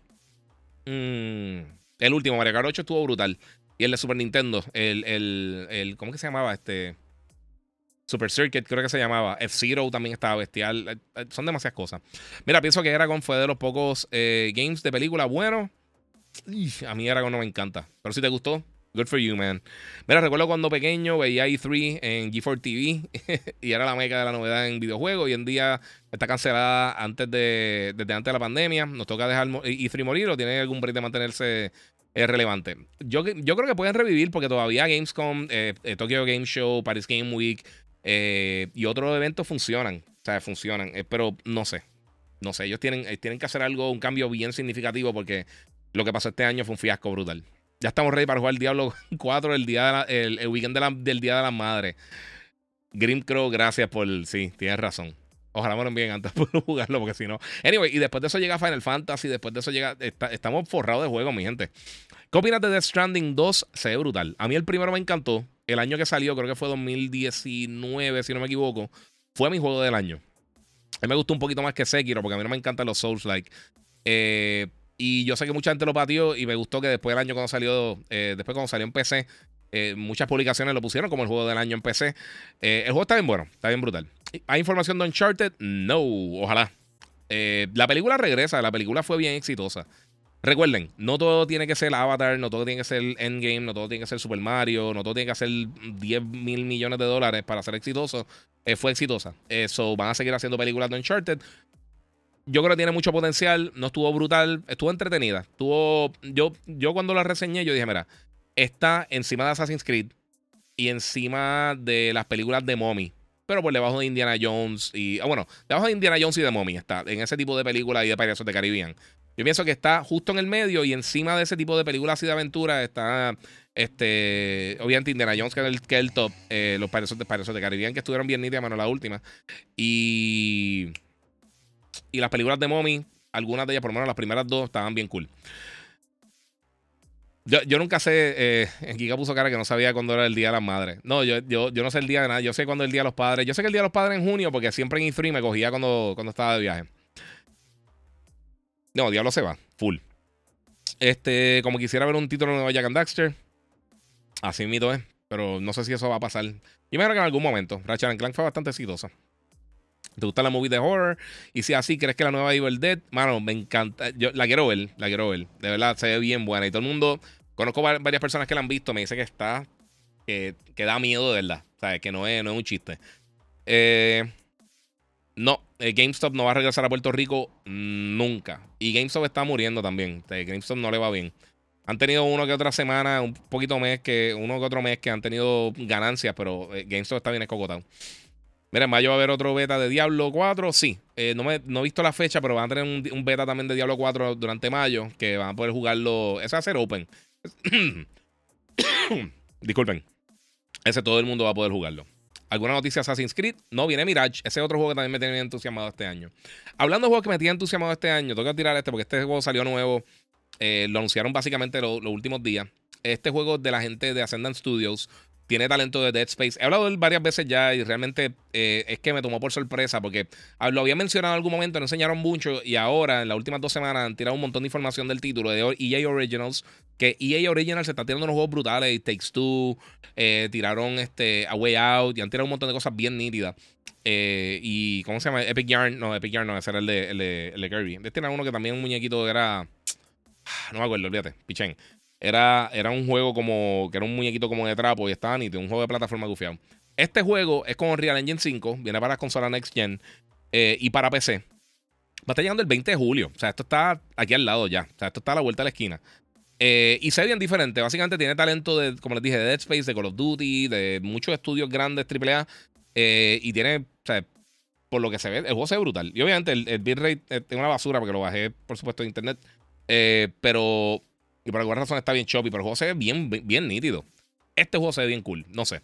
mm, el último, Mario Kart ocho, estuvo brutal. Y el de Super Nintendo, el, el, el ¿cómo que se llamaba? Este... Super Circuit, creo que se llamaba. F-Zero también estaba bestial. Eh, eh, Son demasiadas cosas. Mira, pienso que Eragon fue de los pocos eh, games de película buenos. Ih, a mí Eragon no me encanta. Pero si te gustó, good for you, man. Mira, recuerdo cuando pequeño veía E tres en G cuatro T V y era la meca de la novedad en videojuegos. Hoy en día está cancelada antes de, desde antes de la pandemia. Nos toca dejar mo- E tres morir o tiene algún break de mantenerse eh, relevante. Yo, que- yo creo que pueden revivir porque todavía Gamescom, eh, eh, Tokyo Game Show, Paris Game Week eh, y otros eventos funcionan. O sea, funcionan. Eh, pero no sé. No sé. Ellos tienen, eh, tienen que hacer algo, un cambio bien significativo porque lo que pasó este año fue un fiasco brutal. Ya estamos ready para jugar Diablo cuatro el, día de la- el, el weekend de la- del Día de las Madres. Grim Crow, gracias por... Sí, tienes razón. Ojalá me lo envíen antes de poder jugarlo, porque si no... Anyway, y después de eso llega Final Fantasy, después de eso llega... está- estamos forrados de juego, mi gente. ¿Qué opinas de Death Stranding dos? Se ve brutal. A mí el primero me encantó. El año que salió, creo que fue dos mil diecinueve, si no me equivoco. Fue mi juego del año. A mí me gustó un poquito más que Sekiro, porque a mí no me encantan los Souls-like. Eh, y yo sé que mucha gente lo pateó y me gustó que después del año cuando salió, eh, después cuando salió en P C, eh, muchas publicaciones lo pusieron como el juego del año en P C. Eh, el juego está bien bueno, está bien brutal. ¿Hay información de Uncharted? No, ojalá. Eh, la película regresa, la película fue bien exitosa. Recuerden, no todo tiene que ser Avatar, no todo tiene que ser Endgame, no todo tiene que ser Super Mario, no todo tiene que ser diez mil millones de dólares para ser exitoso. Eh, fue exitosa. Eso, van a seguir haciendo películas de Uncharted. Yo creo que tiene mucho potencial, no estuvo brutal, estuvo entretenida. Estuvo, yo, yo cuando la reseñé, yo dije, mira, está encima de Assassin's Creed y encima de las películas de Mommy, pero por debajo de Indiana Jones y, ah, bueno, debajo de Indiana Jones y de Mommy está, en ese tipo de películas y de Piratas de Caribbean. Yo pienso que está justo en el medio y encima de ese tipo de películas y de aventura está, este, obviamente Indiana Jones, que es el, que es el top, eh, los Piratas de, Piratas de Caribbean, que estuvieron bien nítidas, mano, la última. Y... Y las películas de Mommy, algunas de ellas, por lo menos las primeras dos, estaban bien cool. Yo, yo nunca sé, eh, en Giga puso cara que no sabía cuándo era el Día de las Madres. No, yo, yo, yo no sé el día de nada. Yo sé cuándo es el Día de los Padres. Yo sé que el Día de los Padres en junio, porque siempre en E tres me cogía cuando, cuando estaba de viaje. No, Diablo se va, full. Este, como quisiera ver un título nuevo de Jak and Daxter. Así mito es, pero no sé si eso va a pasar. Y me imagino que en algún momento. Ratchet and Clank fue bastante exitosa. ¿Te gusta la movie de horror? Y si así, ¿crees que la nueva Evil Dead? Mano, me encanta. Yo la quiero ver, la quiero ver. De verdad, se ve bien buena. Y todo el mundo, conozco va- varias personas que la han visto, me dice que está, que, que da miedo de verdad. O sea, que no es, no es un chiste. Eh, no, eh, GameStop no va a regresar a Puerto Rico mm, nunca. Y GameStop está muriendo también. O sea, GameStop no le va bien. Han tenido uno que otra semana, un poquito mes que, uno que otro mes que han tenido ganancias, pero eh, GameStop está bien escogotado. Mira, en mayo va a haber otro beta de Diablo cuatro. Sí, eh, no, me, no he visto la fecha, pero van a tener un, un beta también de Diablo cuatro durante mayo, que van a poder jugarlo. Ese va a ser open. Disculpen. Ese todo el mundo va a poder jugarlo. ¿Alguna noticia de Assassin's Creed? No, viene Mirage. Ese es otro juego que también me tiene entusiasmado este año. Hablando de juegos que me tienen entusiasmado este año, tengo que tirar este porque este juego salió nuevo. Eh, lo anunciaron básicamente lo- los últimos días. Este juego de la gente de Ascendant Studios tiene talento de Dead Space. He hablado de él varias veces ya y realmente eh, es que me tomó por sorpresa porque ah, lo había mencionado en algún momento, no enseñaron mucho y ahora en las últimas dos semanas han tirado un montón de información del título de E A Originals. Que E A Originals se está tirando unos juegos brutales. Takes Two, eh, tiraron este, A Way Out y han tirado un montón de cosas bien nítidas. Eh, y ¿cómo se llama? Epic Yarn. No, Epic Yarn no, ese era el de, el de, el de Kirby. Este era uno que también un muñequito era. No me acuerdo, olvídate, pichén. Era, era un juego como. Que era un muñequito como de trapo y estaba nítido. Un juego de plataforma gufiado. Este juego es con Unreal Engine cinco, viene para consola Next Gen eh, y para P C. Va a estar llegando el veinte de julio. O sea, esto está aquí al lado ya. O sea, esto está a la vuelta de la esquina. Eh, y se ve bien diferente. Básicamente tiene talento de, como les dije, de Dead Space, de Call of Duty, de muchos estudios grandes, triple A. Eh, y tiene, o sea, por lo que se ve, el juego se ve brutal. Y obviamente el, el bitrate es una basura porque lo bajé, por supuesto, de internet. Eh, pero, y por alguna razón está bien choppy, pero el juego se ve bien, bien, bien nítido. Este juego se ve bien cool, no sé.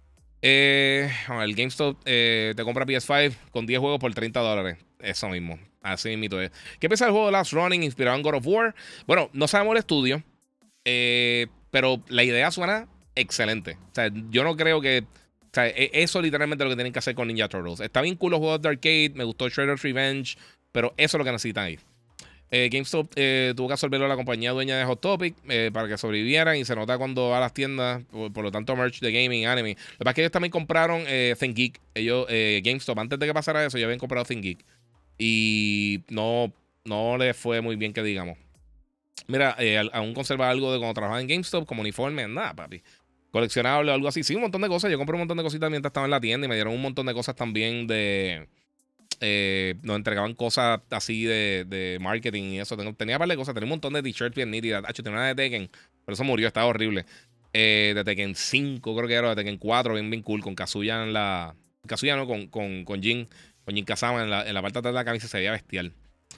Eh, bueno, el GameStop eh, te compra P S cinco con diez juegos por treinta dólares. Eso mismo. Así mismo es. ¿Qué piensa el juego de Last Running inspirado en God of War? Bueno, no sabemos el estudio, eh, pero la idea suena excelente. O sea, yo no creo que. O sea, e- eso literalmente es lo que tienen que hacer con Ninja Turtles. Está bien cool los juegos de arcade. Me gustó Shredder's Revenge. Pero eso es lo que necesitan ahí. Eh, GameStop eh, tuvo que absorberlo a la compañía dueña de Hot Topic eh, para que sobrevivieran y se nota cuando va a las tiendas, por, por lo tanto merch de gaming, anime. Lo que pasa es que ellos también compraron eh, ThinkGeek. Ellos, eh, GameStop, antes de que pasara eso, ya habían comprado ThinkGeek. Y no, no les fue muy bien que digamos. Mira, eh, al- aún conserva algo de cuando trabajaba en GameStop, como uniforme, nada, papi. Coleccionable o algo así. Sí, un montón de cosas. Yo compré un montón de cositas mientras estaba en la tienda y me dieron un montón de cosas también de eh, nos entregaban cosas así de, de marketing y eso. Tengo- tenía un par de cosas. Tenía un montón de t-shirts bien nítidas. Hacho, tenía una de Tekken, pero eso murió, estaba horrible. Eh, de Tekken cinco, creo que era, de Tekken cuatro, bien, bien cool, con Kazuya en la. Kazuya, ¿no? Con, con, con Jin, con Jin Kazama en la, en la parte de atrás de la camisa se veía bestial.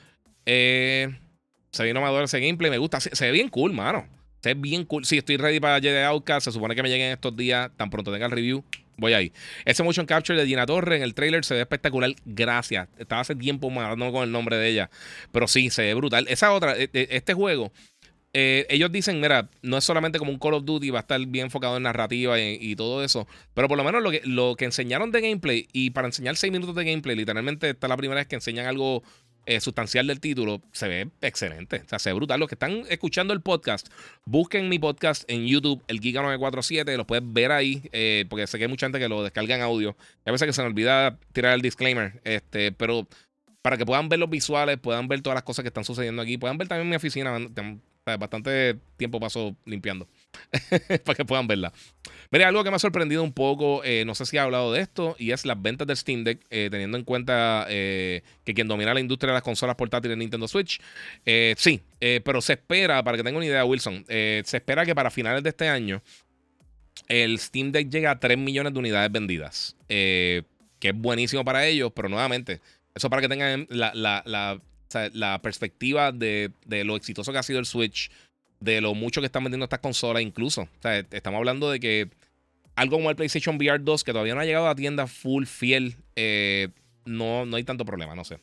Eh, Se ve innovador ese gameplay, me gusta. Se, se ve bien cool, mano. Se ve bien cool. Sí, estoy ready para Jedi Outcast. Se supone que me lleguen estos días. Tan pronto tenga el review, voy ahí. Ese motion capture de Gina Torre en el trailer se ve espectacular. Gracias. Estaba hace tiempo matándome con el nombre de ella. Pero sí, se ve brutal. Esa otra, e- e- este juego, eh, ellos dicen, mira, no es solamente como un Call of Duty, va a estar bien enfocado en narrativa y, y todo eso. Pero por lo menos lo que, lo que enseñaron de gameplay, y para enseñar seis minutos de gameplay, literalmente esta es la primera vez que enseñan algo eh, sustancial del título, se ve excelente. O sea, se ve brutal. Los que están escuchando el podcast, busquen mi podcast en YouTube, el Giga nueve cuatro siete, los puedes ver ahí, eh, porque sé que hay mucha gente que lo descarga en audio. Y a veces que se me olvida tirar el disclaimer, este, pero para que puedan ver los visuales, puedan ver todas las cosas que están sucediendo aquí, puedan ver también mi oficina. O sea, bastante tiempo paso limpiando para que puedan verla. Mira, algo que me ha sorprendido un poco, eh, no sé si ha hablado de esto, y es las ventas del Steam Deck, eh, teniendo en cuenta eh, que quien domina la industria de las consolas portátiles es Nintendo Switch. Eh, sí, eh, pero se espera, para que tengan una idea, Wilson, eh, se espera que para finales de este año el Steam Deck llegue a tres millones de unidades vendidas, eh, que es buenísimo para ellos, pero nuevamente, eso para que tengan la, la, la, o sea, la perspectiva de, de lo exitoso que ha sido el Switch, de lo mucho que están vendiendo estas consolas incluso. O sea, estamos hablando de que algo como el PlayStation V R dos, que todavía no ha llegado a tienda full, fiel, eh, no, no hay tanto problema, no sé.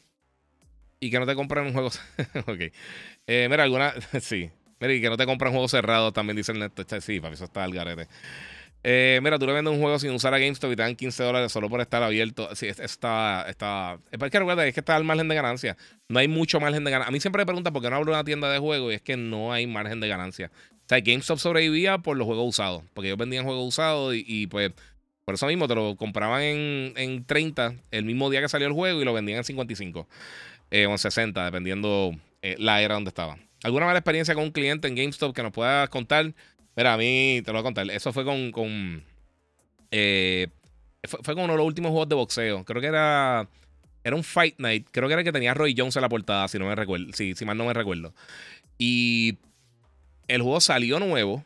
Y que no te compran un juego. Ok. Eh, mira, alguna. Sí. Mira, y que no te compran juegos cerrados, también dice el neto. Sí, para eso está el garete. Eh, mira, tú le vendes un juego sin usar a GameStop y te dan quince dólares solo por estar abierto. Sí, es- está. está es que recuerda, es que está al margen de ganancia. No hay mucho margen de ganancia. A mí siempre me preguntan por qué no abro una tienda de juegos y es que no hay margen de ganancia. O sea, GameStop sobrevivía por los juegos usados, porque ellos vendían juegos usados y, y, pues por eso mismo te lo compraban en, en treinta el mismo día que salió el juego y lo vendían en cincuenta y cinco eh, o en sesenta, dependiendo eh, la era donde estaba. ¿Alguna mala experiencia con un cliente en GameStop que nos puedas contar? Mira, a mí te lo voy a contar. Eso fue con. con eh, fue, fue con uno de los últimos juegos de boxeo. Creo que era. Era un Fight Night. Creo que era el que tenía a Roy Jones en la portada, si no me recuerdo. Si, si mal no me recuerdo. Y el juego salió nuevo.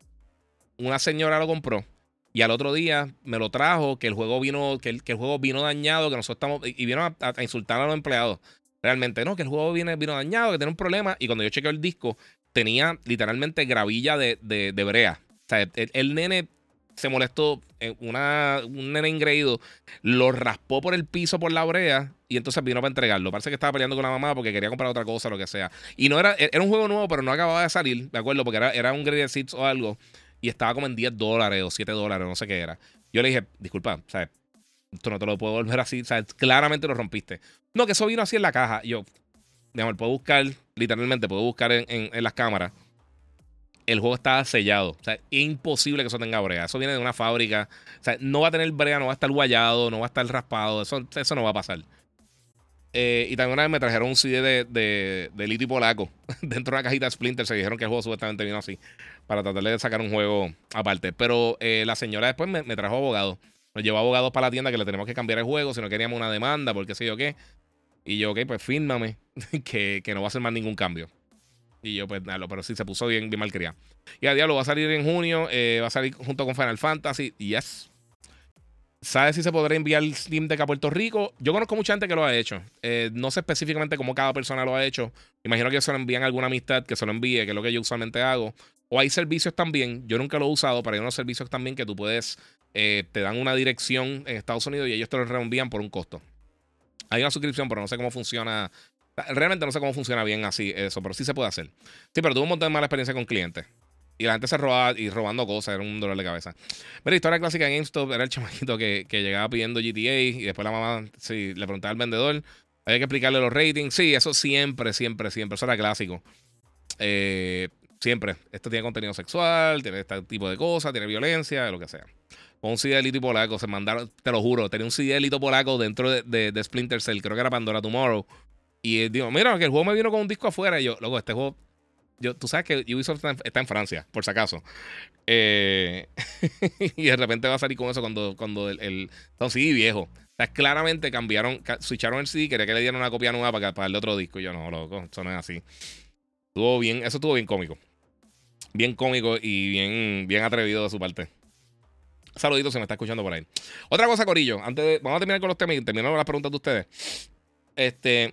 Una señora lo compró. Y al otro día me lo trajo. Que el juego vino. Que el, que el juego vino dañado. Que nosotros estamos. Y vino a, a insultar a los empleados. Realmente, no, que el juego viene, vino dañado, que tiene un problema. Y cuando yo chequeo el disco, tenía literalmente gravilla de, de, de brea. O sea, el, el nene se molestó, eh, una, un nene ingreído lo raspó por el piso por la brea y entonces vino para entregarlo. Parece que estaba peleando con la mamá porque quería comprar otra cosa, lo que sea. Y no era, era un juego nuevo, pero no acababa de salir, de acuerdo, porque era, era un Greatest Hits o algo y estaba como en diez dólares o siete dólares, no sé qué era. Yo le dije, disculpa, o sea, esto no te lo puedo volver así, o sea, claramente lo rompiste. No, que eso vino así en la caja. Y yo, mi amor, puedo buscar, literalmente, puedo buscar en, en, en las cámaras. El juego está sellado. O sea, es imposible que eso tenga brea. Eso viene de una fábrica. O sea, no va a tener brea, no va a estar guayado, no va a estar raspado. Eso, eso no va a pasar. Eh, y también una vez me trajeron un C D de, de, de Lito y Polaco dentro de una cajita de Splinter. Se dijeron que el juego supuestamente vino así para tratar de sacar un juego aparte. Pero eh, la señora después me, me trajo abogado Nos llevó abogados para la tienda que le tenemos que cambiar el juego si no queríamos una demanda, porque sé yo qué. Y yo, ok, pues fírmame que, que no va a hacer más ningún cambio. Y yo, pues nada, pero sí se puso bien, bien mal criado. Y a diablo va a salir en junio, eh, va a salir junto con Final Fantasy. Y yes. ¿Sabes si se podrá enviar el Steam Deck a Puerto Rico? Yo conozco mucha gente que lo ha hecho. Eh, no sé específicamente cómo cada persona lo ha hecho. Imagino que se lo envían a alguna amistad que se lo envíe, que es lo que yo usualmente hago. O hay servicios también, yo nunca lo he usado, pero hay unos servicios también que tú puedes, eh, te dan una dirección en Estados Unidos y ellos te lo reenvían por un costo. Hay una suscripción, pero no sé cómo funciona. Realmente no sé cómo funciona bien así eso, pero sí se puede hacer. Sí, pero tuve un montón de mala experiencia con clientes. Y la gente se robaba y robando cosas, era un dolor de cabeza. Pero historia clásica en GameStop era el chamaquito que, que llegaba pidiendo G T A y después la mamá sí, le preguntaba al vendedor. Había que explicarle los ratings. Sí, eso siempre, siempre, siempre. Eso era clásico. Eh, siempre. Esto tiene contenido sexual, tiene este tipo de cosas, tiene violencia, lo que sea. Con un C D de Lito Polaco, se mandaron, te lo juro, tenía un C D de Lito Polaco dentro de, de, de Splinter Cell, creo que era Pandora Tomorrow. Y eh, digo, mira, que el juego me vino con un disco afuera. Y yo, loco, este juego. Yo, tú sabes que Ubisoft está en, está en Francia, por si acaso. Eh, y de repente va a salir con eso cuando, cuando el, el no, sí, viejo. O sea, claramente cambiaron, ca switcharon el C D, quería que le dieran una copia nueva para, para el otro disco. Y yo, no, loco, eso no es así. Estuvo bien, eso estuvo bien cómico. Bien cómico y bien, bien atrevido de su parte. Saluditos si me está escuchando por ahí. Otra cosa, Corillo, antes de, vamos a terminar con los temas y terminar con las preguntas de ustedes. Este,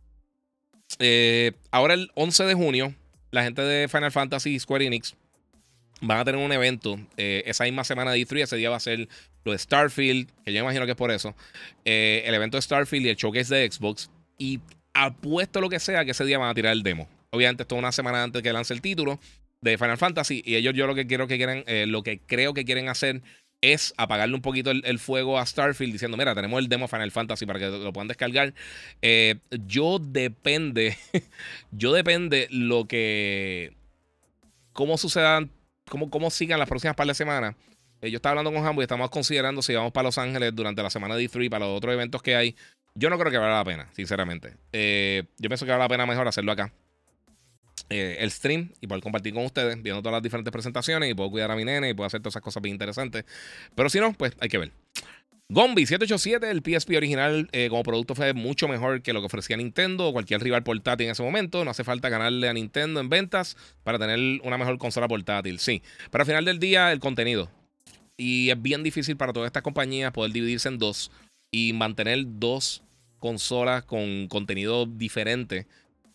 eh, ahora el once de junio, la gente de Final Fantasy y Square Enix van a tener un evento eh, esa misma semana de E tres. Ese día va a ser lo de Starfield, que yo imagino que es por eso. Eh, el evento de Starfield y el showcase de Xbox. Y apuesto lo que sea que ese día van a tirar el demo. Obviamente, esto es una semana antes que lance el título de Final Fantasy. Y ellos, yo lo que quiero que quieren, eh, lo que creo que quieren hacer es apagarle un poquito el, el fuego a Starfield diciendo, mira, tenemos el demo Final Fantasy para que lo puedan descargar. Eh, yo depende, yo depende lo que, cómo sucedan, cómo, cómo sigan las próximas par de semanas. Eh, yo estaba hablando con Hambo y estamos considerando si vamos para Los Ángeles durante la semana de E tres, para los otros eventos que hay. Yo no creo que valga la pena, sinceramente. Eh, yo pienso que vale la pena mejor hacerlo acá. Eh, el stream y poder compartir con ustedes viendo todas las diferentes presentaciones y puedo cuidar a mi nene y puedo hacer todas esas cosas bien interesantes. Pero si no, pues hay que ver. Gombi siete ocho siete, el P S P original eh, como producto fue mucho mejor que lo que ofrecía Nintendo o cualquier rival portátil en ese momento. No hace falta ganarle a Nintendo en ventas para tener una mejor consola portátil, sí. Pero al final del día, el contenido. Y es bien difícil para todas estas compañías poder dividirse en dos y mantener dos consolas con contenido diferente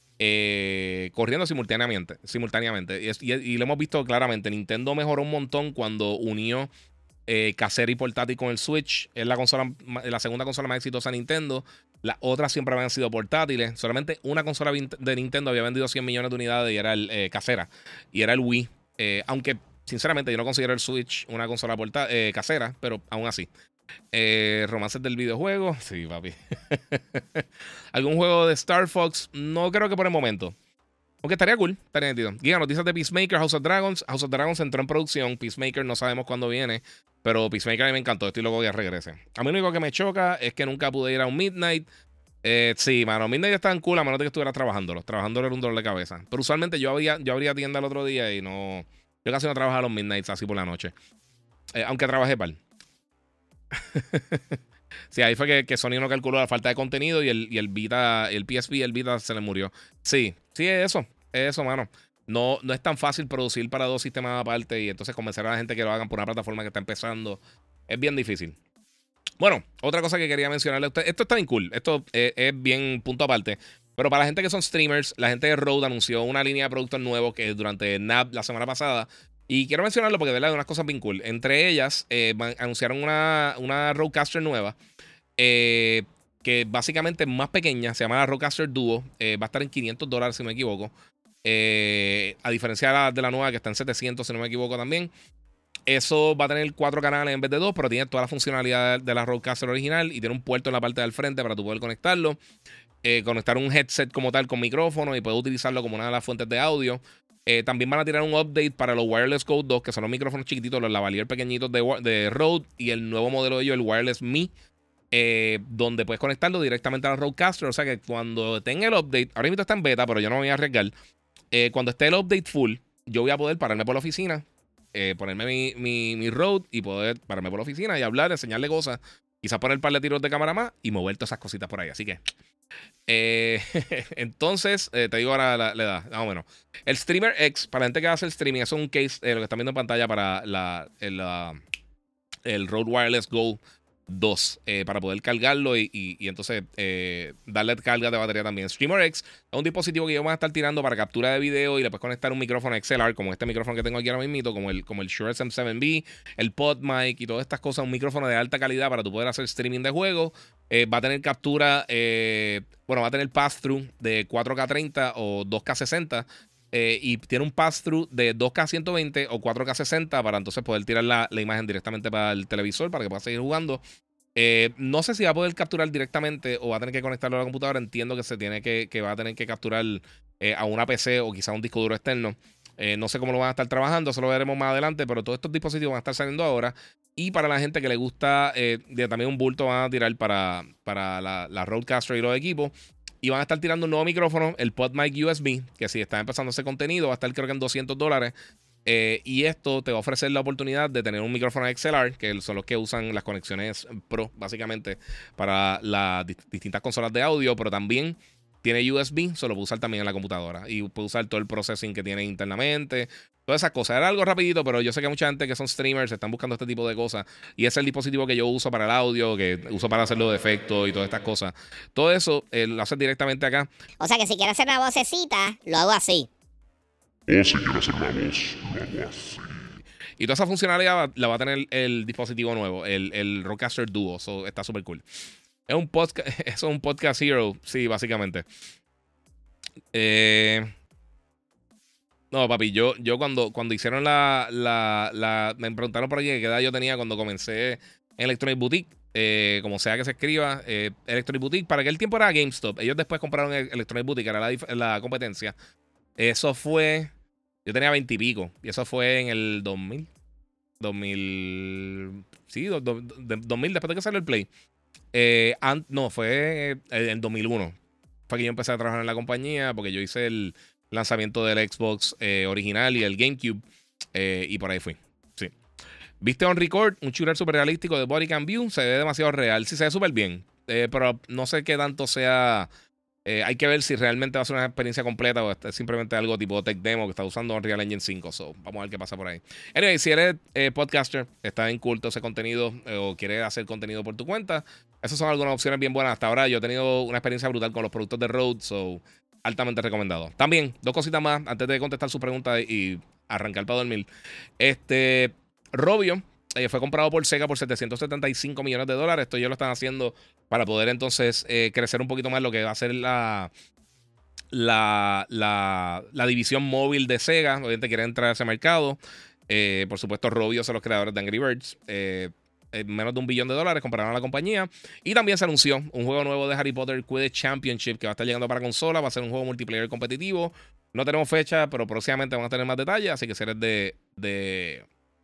eh, corriendo simultáneamente. simultáneamente. Y, es, y, y lo hemos visto claramente. Nintendo mejoró un montón cuando unió eh, casera y portátil con el Switch. Es la, consola, la segunda consola más exitosa de Nintendo. Las otras siempre habían sido portátiles. Solamente una consola de Nintendo había vendido cien millones de unidades y era el eh, casera. Y era el Wii. Eh, aunque, sinceramente, yo no considero el Switch una consola eh, casera, pero aún así. Eh, romances del videojuego. Sí, papi. ¿Algún juego de Star Fox? No creo que por el momento. Aunque estaría cool, estaría nítido. Giga, noticias de Peacemaker, House of Dragons. House of Dragons entró en producción. Peacemaker no sabemos cuándo viene. Pero Peacemaker a mí me encantó. Estoy loco que regrese. A mí lo único que me choca es que nunca pude ir a un Midnight. Eh, sí, mano, Midnight está en cool a menos de que estuviera trabajándolo. Trabajándolo era un dolor de cabeza. Pero usualmente yo habría, yo abría tienda el otro día y no. Yo casi no trabajaba los Midnights así por la noche. Eh, aunque trabajé pal. Sí, ahí fue que, que Sony no calculó la falta de contenido y el, y el Vita, el P S P y el Vita se le murió. Sí, sí, es eso, es eso, mano. No, no es tan fácil producir para dos sistemas aparte y entonces convencer a la gente que lo hagan por una plataforma que está empezando. Es bien difícil. Bueno, otra cosa que quería mencionarle a usted. Esto está bien cool. Esto es, es bien punto aparte. Pero para la gente que son streamers, la gente de Rode anunció una línea de productos nuevos que durante N A B la semana pasada. Y quiero mencionarlo porque de verdad hay unas cosas bien cool. Entre ellas, eh, anunciaron una, una Rodecaster nueva. Eh, que básicamente es más pequeña. Se llama la Rodecaster Duo. Eh, va a estar en quinientos dólares si no me equivoco. Eh, a diferencia de la, de la nueva que está en setecientos si no me equivoco también. Eso va a tener cuatro canales en vez de dos, pero tiene toda la funcionalidad de la Rodecaster original y tiene un puerto en la parte del frente para tú poder conectarlo. Eh, conectar un headset como tal con micrófono y poder utilizarlo como una de las fuentes de audio. Eh, también van a tirar un update para los Wireless Go dos, que son los micrófonos chiquititos, los lavalier pequeñitos de, de Rode, y el nuevo modelo de ellos, el Wireless Me, eh, donde puedes conectarlo directamente a la Rodecaster. O sea que cuando tenga el update, ahora mismo está en beta, pero yo no me voy a arriesgar. Eh, cuando esté el update full, yo voy a poder pararme por la oficina, eh, ponerme mi, mi, mi Rode y poder pararme por la oficina y hablar, enseñarle cosas, quizás poner un par de tiros de cámara más y mover todas esas cositas por ahí. Así que, eh, entonces, eh, te digo ahora la, la edad, más o menos. El Streamer X, para la gente que hace el streaming, eso es un case, eh, lo que están viendo en pantalla para la, el, la, el Rode Wireless Go dos, eh, para poder cargarlo y, y, y entonces eh, darle carga de batería también. Streamer X es un dispositivo que yo voy a estar tirando para captura de video y le puedes conectar un micrófono X L R, como este micrófono que tengo aquí ahora mismo, como el, como el Shure S M siete B, el PodMic y todas estas cosas. Un micrófono de alta calidad para tu poder hacer streaming de juegos. Eh, va a tener captura, eh, bueno, va a tener pass-through de cuatro K treinta o dos K sesenta. Eh, y tiene un pass-through de dos K ciento veinte o cuatro K sesenta para entonces poder tirar la, la imagen directamente para el televisor para que pueda seguir jugando. Eh, no sé si va a poder capturar directamente o va a tener que conectarlo a la computadora. Entiendo que se tiene que, que va a tener que capturar eh, a una P C o quizá un disco duro externo. Eh, no sé cómo lo van a estar trabajando, eso lo veremos más adelante, pero todos estos dispositivos van a estar saliendo ahora. Y para la gente que le gusta, eh, de, también un bulto van a tirar para, para la, la Rodecaster y los equipos. Y van a estar tirando un nuevo micrófono, el PodMic U S B, que si está empezando ese contenido va a estar creo que en doscientos dólares. Eh, y esto te va a ofrecer la oportunidad de tener un micrófono X L R, que son los que usan las conexiones Pro, básicamente, para las di- distintas consolas de audio, pero también tiene U S B, se lo puede usar también en la computadora. Y puede usar todo el processing que tiene internamente, todas esas cosas. Era algo rapidito, pero yo sé que mucha gente que son streamers están buscando este tipo de cosas. Y ese es el dispositivo que yo uso para el audio, que uso para hacer los efectos y todas estas cosas. Todo eso eh, lo haces directamente acá. O sea que si quiero hacer una vocecita, lo hago así. O si quiero hacer una voz, lo hago así. Y toda esa funcionalidad va- la va a tener el dispositivo nuevo, el, el Rodecaster Duo. So, está súper cool. Es un podcast, es un podcast hero, sí, básicamente. Eh, no, papi, yo, yo cuando, cuando hicieron la, la, la. Me preguntaron por aquí qué edad yo tenía cuando comencé en Electronic Boutique. Eh, como sea que se escriba, eh, Electronic Boutique. Para aquel tiempo era GameStop. Ellos después compraron el Electronic Boutique, era la, dif- la competencia. Eso fue. Yo tenía veinte y pico. Y eso fue en el dos mil. dos mil. Sí, do- do- de- dos mil, después de que salió el Play. Eh, an- no, fue eh, en dos mil uno. Fue que yo empecé a trabajar en la compañía porque yo hice el lanzamiento del Xbox eh, original y el GameCube. Eh, y por ahí fui. Sí. ¿Viste On Record? Un shooter super realístico de Body Cam View. Se ve demasiado real. Sí, se ve súper bien. Eh, pero no sé qué tanto sea. Eh, hay que ver si realmente va a ser una experiencia completa o es simplemente algo tipo tech demo que está usando Unreal Engine cinco. So, vamos a ver qué pasa por ahí. Anyway, si eres eh, podcaster, está en culto ese contenido eh, o quieres hacer contenido por tu cuenta, esas son algunas opciones bien buenas. Hasta ahora yo he tenido una experiencia brutal con los productos de Rode, so altamente recomendado. También, dos cositas más antes de contestar su pregunta y arrancar para dormir. Este, Robio eh, fue comprado por Sega por setecientos setenta y cinco millones de dólares. Esto ya lo están haciendo para poder entonces eh, crecer un poquito más lo que va a ser la, la, la, la división móvil de Sega. Obviamente quieren entrar a ese mercado. Eh, por supuesto, Robio son los creadores de Angry Birds. Eh, en menos de un billón de dólares compraron a la compañía. Y también se anunció un juego nuevo de Harry Potter Quidditch Championship que va a estar llegando para consola. Va a ser un juego multiplayer competitivo. No tenemos fecha, pero próximamente van a tener más detalles. Así que si eres de... de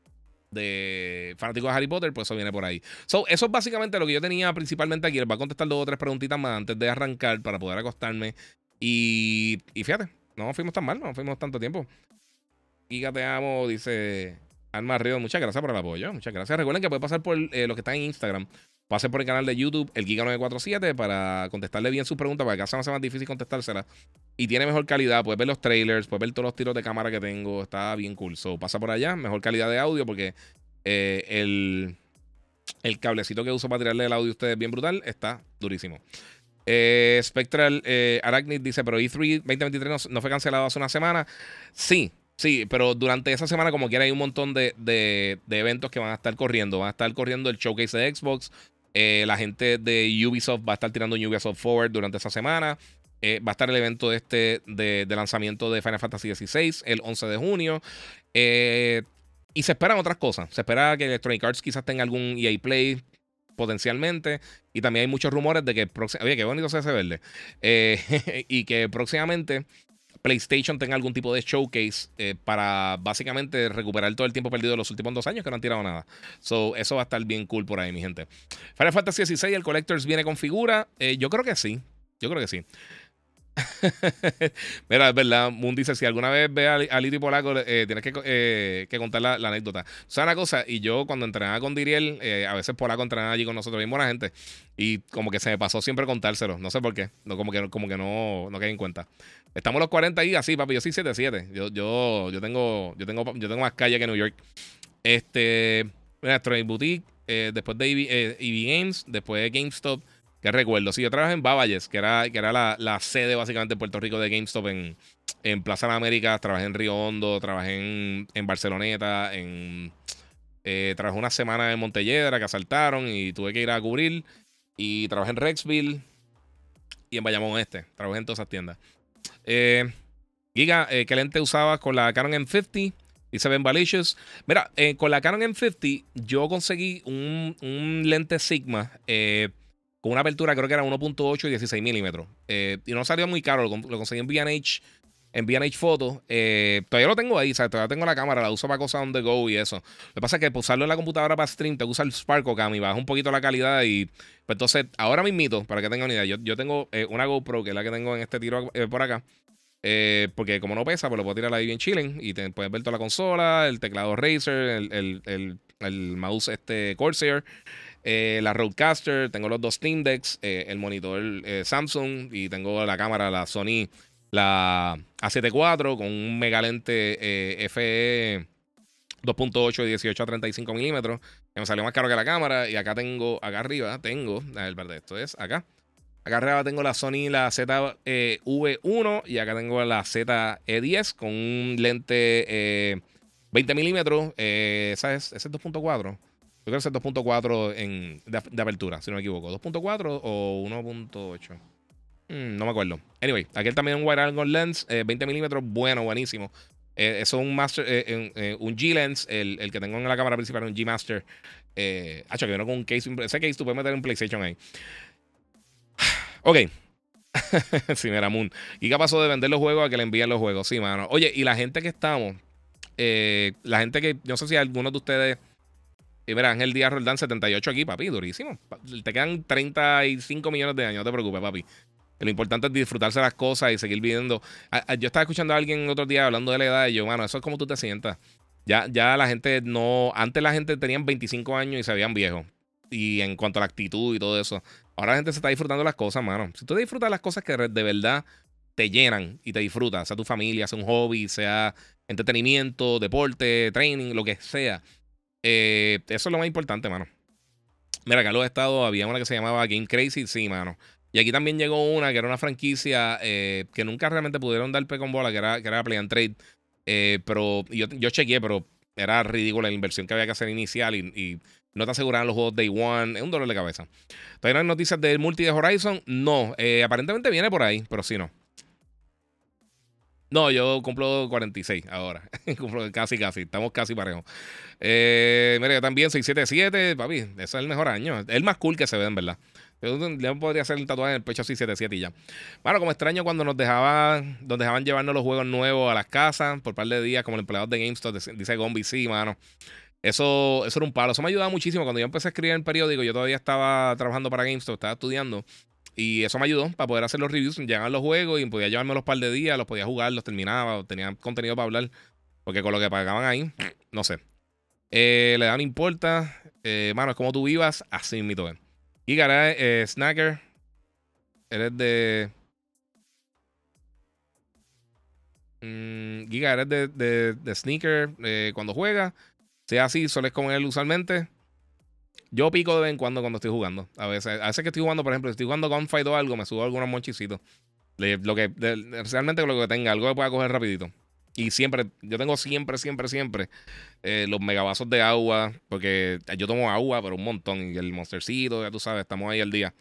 de fanáticos de Harry Potter, pues eso viene por ahí. So, eso es básicamente lo que yo tenía principalmente aquí. Les voy a contestar dos o tres preguntitas más antes de arrancar para poder acostarme. Y, y fíjate, no fuimos tan mal, no fuimos tanto tiempo. Giga, te amo, dice Alma Río. Muchas gracias por el apoyo. Muchas gracias. Recuerden que pueden pasar por eh, los que están en Instagram. Pasen por el canal de YouTube, el Giga nueve cuatro siete, para contestarle bien sus preguntas, para que acá se me hace más difícil contestárselas. Y tiene mejor calidad. Puedes ver los trailers, puedes ver todos los tiros de cámara que tengo. Está bien cool. So, pasa por allá. Mejor calidad de audio porque eh, el, el cablecito que uso para tirarle el audio a ustedes bien brutal. Está durísimo. Eh, Spectral eh, Arachnid dice, pero E tres veinte veintitrés no, no fue cancelado hace una semana. Sí, sí, pero durante esa semana como quiera hay un montón de, de, de eventos que van a estar corriendo. Van a estar corriendo el showcase de Xbox. Eh, la gente de Ubisoft va a estar tirando un Ubisoft Forward durante esa semana. Eh, va a estar el evento este de, de lanzamiento de Final Fantasy dieciséis el once de junio. Eh, y se esperan otras cosas. Se espera que Electronic Arts quizás tenga algún E A Play potencialmente. Y también hay muchos rumores de que... Oye, qué bonito se hace verde. Eh, y que próximamente PlayStation tenga algún tipo de showcase eh, para básicamente recuperar todo el tiempo perdido de los últimos dos años que no han tirado nada. So, eso va a estar bien cool por ahí, mi gente. Final Fantasy dieciséis, el Collectors viene con figura. Eh, yo creo que sí. Yo creo que sí. Mira, es verdad, Moon dice, si alguna vez ve a, a Lito y Polaco, eh, tienes que, eh, que contar la, la anécdota. ¿Sabes una cosa? Y yo cuando entrenaba con Diriel, eh, a veces Polaco entrenaba allí con nosotros, bien buena gente, y como que se me pasó siempre contárselo, no sé por qué, no, como que, como que no, no caí en cuenta. Estamos los cuarenta y así, papi, yo soy siete siete, yo, yo, yo, tengo, yo, tengo, yo tengo más calle que New York. Este, mira, Trade Boutique, eh, después de E V, eh, E V Games, después de GameStop. ¿Qué recuerdo? Sí, yo trabajé en Bavalles, que era, que era la, la sede básicamente en Puerto Rico de GameStop en, en Plaza de las Américas. Trabajé en Río Hondo, trabajé en, en Barceloneta, en, eh, trabajé una semana en Montelledra que asaltaron y tuve que ir a cubrir. Y trabajé en Rexville y en Bayamón Este. Trabajé en todas esas tiendas. Eh, Giga, eh, ¿qué lente usabas con la Canon M cincuenta? Dice Ben Valicious. Mira, eh, con la Canon M cincuenta yo conseguí un, un lente Sigma eh, con una apertura, creo que era uno punto ocho y dieciséis milímetros. Eh, y no salió muy caro, lo, lo conseguí en V and H, en V and H Photo. Eh, todavía lo tengo ahí, ¿sabes? Todavía tengo la cámara, la uso para cosas on the go y eso. Lo que pasa es que para usarlo en la computadora para stream, te usa el Sparkle Cam y baja un poquito la calidad. Y pues entonces, ahora mismito, para que tengan una idea, yo, yo tengo eh, una GoPro, que es la que tengo en este tiro eh, por acá. Eh, porque como no pesa, pues lo puedo tirar ahí bien chilling. Y te puedes ver toda la consola, el teclado Razer, el, el, el, el mouse este Corsair, eh, la Rodecaster, tengo los dos Steam Decks, eh, el monitor eh, Samsung y tengo la cámara, la Sony, la A siete cuatro con un mega lente eh, F E dos punto ocho de dieciocho a treinta y cinco milímetros, que me salió más caro que la cámara. Y acá tengo, acá arriba tengo, a ver, verdad, esto es acá. Acá arriba tengo la Sony, la Z V uno, y acá tengo la Z E diez con un lente eh, veinte milímetros. Eh, ¿Sabes? Ese es dos punto cuatro. Yo creo que ese es dos punto cuatro en, de, de apertura, si no me equivoco. dos punto cuatro o uno punto ocho. Mm, no me acuerdo. Anyway, aquí también un wide angle lens, eh, veinte milímetros, bueno, buenísimo. Eh, eso es un Master, eh, eh, un G-Lens, el, el que tengo en la cámara principal, un G-Master. Eh, hacho, que vino con un case. Ese case tú puedes meter un PlayStation ahí. Ok. Sí, mira, Moon. ¿Y qué pasó de vender los juegos a que le envíen los juegos? Sí, mano. Oye, y la gente que estamos, eh, la gente que, no sé si algunos de ustedes, y mira, Ángel Díaz Roldán, setenta y ocho aquí, papi, durísimo. Te quedan treinta y cinco millones de años, no te preocupes, papi. Lo importante es disfrutarse las cosas y seguir viviendo. A, a, yo estaba escuchando a alguien otro día hablando de la edad y yo, mano, eso es como tú te sientas. Ya, ya la gente no. Antes la gente tenían veinticinco años y se veían viejos. Y en cuanto a la actitud y todo eso. Ahora la gente se está disfrutando las cosas, mano. Si tú disfrutas las cosas que de verdad te llenan y te disfrutas, sea tu familia, sea un hobby, sea entretenimiento, deporte, training, lo que sea. Eh, eso es lo más importante, mano. Mira, acá en los estados había una que se llamaba Game Crazy, sí, mano. Y aquí también llegó una que era una franquicia eh, que nunca realmente pudieron dar pe con bola, que era, que era Play and Trade. Eh, pero yo, yo chequeé, pero era ridícula la inversión que había que hacer inicial y, y no te aseguraban los juegos Day One. Es un dolor de cabeza. ¿Todavía no hay noticias del multi de Horizon? No. Eh, aparentemente viene por ahí, pero sí no. No, yo cumplo cuarenta y seis ahora. Cumplo casi, casi. Estamos casi parejos. Eh, mira, yo también seiscientos setenta y siete, papi. Ese es el mejor año. Es el más cool que se ve, en verdad. Yo le podría hacer un tatuaje en el pecho seiscientos setenta y siete y ya. Bueno, como extraño cuando nos dejaban, nos dejaban llevarnos los juegos nuevos a las casas por un par de días, como el empleado de GameStop, dice Gombi, sí, mano. Eso, eso era un palo. Eso me ayudaba muchísimo. Cuando yo empecé a escribir en el periódico, yo todavía estaba trabajando para GameStop, estaba estudiando. Y eso me ayudó para poder hacer los reviews. Llegaban los juegos y podía llevarme los par de días, los podía jugar, los terminaba, tenía contenido para hablar. Porque con lo que pagaban ahí, no sé. Eh, le dan no importa. Eh, mano, es como tú vivas, así mismo es. Y Garay, eh, Snacker, eres de. Mm, Giga, eres de, de, de Sneaker eh, cuando juegas. Sea así, sueles con él usualmente. Yo pico de vez en cuando cuando estoy jugando. A veces, a veces que estoy jugando, por ejemplo, si estoy jugando Gunfight o algo, me subo algunos monchicitos. Le- Lo que, de- realmente lo que tenga, algo que pueda coger rapidito. Y siempre, yo tengo siempre, siempre, siempre eh, los megavasos de agua. Porque yo tomo agua, pero un montón. Y el monstercito, ya tú sabes, estamos ahí al día.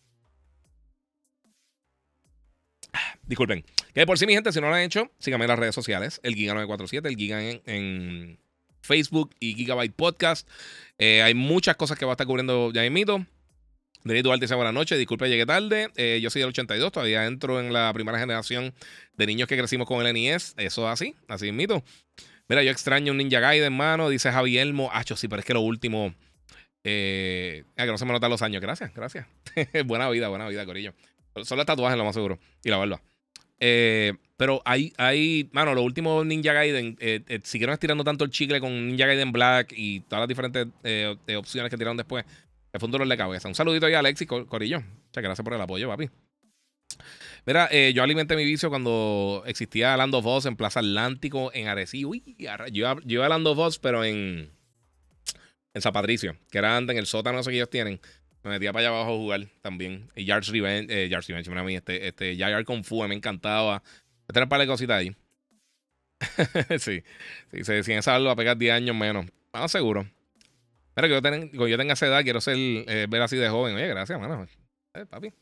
Disculpen. Que de por sí, mi gente, si no lo han hecho, síganme en las redes sociales. El Giga nueve cuatro siete, el Giga en, en Facebook y Gigabyte Podcast. Eh, hay muchas cosas que va a estar cubriendo ya mismito. Denis Duarte dice buenas noches, disculpe, llegué tarde. Eh, yo soy del ochenta y dos, todavía entro en la primera generación de niños que crecimos con el N E S. Eso es así, así mismito. Mira, yo extraño un Ninja Gaiden, hermano, dice Javier Elmo. Acho, sí, pero es que lo último. Eh, ah, que no se me notan los años. Gracias, gracias. Buena vida, buena vida, corillo. Solo el tatuaje, lo más seguro. Y la barba. Eh, pero hay, hay, mano, los últimos Ninja Gaiden eh, eh, siguieron estirando tanto el chicle con Ninja Gaiden Black y todas las diferentes eh, eh, opciones que tiraron después. Que fue un dolor de cabeza. Un saludito ahí a Alexis Cor- Corillo. Muchas gracias por el apoyo, papi. Mira, eh, yo alimenté mi vicio cuando existía Land of Us en Plaza Atlántico, en Arecibo. Uy, arra- yo, iba- yo iba a Land of Us, pero en, en San Patricio, que era antes en el sótano ese que ellos tienen. Me metía para allá abajo a jugar también. Y Yard's Revenge, eh, Yard's Revenge, mira a mí, este, este, Yard Kung Fu, me encantaba. Tener un par de cositas ahí. Sí, sí, sí, sin esa va a pegar diez años menos. Vamos seguro. Pero que yo, ten, cuando yo tenga esa edad, quiero ser, eh, ver así de joven. Oye, gracias, mano. Eh, papi.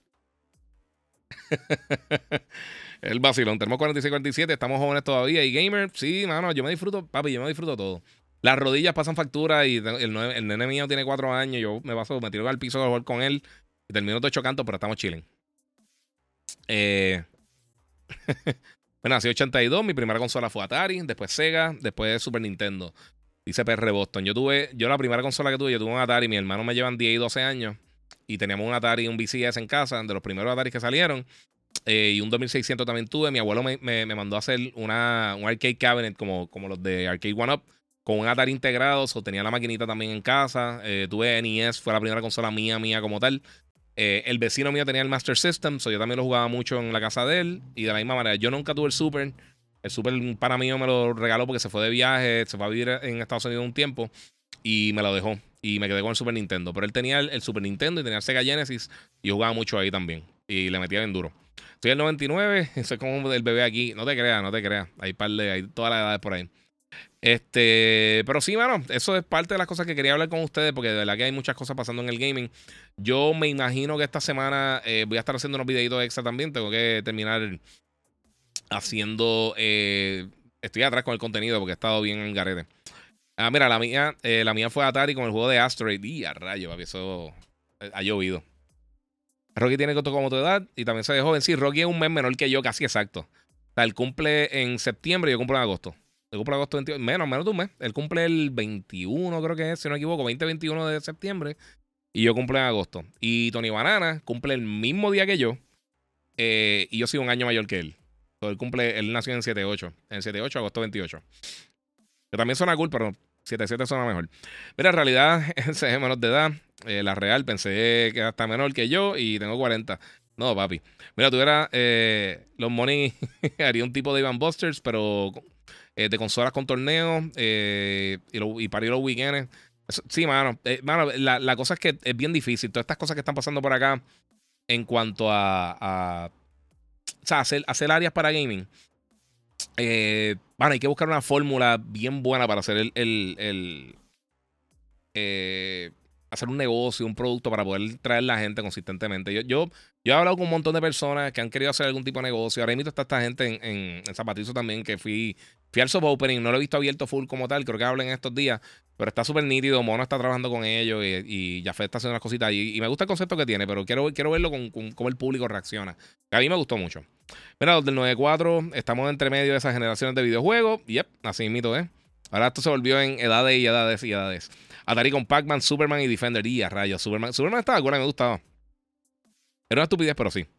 El vacilón. Tenemos cuarenta y seis, cuarenta y siete. Estamos jóvenes todavía. Y gamer, sí, mano. Yo me disfruto, papi. Yo me disfruto todo. Las rodillas pasan factura. Y el, el, el nene mío tiene cuatro años. Yo me paso, me tiro al piso a jugar con él. Y termino todo chocando, pero estamos chilling. Eh. Bueno, nací ochenta y dos. Mi primera consola fue Atari. Después Sega. Después Super Nintendo. Dice P R Boston. Yo tuve, yo la primera consola que tuve, yo tuve un Atari. Mi hermano me llevan diez y doce años. Y teníamos un Atari y un V C S en casa, de los primeros Atari que salieron. Eh, y un dos mil seiscientos también tuve. Mi abuelo me, me, me mandó a hacer una, un arcade cabinet como, como los de Arcade One Up, con un Atari integrado. So, tenía la maquinita también en casa. Eh, tuve N E S, fue la primera consola mía, mía como tal. Eh, el vecino mío tenía el Master System, so yo también lo jugaba mucho en la casa de él. Y de la misma manera, yo nunca tuve el Super. El Super, un pana mío me lo regaló porque se fue de viaje, se fue a vivir en Estados Unidos un tiempo y me lo dejó. Y me quedé con el Super Nintendo. Pero él tenía el, el Super Nintendo y tenía el Sega Genesis y yo jugaba mucho ahí también. Y le metía bien duro. Soy el noventa y nueve, soy como el bebé aquí. No te creas, no te creas. Hay par de, hay todas las edades por ahí. Este, pero sí, mano, eso es parte de las cosas que quería hablar con ustedes, porque de verdad que hay muchas cosas pasando en el gaming. Yo me imagino que esta semana eh, voy a estar haciendo unos videitos extra también. Tengo que terminar haciendo. Eh, estoy atrás con el contenido porque he estado bien en garete. Ah, mira, la mía, eh, la mía fue Atari con el juego de Asteroid. Y a rayo, papi, eso eh, ha llovido. Rocky tiene como tu edad y también se ve joven. Sí, Rocky es un mes menor que yo, casi exacto. O sea, él cumple en septiembre y yo cumplo en agosto. Yo cumplo en agosto veintidós, menos, menos de un mes. Él cumple el veintiuno, creo que es, si no me equivoco, veinte veintiuno de septiembre. Y yo cumplo en agosto. Y Tony Banana cumple el mismo día que yo. Eh, y yo soy un año mayor que él. Entonces, él cumple, él nació en siete ocho. En siete ocho, agosto veintiocho. Que también suena cool, pero siete siete suena mejor. Mira, en realidad, ese es menor de edad. Eh, la real, pensé que era hasta menor que yo y tengo cuarenta. No, papi. Mira, tuviera eh, los money, haría un tipo de Ivan Busters, pero eh, de consolas con torneos eh, y, lo, y para ir los weekends. Eso, sí, mano. Eh, mano la, la cosa es que es bien difícil. Todas estas cosas que están pasando por acá en cuanto a, a o sea, hacer, hacer áreas para gaming. Eh, bueno, hay que buscar una fórmula bien buena para hacer el, el, el eh, hacer un negocio, un producto para poder traer la gente consistentemente. Yo, yo, yo he hablado con un montón de personas que han querido hacer algún tipo de negocio. Ahora mismo está esta gente en, en, en San Patricio también, que fui, fui al soft opening, no lo he visto abierto full como tal, creo que hablan en estos días, pero está súper nítido. Mono está trabajando con ellos y, y Jafet está haciendo unas cositas y, y me gusta el concepto que tiene, pero quiero, quiero verlo con, con cómo el público reacciona. A mí me gustó mucho. Mira, los del noventa y cuatro, estamos entre medio de esas generaciones de videojuegos. Yep, así mito, ¿eh? Ahora esto se volvió en edades y edades y edades. Atari con Pac-Man, Superman y Defender. Y a rayos, Superman. Superman estaba bueno, me gustaba. Era una estupidez, pero sí.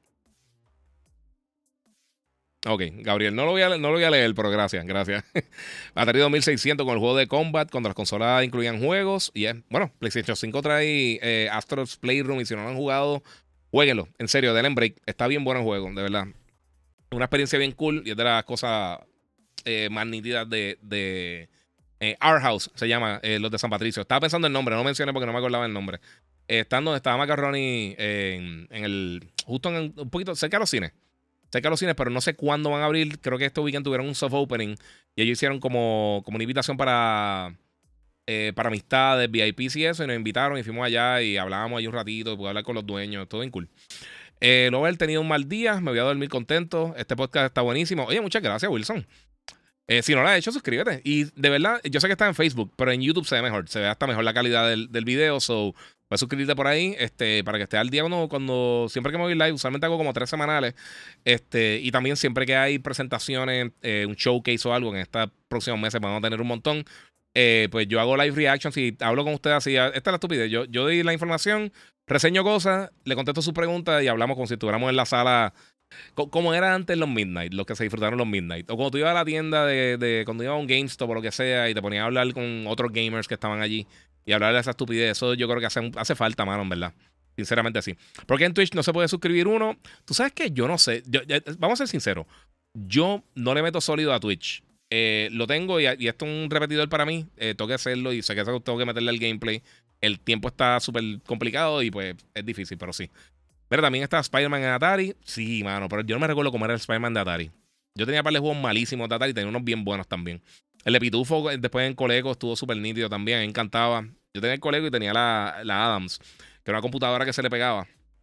Ok, Gabriel, no lo voy a, no lo voy a leer, pero gracias, gracias. Atari dos mil seiscientos con el juego de Combat, cuando las consolas incluían juegos. Y es, bueno, PlayStation cinco trae eh, Astro's Playroom y si no lo han jugado, jueguenlo. En serio, denle en break. Está bien bueno el juego, de verdad. Una experiencia bien cool y es de las cosas eh, más nítidas de... de Eh, Our House se llama, eh, los de San Patricio. Estaba pensando el nombre, no lo mencioné porque no me acordaba el nombre. Eh, estando donde estaba Macaroni eh, en, en el. Justo en el, un poquito cerca de los cines. Cerca de los cines, pero no sé cuándo van a abrir. Creo que este weekend tuvieron un soft opening. Y ellos hicieron como, como una invitación para. Eh, para amistades, V I Ps y eso. Y nos invitaron y fuimos allá y hablábamos ahí un ratito. Pude hablar con los dueños. Todo bien cool. Eh, luego haber tenido un mal día. Me voy a dormir contento. Este podcast está buenísimo. Oye, muchas gracias, Wilson. Eh, si no lo has hecho, suscríbete. Y de verdad, yo sé que está en Facebook, pero en YouTube se ve mejor. Se ve hasta mejor la calidad del, del video. So, puedes suscribirte por ahí este, para que estés al día cuando, cuando siempre que me voy live. Usualmente hago como tres semanales. Este, y también siempre que hay presentaciones, eh, un showcase o algo, en estos próximos meses vamos a tener un montón. Eh, pues yo hago live reactions y hablo con ustedes así. Esta es la estupidez. Yo, yo doy la información, reseño cosas, le contesto sus preguntas y hablamos como si estuviéramos en la sala. Co- Como era antes los Midnight, los que se disfrutaron los Midnight. O cuando tú ibas a la tienda de, de cuando ibas a un GameStop o lo que sea y te ponías a hablar con otros gamers que estaban allí y hablar de esa estupidez. Eso yo creo que hace, hace falta, mano, en verdad. Sinceramente sí. Porque en Twitch no se puede suscribir uno. Tú sabes que yo no sé. Yo, ya- vamos a ser sinceros. Yo no le meto sólido a Twitch. Eh, lo tengo y, y esto es un repetidor para mí. Eh, tengo que hacerlo y sé que tengo que meterle al gameplay. El tiempo está súper complicado y pues es difícil, pero sí. Pero también está Spider-Man en Atari. Sí, mano, pero yo no me recuerdo cómo era el Spider-Man de Atari. Yo tenía par de juegos malísimos de Atari y tenía unos bien buenos también. El de Pitufo, eh, después en Coleco, estuvo súper nítido también. Me encantaba. Yo tenía el Coleco y tenía la, la Adams, que era una computadora que se le pegaba.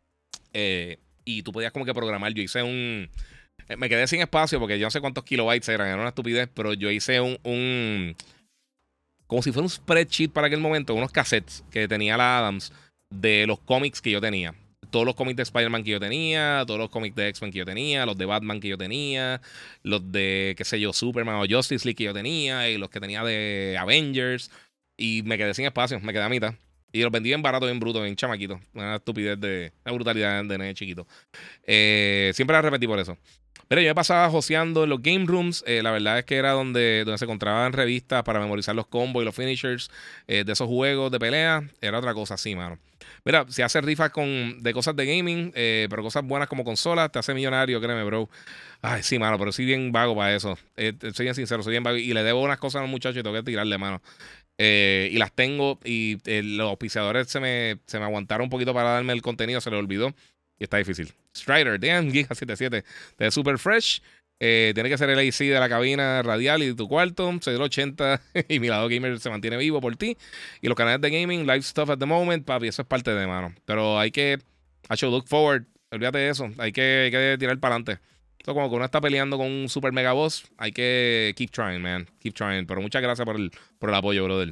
Eh, y tú podías como que programar. Yo hice un. eh, Me quedé sin espacio porque yo no sé cuántos kilobytes eran. Era una estupidez, pero yo hice un. un como si fuera un spreadsheet para aquel momento, unos cassettes que tenía la Adams de los cómics que yo tenía. Todos los cómics de Spider-Man que yo tenía, todos los cómics de X-Men que yo tenía, los de Batman que yo tenía, los de, qué sé yo, Superman o Justice League que yo tenía, y los que tenía de Avengers. Y me quedé sin espacio, me quedé a mitad. Y los vendí bien barato, bien bruto, bien chamaquito. Una estupidez de, una brutalidad de nene chiquito. Eh, siempre la repetí por eso. Pero yo me pasaba joseando en los game rooms. Eh, la verdad es que era donde, donde se encontraban revistas para memorizar los combos y los finishers eh, de esos juegos de pelea. Era otra cosa así, mano. Mira, si hace rifas con, de cosas de gaming, eh, pero cosas buenas como consolas, te hace millonario, créeme, bro. Ay, sí, mano, pero soy bien vago para eso. Eh, soy bien sincero, soy bien vago. Y le debo unas cosas al muchacho y tengo que tirarle, mano. Eh, y las tengo y eh, los auspiciadores se me, se me aguantaron un poquito para darme el contenido, se les olvidó. Y está difícil. Strider, damn, Giga setenta y siete. De super fresh. Eh, tiene que ser el A C de la cabina radial y de tu cuarto. Soy del ochenta y mi lado gamer se mantiene vivo por ti. Y los canales de gaming, live stuff at the moment, papi, eso es parte de mano. Pero hay que, hecho, look forward. Olvídate de eso. Hay que, hay que tirar para adelante. Entonces, como que uno está peleando con un super mega boss, hay que keep trying, man. Keep trying. Pero muchas gracias por el, por el apoyo, brother.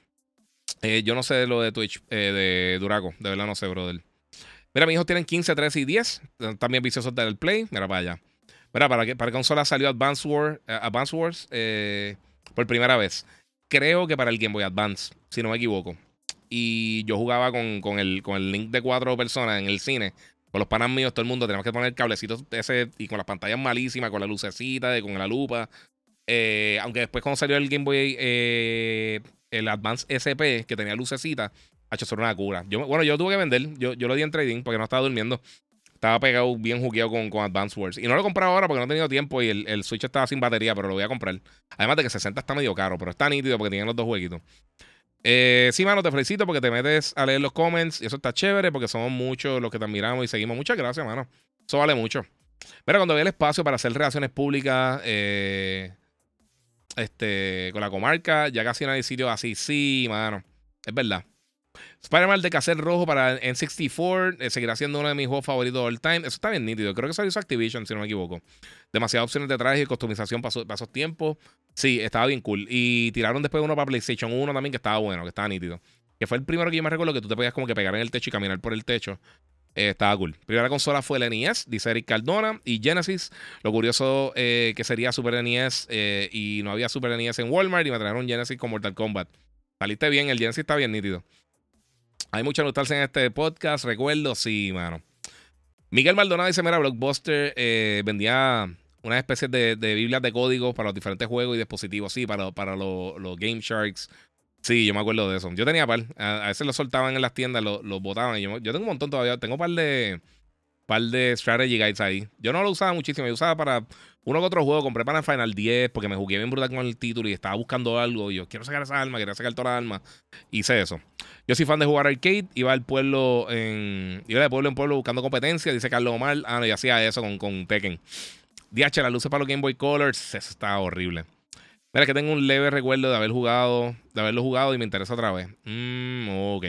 Eh, yo no sé lo de Twitch, eh, de Duraco. De verdad no sé, brother. Mira, mis hijos tienen quince, trece y diez. También viciosos del Play. Mira para allá. Mira, ¿para qué, para qué consola salió Advance, War, eh, Advance Wars eh, por primera vez? Creo que para el Game Boy Advance, si no me equivoco. Y yo jugaba con, con, el, con el link de cuatro personas en el cine. Con los panas míos, todo el mundo. Teníamos que poner cablecitos ese y con las pantallas malísimas, con la lucecita, de, con la lupa. Eh, aunque después cuando salió el Game Boy, eh, el Advance S P, que tenía lucecita, ha hecho una cura. Yo, bueno, yo tuve que vender. Yo, yo lo di en trading porque no estaba durmiendo. Estaba pegado, bien jugueado con, con Advance Wars. Y no lo he comprado ahora porque no he tenido tiempo y el, el Switch estaba sin batería, pero lo voy a comprar. Además de que sesenta está medio caro, pero está nítido porque tienen los dos jueguitos. Eh, sí, mano, te felicito porque te metes a leer los comments y eso está chévere porque somos muchos los que te admiramos y seguimos. Muchas gracias, mano. Eso vale mucho. Mira, cuando vea el espacio para hacer relaciones públicas eh, este, con la comarca, ya casi no hay sitio así. Sí, mano. Es verdad. Spider-Man de cassette rojo para N sesenta y cuatro eh, seguirá siendo uno de mis juegos favoritos de all time. Eso está bien nítido. Creo que eso hizo Activision, si no me equivoco. Demasiadas opciones de traje y customización para, para esos tiempos. Sí, estaba bien cool. Y tiraron después uno para PlayStation uno también, que estaba bueno, que estaba nítido. Que fue el primero que yo me recuerdo que tú te podías como que pegar en el techo y caminar por el techo. Eh, estaba cool. Primera consola fue el N E S, dice Eric Cardona, y Genesis. Lo curioso eh, que sería Super N E S eh, y no había Super N E S en Walmart y me trajeron Genesis con Mortal Kombat. Saliste bien, el Genesis está bien nítido. Hay mucha nostalgia en este podcast, recuerdo, sí, mano. Miguel Maldonado dice, mira, Blockbuster eh, vendía unas especies de, de biblias de códigos para los diferentes juegos y dispositivos, sí, para, para los, los Game Sharks. Sí, yo me acuerdo de eso. Yo tenía par, a, a veces los soltaban en las tiendas, los, los botaban. Y yo, yo tengo un montón todavía, tengo un par de, par de strategy guides ahí. Yo no lo usaba muchísimo, yo usaba para uno que otro juego. Compré para Final diez porque me jugué bien brutal con el título y estaba buscando algo. Y yo quiero sacar esa arma, quería sacar todas las armas. Hice eso. Yo soy fan de jugar arcade. Iba al pueblo en. Iba de pueblo en pueblo buscando competencia. Dice Carlos Omar. Ah, no, yo hacía eso con, con Tekken. D H, las luces para los Game Boy Colors. Eso está horrible. Mira, que tengo un leve recuerdo de haber jugado. De haberlo jugado y me interesa otra vez. Mmm, ok.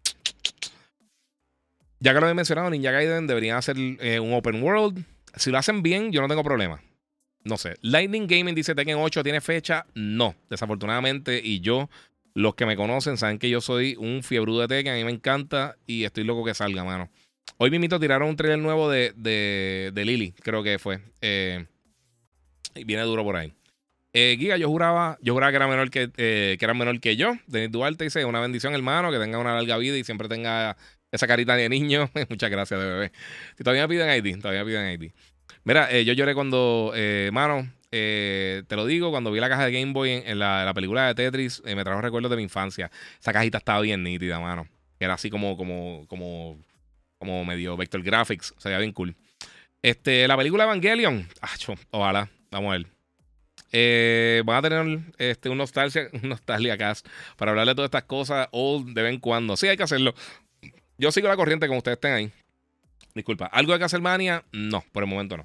Ya que lo he mencionado, Ninja Gaiden debería hacer eh, un open world. Si lo hacen bien, yo no tengo problema. No sé. Lightning Gaming dice Tekken ocho tiene fecha. No, desafortunadamente. Y yo, los que me conocen, saben que yo soy un fiebrudo de Tekken. A mí me encanta y estoy loco que salga, mano. Hoy mismito tiraron un trailer nuevo de, de, de Lily, creo que fue. Eh, y viene duro por ahí. Eh, Giga, yo juraba, yo juraba que era menor que, eh, que era menor que yo. Denis Duarte dice, una bendición, hermano, que tenga una larga vida y siempre tenga esa carita de niño. Muchas gracias, de bebé. Si todavía me piden I D, todavía me piden I D. Mira, eh, yo lloré cuando, eh, mano, eh, te lo digo, cuando vi la caja de Game Boy en, en la, la película de Tetris, eh, me trajo recuerdos de mi infancia. Esa cajita estaba bien nítida, mano. Era así como, como, como, como medio vector graphics. O sea, bien cool. Este, la película Evangelion. Acho, ojalá. Vamos a ver. Eh, van a tener este, un nostalgia, un nostalgia cast para hablar de todas estas cosas old de vez en cuando. Sí, hay que hacerlo. Yo sigo la corriente como ustedes estén ahí. Disculpa. ¿Algo de Castlevania? No, por el momento no.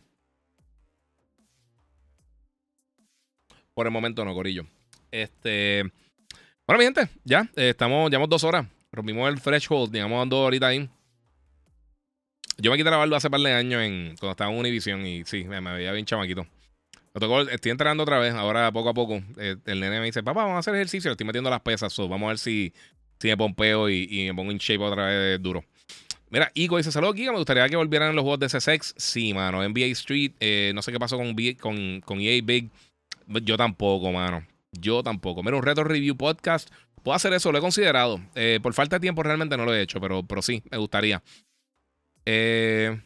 Por el momento no, Corillo. Este. Bueno, mi gente, ya. Eh, estamos, llevamos dos horas. Rompimos el threshold. Digamos dos horitas ahí. Yo me quité la barba hace par de años en, cuando estaba en Univision y sí, me, me veía bien chamaquito. Me tocó, estoy entrenando otra vez, ahora poco a poco. Eh, el nene me dice, papá, vamos a hacer ejercicio. Le estoy metiendo las pesas, so, vamos a ver si, si me pompeo y, y me pongo en shape otra vez duro. Mira, Ico dice, saludos, Giga, me gustaría que volvieran los juegos de S S X. Sí, mano, N B A Street, eh, no sé qué pasó con, B, con, con E A Big. Yo tampoco, mano. Yo tampoco. Mira, un retro review podcast. Puedo hacer eso, lo he considerado. Eh, por falta de tiempo realmente no lo he hecho, pero, pero sí, me gustaría. Eh...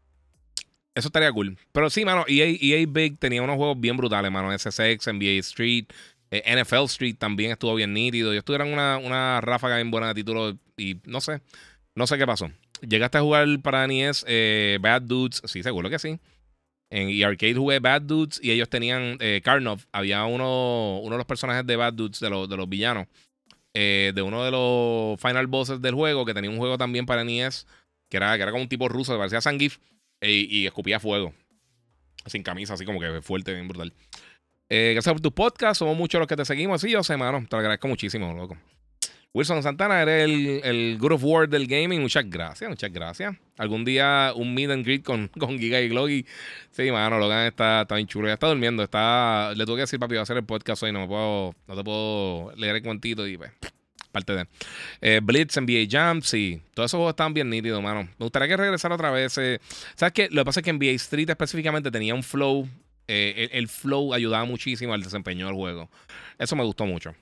Eso estaría cool. Pero sí, mano, E A, E A Big tenía unos juegos bien brutales, mano. S S X, N B A Street, eh, N F L Street también estuvo bien nítido. Yo estuve en una, una ráfaga bien buena de títulos y no sé, no sé qué pasó. ¿Llegaste a jugar para N E S eh, Bad Dudes? Sí, seguro que sí. En E Arcade jugué Bad Dudes y ellos tenían eh, Karnov. Había uno, uno de los personajes de Bad Dudes, de, los de los villanos, eh, de uno de los final bosses del juego, que tenía un juego también para N E S, que era, que era como un tipo ruso, que parecía Zangief. Y, y escupía fuego. Sin camisa, así como que fuerte, bien brutal. Eh, gracias por tu podcast. Somos muchos los que te seguimos. Sí, yo sé, mano. Te lo agradezco muchísimo, loco. Wilson Santana, eres el, el God of War del gaming. Muchas gracias, muchas gracias. Algún día un meet and greet con, con Giga y Gloggy. Sí, mano, Logan está, está bien chulo. Ya está durmiendo. Está, le tuve que decir, papi, voy a hacer el podcast hoy. No me puedo, no te puedo leer el cuentito y pues. Parte de eh, Blitz, N B A Jam, sí. Todos esos juegos estaban bien nítidos, mano. Me gustaría que regresara otra vez. Eh. ¿Sabes qué? Lo que pasa es que N B A Street específicamente tenía un flow. Eh, el, el flow ayudaba muchísimo al desempeño del juego. Eso me gustó mucho.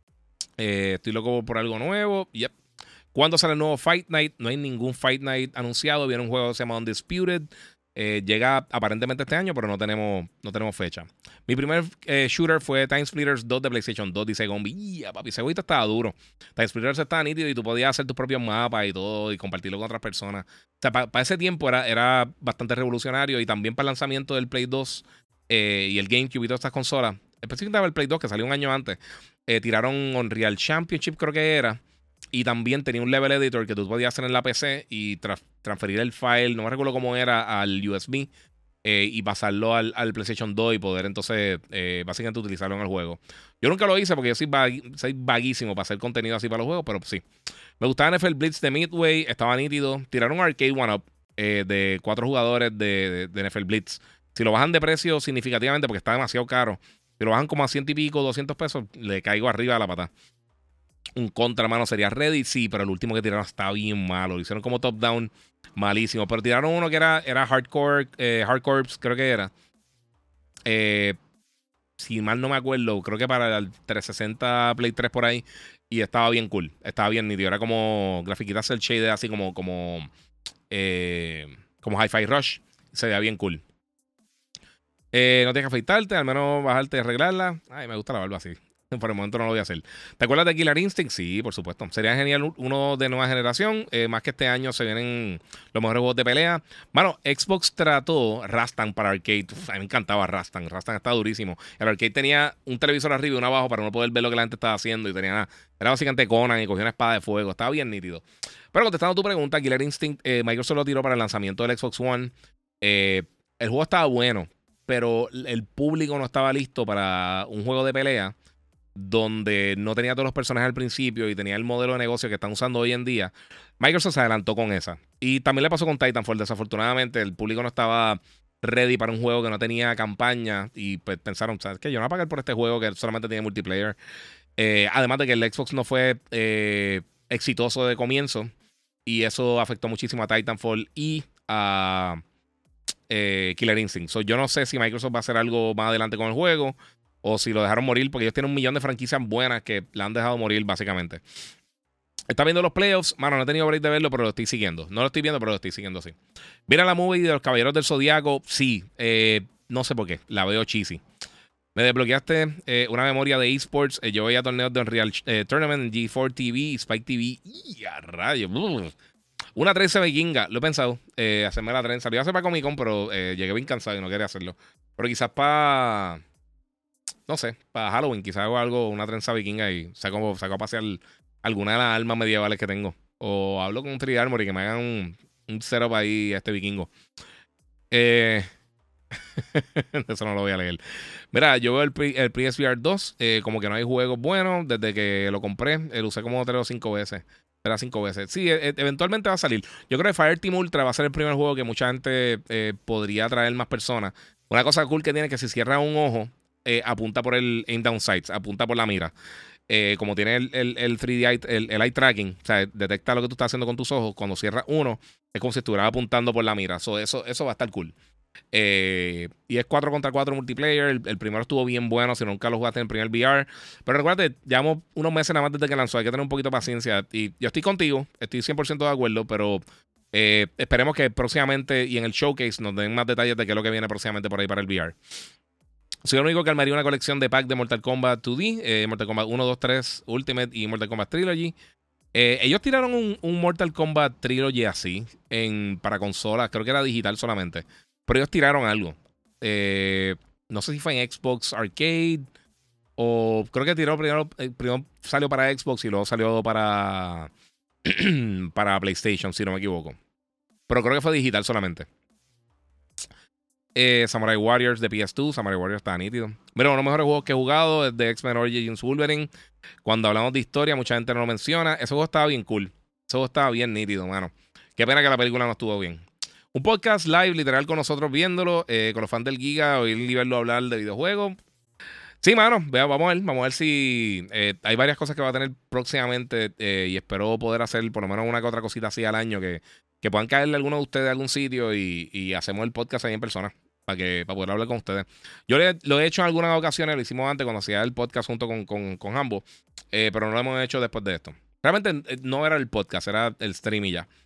Eh, estoy loco por algo nuevo. Yep. ¿Cuándo sale el nuevo Fight Night? No hay ningún Fight Night anunciado. Viene un juego que se llama Undisputed. Eh, llega aparentemente este año, pero no tenemos, no tenemos fecha. Mi primer eh, shooter fue Time Splitters dos de PlayStation dos. Dice Gombi, yeah, papi, ese jueguito estaba duro. Time Splitters estaba nítido y tú podías hacer tus propios mapas y todo y compartirlo con otras personas. O sea, para pa ese tiempo era, era bastante revolucionario y también para el lanzamiento del Play dos eh, y el GameCube y todas estas consolas. Específicamente el Play dos, que salió un año antes. Eh, tiraron Unreal Championship, creo que era. Y también tenía un level editor que tú podías hacer en la P C y tra transferir el file, no me recuerdo cómo era, al U S B eh, y pasarlo al, al PlayStation dos y poder entonces eh, básicamente utilizarlo en el juego. Yo nunca lo hice porque yo soy, vag soy vaguísimo para hacer contenido así para los juegos, pero sí. Me gustaba N F L Blitz de Midway, estaba nítido. Tiraron un arcade one-up eh, de cuatro jugadores de, de, de N F L Blitz. Si lo bajan de precio significativamente porque está demasiado caro, si lo bajan como a ciento y pico, doscientos pesos, le caigo arriba de la pata. Un contra, mano, sería ready, sí, pero el último que tiraron estaba bien malo. Lo hicieron como top-down, malísimo. Pero tiraron uno que era, era hardcore, eh, hardcore, creo que era. Eh, si mal no me acuerdo, creo que para el trescientos sesenta Play tres por ahí. Y estaba bien cool, estaba bien nítido. Era como grafiquitas el shade así como, como, eh, como Hi-Fi Rush. Se veía bien cool. Eh, no tienes que afeitarte, al menos bajarte y arreglarla. Ay, me gusta la barba así. Por el momento no lo voy a hacer. ¿Te acuerdas de Killer Instinct? Sí, por supuesto. Sería genial uno de nueva generación. Eh, más que este año se vienen los mejores juegos de pelea. Bueno, Xbox trató Rastan para arcade. Uf, a mí me encantaba Rastan. Rastan estaba durísimo. El arcade tenía un televisor arriba y uno abajo para no poder ver lo que la gente estaba haciendo. Y tenía nada. Era básicamente Conan y cogía una espada de fuego. Estaba bien nítido. Pero contestando tu pregunta, Killer Instinct, eh, Microsoft lo tiró para el lanzamiento del Xbox One. Eh, el juego estaba bueno, pero el público no estaba listo para un juego de pelea donde no tenía todos los personajes al principio y tenía el modelo de negocio que están usando hoy en día. Microsoft se adelantó con esa. Y también le pasó con Titanfall. Desafortunadamente, el público no estaba ready para un juego que no tenía campaña y pues pensaron, ¿sabes qué? Yo no voy a pagar por este juego que solamente tiene multiplayer. Eh, además de que el Xbox no fue eh, exitoso de comienzo y eso afectó muchísimo a Titanfall y a eh, Killer Instinct. So, yo no sé si Microsoft va a hacer algo más adelante con el juego o si lo dejaron morir, porque ellos tienen un millón de franquicias buenas que la han dejado morir, básicamente. Está viendo los playoffs. Mano, no he tenido break de verlo, pero lo estoy siguiendo. No lo estoy viendo, pero lo estoy siguiendo, sí. ¿Mira la movie de los Caballeros del Zodiaco? Sí. Eh, no sé por qué. La veo cheesy. Me desbloqueaste eh, una memoria de esports. Eh, yo veía torneos de Unreal eh, Tournament en G cuatro T V, Spike T V. ¡Y a rayo! Ugh. Una trenza vikinga. Lo he pensado. Eh, hacerme la trenza. Lo iba a hacer para Comic Con, pero eh, llegué bien cansado y no quería hacerlo. Pero quizás para... No sé. Para Halloween. Quizás hago algo, una trenza vikinga y saco, saco a pasear alguna de las armas medievales que tengo. O hablo con un tres D Armory que me hagan un, un setup ahí a este vikingo. Eh... Eso no lo voy a leer. Mira, yo veo el, el P S V R dos. Eh, como que no hay juegos buenos. Desde que lo compré, eh, lo usé como tres o cinco veces. Era cinco veces. Sí, e eventualmente va a salir. Yo creo que Fireteam Ultra va a ser el primer juego que mucha gente eh, podría atraer más personas. Una cosa cool que tiene es que si cierra un ojo, eh, apunta por el aim down sights, apunta por la mira. Eh, como tiene el, el, el tres D eye, el, el eye tracking, o sea, detecta lo que tú estás haciendo con tus ojos. Cuando cierras uno, es como si estuvieras apuntando por la mira. So, eso, eso va a estar cool. Eh, y es cuatro contra cuatro multiplayer. El, el primero estuvo bien bueno. Si nunca lo jugaste en el primer V R. Pero recuerda, llevamos unos meses nada más desde que lanzó. Hay que tener un poquito de paciencia. Y yo estoy contigo, estoy cien por ciento de acuerdo. Pero eh, esperemos que próximamente y en el showcase nos den más detalles de qué es lo que viene próximamente por ahí para el V R. Soy el único que armaría una colección de pack de Mortal Kombat dos D, eh, Mortal Kombat uno, dos, tres Ultimate y Mortal Kombat Trilogy. Eh, ellos tiraron un, un Mortal Kombat Trilogy así en, para consolas. Creo que era digital solamente. Pero ellos tiraron algo. Eh, no sé si fue en Xbox Arcade. O creo que tiró primero, eh, primero salió para Xbox y luego salió para, para PlayStation, si no me equivoco. Pero creo que fue digital solamente. Eh, Samurai Warriors de P S dos. Samurai Warriors está nítido. Pero uno de los mejores juegos que he jugado es de X-Men Origins Wolverine. Cuando hablamos de historia, mucha gente no lo menciona. Ese juego estaba bien cool. Ese juego estaba bien nítido, mano. Qué pena que la película no estuvo bien. Un podcast live, literal, con nosotros viéndolo, eh, con los fans del Giga, oír y verlo hablar de videojuegos. Sí, mano, vea, vamos a ver, vamos a ver si eh, hay varias cosas que va a tener próximamente eh, y espero poder hacer por lo menos una que otra cosita así al año que, que puedan caerle a alguno de ustedes a algún sitio y, y hacemos el podcast ahí en persona para que para poder hablar con ustedes. Yo le, lo he hecho en algunas ocasiones, lo hicimos antes cuando hacía el podcast junto con, con, con ambos, eh, pero no lo hemos hecho después de esto. Realmente eh, no era el podcast, era el stream y ya.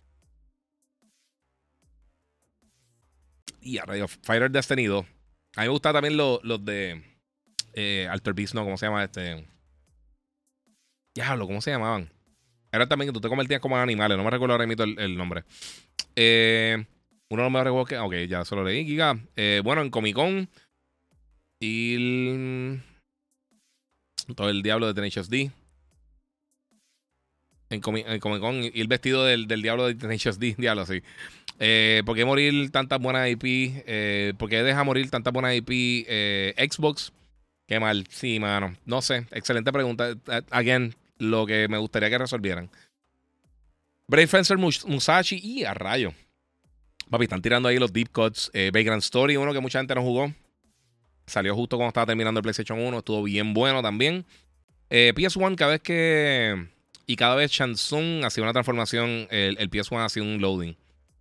Y a Radio Fighter Destiny dos. A mí me gustan también los, los de eh, Alter Beast, ¿no? ¿Cómo se llama este? Diablo, ¿cómo se llamaban? Era también que tú te convertías como en animales. No me recuerdo ahora mismo el, el nombre. Eh, uno de los mejores juegos que... Ok, ya solo leí, Giga. Eh, bueno, en Comic Con. Y... El, todo el diablo de Tenacious D. En, Comi, en Comic Con. Y el vestido del, del diablo de Tenacious D. Diablo, sí. Eh, ¿Por qué morir tantas buenas I P? Eh, ¿Por qué deja morir tantas buenas I P? Eh, Xbox. Qué mal. Sí, mano. No sé. Excelente pregunta. Again, lo que me gustaría que resolvieran. Brave Fencer Musashi. Y a rayo. Papi, están tirando ahí los deep cuts. Eh, Vagrant Story, uno que mucha gente no jugó. Salió justo cuando estaba terminando el PlayStation uno. Estuvo bien bueno también. Eh, P S uno, cada vez que... Y cada vez Shansung hacía una transformación, el, el P S uno hacía un loading.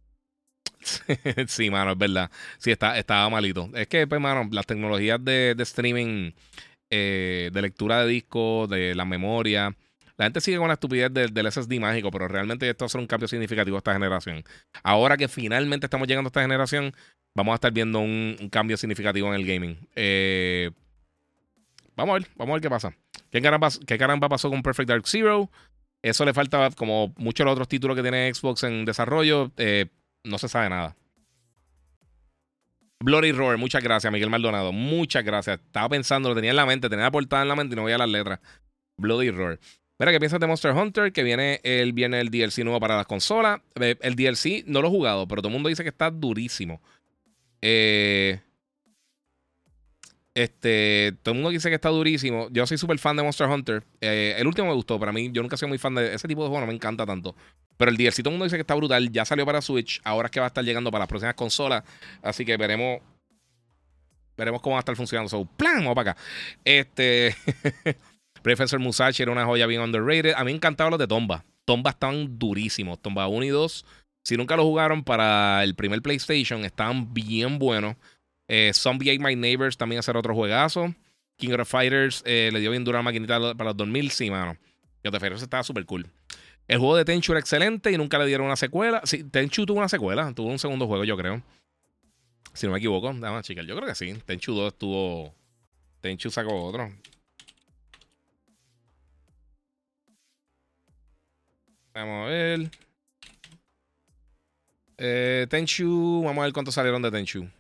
Sí, mano, es verdad. Sí, está, estaba malito. Es que, pues, mano, las tecnologías de, de streaming, eh, de lectura de discos, de la memoria. La gente sigue con la estupidez del, del S S D mágico, pero realmente esto va a ser un cambio significativo a esta generación. Ahora que finalmente estamos llegando a esta generación, vamos a estar viendo un, un cambio significativo en el gaming. Eh, vamos a ver, vamos a ver qué pasa. ¿Qué caramba, qué caramba pasó con Perfect Dark Zero? Eso le falta, como muchos de los otros títulos que tiene Xbox en desarrollo, eh, no se sabe nada. Bloody Roar, muchas gracias, Miguel Maldonado. Muchas gracias. Estaba pensando, lo tenía en la mente, tenía la portada en la mente y no veía las letras. Bloody Roar. Mira, ¿qué piensas de Monster Hunter? Que viene el viernes el D L C nuevo para las consolas. El D L C no lo he jugado, pero todo el mundo dice que está durísimo. Eh, este, todo el mundo dice que está durísimo. Yo soy súper fan de Monster Hunter. Eh, el último me gustó, pero a mí yo nunca he sido muy fan de ese tipo de juego, no me encanta tanto. Pero el D L C todo el mundo dice que está brutal. Ya salió para Switch. Ahora es que va a estar llegando para las próximas consolas. Así que veremos. Veremos cómo va a estar funcionando. So, plan, vamos para acá. Este. Professor Musashi era una joya bien underrated. A mí me encantaban los de Tomba. Tomba estaban durísimos. Tomba uno y dos. Si nunca lo jugaron para el primer PlayStation, estaban bien buenos. Eh, Zombie Ate My Neighbors también hacer otro juegazo. King of Fighters eh, le dio bien dura la maquinita para los dos mil. Sí, mano. King of Fighters estaba súper cool. El juego de Tenchu era excelente y nunca le dieron una secuela. Sí, Tenchu tuvo una secuela. Tuvo un segundo juego, yo creo. Si no me equivoco. Dame, chica, yo creo que sí. Tenchu dos estuvo... Tenchu sacó otro. Vamos a ver. Eh, Tenchu. Vamos a ver cuántos salieron de Tenchu.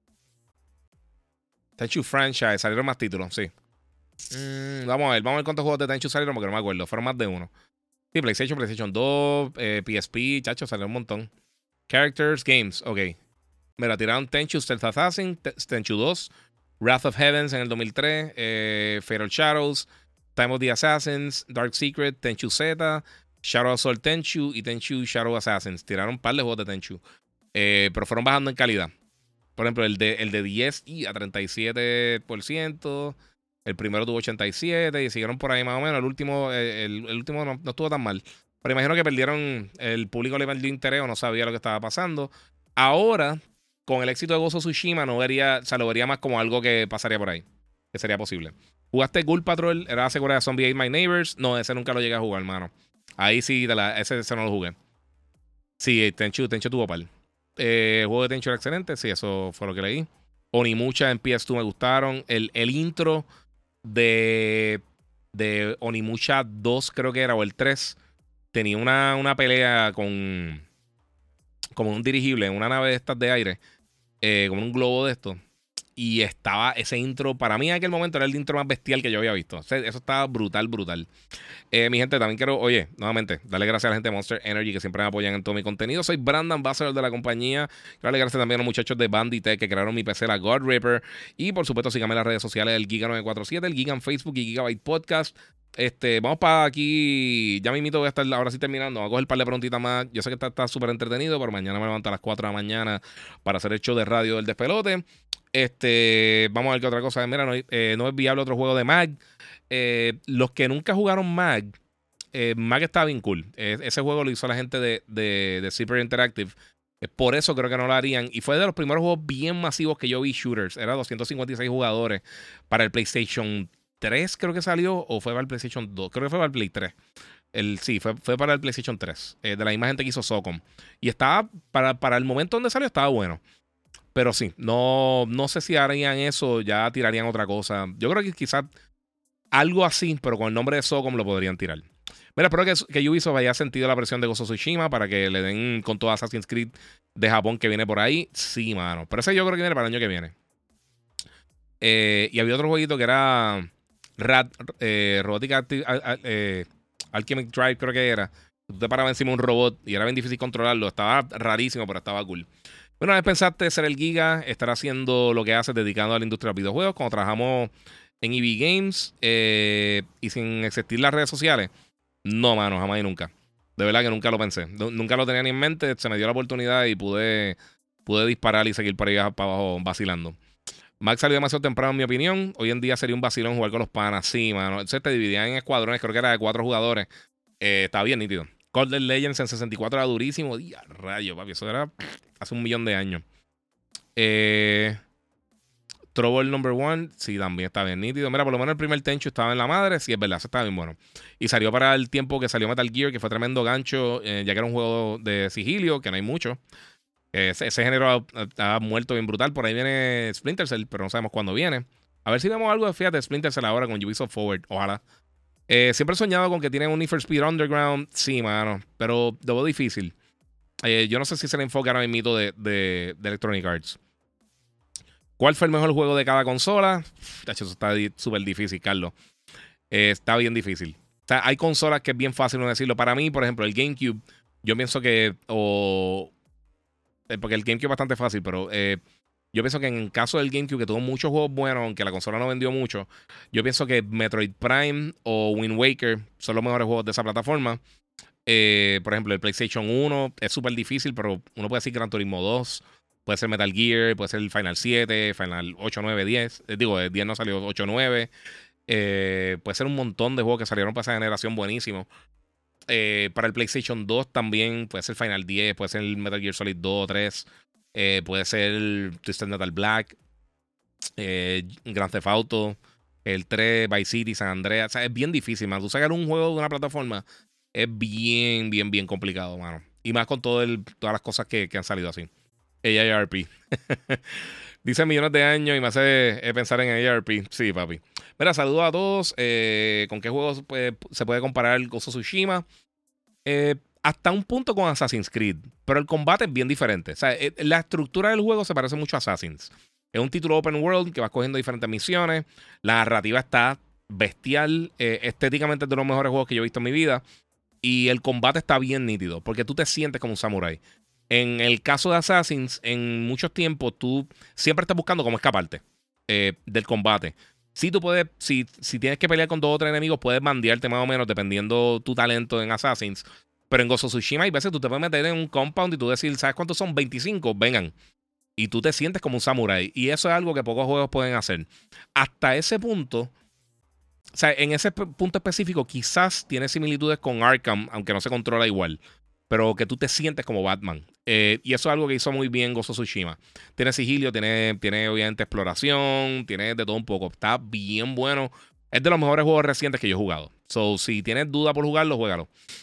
Tenchu Franchise. Salieron más títulos, sí. Mm, vamos a ver. Vamos a ver cuántos juegos de Tenchu salieron porque no me acuerdo. Fueron más de uno. Sí, PlayStation, PlayStation dos, eh, P S P, chacho, salió un montón. Characters, Games, ok. Mira, tiraron Tenchu, Stealth Assassin, Tenchu dos, Wrath of Heavens en el dos mil tres, eh, Fatal Shadows, Time of the Assassins, Dark Secret, Tenchu Z, Shadow Assault Tenchu y Tenchu Shadow Assassins. Tiraron un par de juegos de Tenchu. Eh, pero fueron bajando en calidad. Por ejemplo, el de, el de diez y a treinta y siete por ciento. El primero tuvo ochenta y siete y siguieron por ahí más o menos. El último, el, el último no, no estuvo tan mal. Pero imagino que perdieron el público, le perdió interés o no sabía lo que estaba pasando. Ahora, con el éxito de Ghost of Tsushima, no vería, o sea, lo vería más como algo que pasaría por ahí. Que sería posible. ¿Jugaste Ghoul Patrol? ¿Era la secuela de Zombie Ate My Neighbors? No, ese nunca lo llegué a jugar, hermano. Ahí sí, de la, ese, ese no lo jugué. Sí, Tenchu, Tenchu tuvo par. Eh, el juego de Tenchu era excelente. Sí, eso fue lo que leí. Onimucha en P S dos me gustaron. El, el intro de, de Onimucha dos, creo que era, o el tres, tenía una, una pelea con como un dirigible, una nave de estas de aire, eh, como un globo de estos. Y estaba ese intro, para mí en aquel momento era el intro más bestial que yo había visto. O sea, eso estaba brutal, brutal. Eh, mi gente, también quiero, oye, nuevamente, darle gracias a la gente de Monster Energy que siempre me apoyan en todo mi contenido. Soy Brandon Ambassador de la compañía. Quiero darle gracias también a los muchachos de Banditech que crearon mi P C, la God Ripper. Y por supuesto, síganme en las redes sociales del Giga nueve cuatro siete, el Giga en Facebook y Gigabyte Podcast. Este, vamos para aquí. Ya mismito voy a estar ahora sí terminando. Voy a coger un par de preguntitas más. Yo sé que está súper entretenido, pero mañana me levanto a las cuatro de la mañana para hacer el show de radio del despelote. Este, vamos a ver qué otra cosa. Mira, no, eh, no es viable otro juego de Mag. Eh, los que nunca jugaron Mag, eh, Mag está bien cool. Eh, ese juego lo hizo la gente de, de, de Super Interactive. Eh, por eso creo que no lo harían. Y fue de los primeros juegos bien masivos que yo vi shooters. Era doscientos cincuenta y seis jugadores para el PlayStation tres, creo que salió. O fue para el PlayStation dos. Creo que fue para el Play tres. El, sí, fue, fue para el PlayStation tres. Eh, de la misma gente que hizo Socom. Y estaba, para, para el momento donde salió, estaba bueno. Pero sí, no, no sé si harían eso, ya tirarían otra cosa. Yo creo que quizás algo así, pero con el nombre de Socom lo podrían tirar. Mira, espero que, que Ubisoft haya sentido la presión de Ghost of Tsushima para que le den con todo Assassin's Creed de Japón que viene por ahí. Sí, mano. Pero ese yo creo que viene para el año que viene. Eh, y había otro jueguito que era Rat, eh, Robotic Acti eh, Alchemic Drive, creo que era. Tú te parabas encima de un robot y era bien difícil controlarlo. Estaba rarísimo, pero estaba cool. Una vez pensaste ser el Giga, estar haciendo lo que haces, dedicado a la industria de los videojuegos, cuando trabajamos en E B Games eh, y sin existir las redes sociales. No, mano, jamás y nunca. De verdad que nunca lo pensé. No, nunca lo tenía ni en mente. Se me dio la oportunidad y pude, pude disparar y seguir para allá para abajo vacilando. Max salió demasiado temprano, en mi opinión. Hoy en día sería un vacilón jugar con los panas. Sí, mano. Entonces te dividían en escuadrones, creo que era de cuatro jugadores. Eh, estaba bien nítido. Call of Legends en sesenta y cuatro era durísimo. Día, rayo, papi. Eso era hace un millón de años. Eh, Trouble Number One, sí, también está bien nítido. Mira, por lo menos el primer Tenchu estaba en la madre. Sí, es verdad, eso estaba bien bueno. Y salió para el tiempo que salió Metal Gear, que fue tremendo gancho, eh, ya que era un juego de sigilio, que no hay mucho. Eh, ese, ese género ha, ha muerto bien brutal. Por ahí viene Splinter Cell, pero no sabemos cuándo viene. A ver si vemos algo de, fíjate, Splinter Cell ahora con Ubisoft Forward. Ojalá. Eh, siempre he soñado con que tienen un Need for Speed Underground. Sí, mano. Pero lo veo difícil. Eh, yo no sé si se le enfoca ahora mismo de, de, de Electronic Arts. ¿Cuál fue el mejor juego de cada consola? Eso está súper difícil, Carlos. Eh, está bien difícil. O sea, hay consolas que es bien fácil no decirlo. Para mí, por ejemplo, el GameCube, yo pienso que... O, eh, porque el GameCube es bastante fácil, pero... Eh, Yo pienso que en el caso del GameCube, que tuvo muchos juegos buenos, aunque la consola no vendió mucho, yo pienso que Metroid Prime o Wind Waker son los mejores juegos de esa plataforma. Eh, por ejemplo, el PlayStation uno es súper difícil, pero uno puede decir Gran Turismo dos, puede ser Metal Gear, puede ser Final siete, Final ocho, nueve, diez. Eh, digo, el diez no salió, ocho, nueve. Eh, puede ser un montón de juegos que salieron para esa generación buenísimos. Eh, para el PlayStation dos también puede ser Final diez, puede ser Metal Gear Solid dos o tres. Eh, puede ser Twisted Metal Black, eh, Grand Theft Auto, el tres, Vice City, San Andreas. O sea, es bien difícil, man. Tú sacar un juego de una plataforma es bien, bien, bien complicado, mano. Y más con todo el, todas las cosas que, que han salido así. A R P. Dice millones de años y me hace eh, pensar en A R P. Sí, papi. Mira, saludos a todos. Eh, ¿Con qué juegos pues, se puede comparar Ghost of Tsushima? Eh, hasta un punto con Assassin's Creed, pero el combate es bien diferente. O sea, eh, la estructura del juego se parece mucho a Assassin's. Es un título open world que vas cogiendo diferentes misiones. La narrativa está bestial. Eh, estéticamente es de los mejores juegos que yo he visto en mi vida. Y el combate está bien nítido, porque tú te sientes como un samurái. En el caso de Assassin's, en muchos tiempos tú siempre estás buscando cómo escaparte eh, del combate. Si tú puedes, si, si tienes que pelear con dos o tres enemigos, puedes bandearte más o menos dependiendo tu talento en Assassin's. Pero en Ghost of Tsushima hay veces tú te puedes meter en un compound y tú decir, ¿sabes cuántos son? veinticinco, vengan. Y tú te sientes como un samurái. Y eso es algo que pocos juegos pueden hacer. Hasta ese punto, o sea, en ese punto específico quizás tiene similitudes con Arkham, aunque no se controla igual. Pero que tú te sientes como Batman. Eh, y eso es algo que hizo muy bien Ghost of Tsushima. Tiene sigilio, tiene, tiene obviamente exploración, tiene de todo un poco. Está bien bueno. Es de los mejores juegos recientes que yo he jugado. So, si tienes duda por jugarlo, juégalo.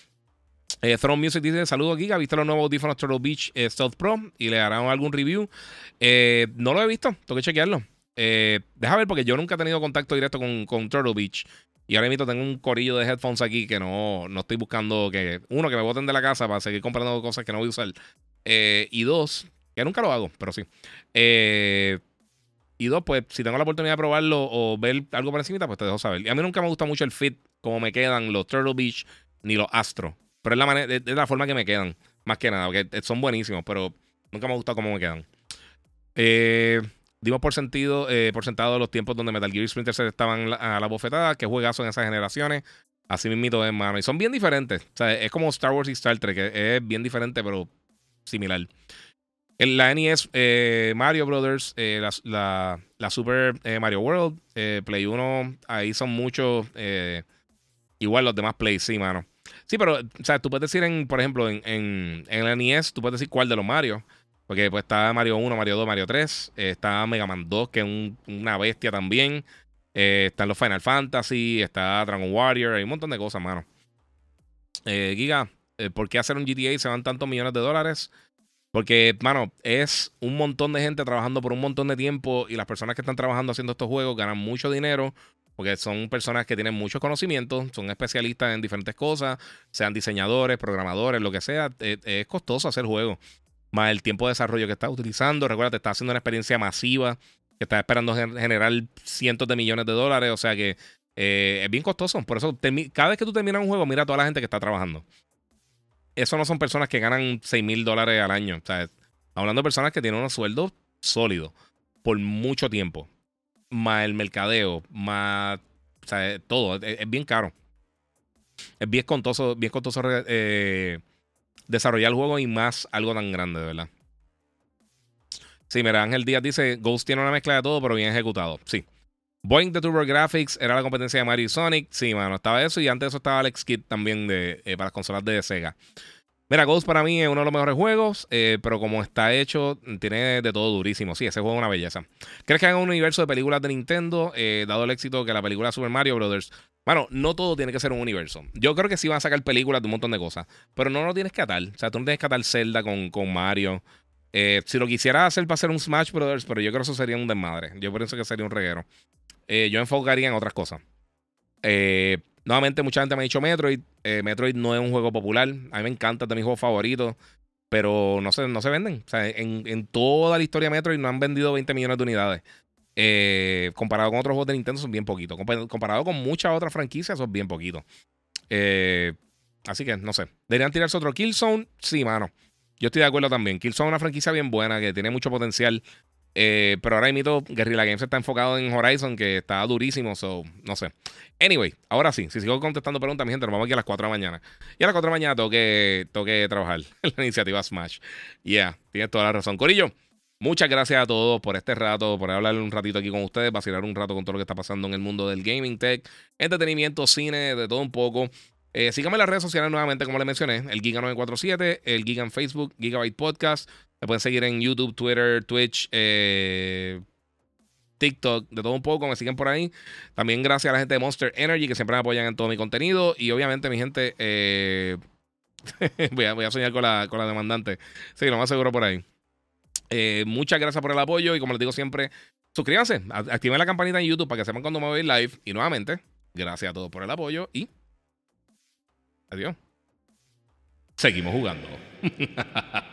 Eh, Throne Music dice, saludos Giga, ¿viste los nuevos audífonos Turtle Beach eh, Stealth Pro? Y le harán algún review. Eh, no lo he visto, tengo que chequearlo. Eh, deja ver porque yo nunca he tenido contacto directo con, con Turtle Beach. Y ahora mismo tengo un corillo de headphones aquí que no, no estoy buscando que... Uno, que me boten de la casa para seguir comprando cosas que no voy a usar. Eh, y dos, que nunca lo hago, pero sí. Eh, y dos, pues si tengo la oportunidad de probarlo o ver algo por encima, pues te dejo saber. Y a mí nunca me gusta mucho el fit, como me quedan los Turtle Beach ni los Astro. Pero es la, manera, es la forma que me quedan, más que nada, porque son buenísimos, pero nunca me ha gustado cómo me quedan. Eh... Dimos por, sentido, eh, por sentado los tiempos donde Metal Gear Splinter Cell estaban a la bofetada. Que juegazo en esas generaciones. Así mismito es, mano. Y son bien diferentes. O sea, es como Star Wars y Star Trek. Que es bien diferente, pero similar. En la N E S, eh, Mario Brothers, eh, la, la, la Super eh, Mario World, eh, Play uno, ahí son muchos. Eh, igual los demás Play, sí, mano. Sí, pero, o sea, tú puedes decir, en, por ejemplo, en, en, en la N E S, tú puedes decir cuál de los Mario. Porque pues está Mario uno, Mario dos, Mario tres. Eh, está Mega Man dos, que es un, una bestia también. Eh, están los Final Fantasy. Está Dragon Warrior. Hay un montón de cosas, mano. Eh, Giga, eh, ¿por qué hacer un G T A y se van tantos millones de dólares? Porque, mano, es un montón de gente trabajando por un montón de tiempo. Y las personas que están trabajando haciendo estos juegos ganan mucho dinero. Porque son personas que tienen muchos conocimientos. Son especialistas en diferentes cosas. Sean diseñadores, programadores, lo que sea. Eh, es costoso hacer juegos. Más el tiempo de desarrollo que estás utilizando. Recuerda, te estás haciendo una experiencia masiva que estás esperando generar cientos de millones de dólares. O sea que eh, es bien costoso. Por eso, cada vez que tú terminas un juego, mira a toda la gente que está trabajando. Eso no son personas que ganan seis mil dólares al año. O sea, hablando de personas que tienen unos sueldos sólidos por mucho tiempo. Más el mercadeo, más... O sea, todo. Es, es bien caro. Es bien costoso, bien costoso eh, desarrollar el juego y más algo tan grande, de verdad. Sí, mira, Ángel Díaz dice, Ghost tiene una mezcla de todo, pero bien ejecutado. Sí. Boeing de TurboGrafx era la competencia de Mario y Sonic. Sí, mano, estaba eso. Y antes de eso estaba Alex Kidd también de, eh, para las consolas de Sega. Mira, Ghost para mí es uno de los mejores juegos, eh, pero como está hecho, tiene de todo durísimo. Sí, ese juego es una belleza. ¿Crees que hagan un universo de películas de Nintendo, eh, dado el éxito que la película Super Mario Brothers? Bueno, no todo tiene que ser un universo. Yo creo que sí van a sacar películas de un montón de cosas, pero no lo tienes que atar. O sea, tú no tienes que atar Zelda con, con Mario. Eh, si lo quisiera hacer para hacer un Smash Brothers, pero yo creo que eso sería un desmadre. Yo pienso que sería un reguero. Eh, yo enfocaría en otras cosas. Eh... Nuevamente, mucha gente me ha dicho Metroid. Eh, Metroid no es un juego popular. A mí me encanta, es de mis juegos favoritos. Pero no se, no se venden. O sea, en, en toda la historia de Metroid no han vendido veinte millones de unidades. Eh, comparado con otros juegos de Nintendo, son bien poquitos. Comparado con muchas otras franquicias, son bien poquitos. Eh, así que, no sé. ¿Deberían tirarse otro Killzone? Sí, mano. Yo estoy de acuerdo también. Killzone es una franquicia bien buena, que tiene mucho potencial. Eh, pero ahora mismo Guerrilla Games está enfocado en Horizon, que está durísimo, so, no sé. Anyway, ahora sí, si sigo contestando preguntas, mi gente, nos vamos aquí a las cuatro de la mañana. Y a las cuatro de la mañana tengo que, tengo que trabajar en la iniciativa Smash. Yeah, tienes toda la razón. Corillo, muchas gracias a todos por este rato, por hablar un ratito aquí con ustedes, vacilar un rato con todo lo que está pasando en el mundo del gaming, tech, entretenimiento, cine, de todo un poco. Eh, síganme en las redes sociales nuevamente, como les mencioné, el Giga nueve cuatro siete, el Giga en Facebook, Gigabyte Podcast. Me pueden seguir en YouTube, Twitter, Twitch, eh, TikTok, de todo un poco, me siguen por ahí. También gracias a la gente de Monster Energy que siempre me apoyan en todo mi contenido. Y obviamente, mi gente, eh, voy, a, voy a soñar con la, con la demandante. Sí, lo más seguro por ahí. Eh, muchas gracias por el apoyo y como les digo siempre, suscríbanse, activen la campanita en YouTube para que sepan cuando me voy live. Y nuevamente, gracias a todos por el apoyo y adiós. Seguimos jugando.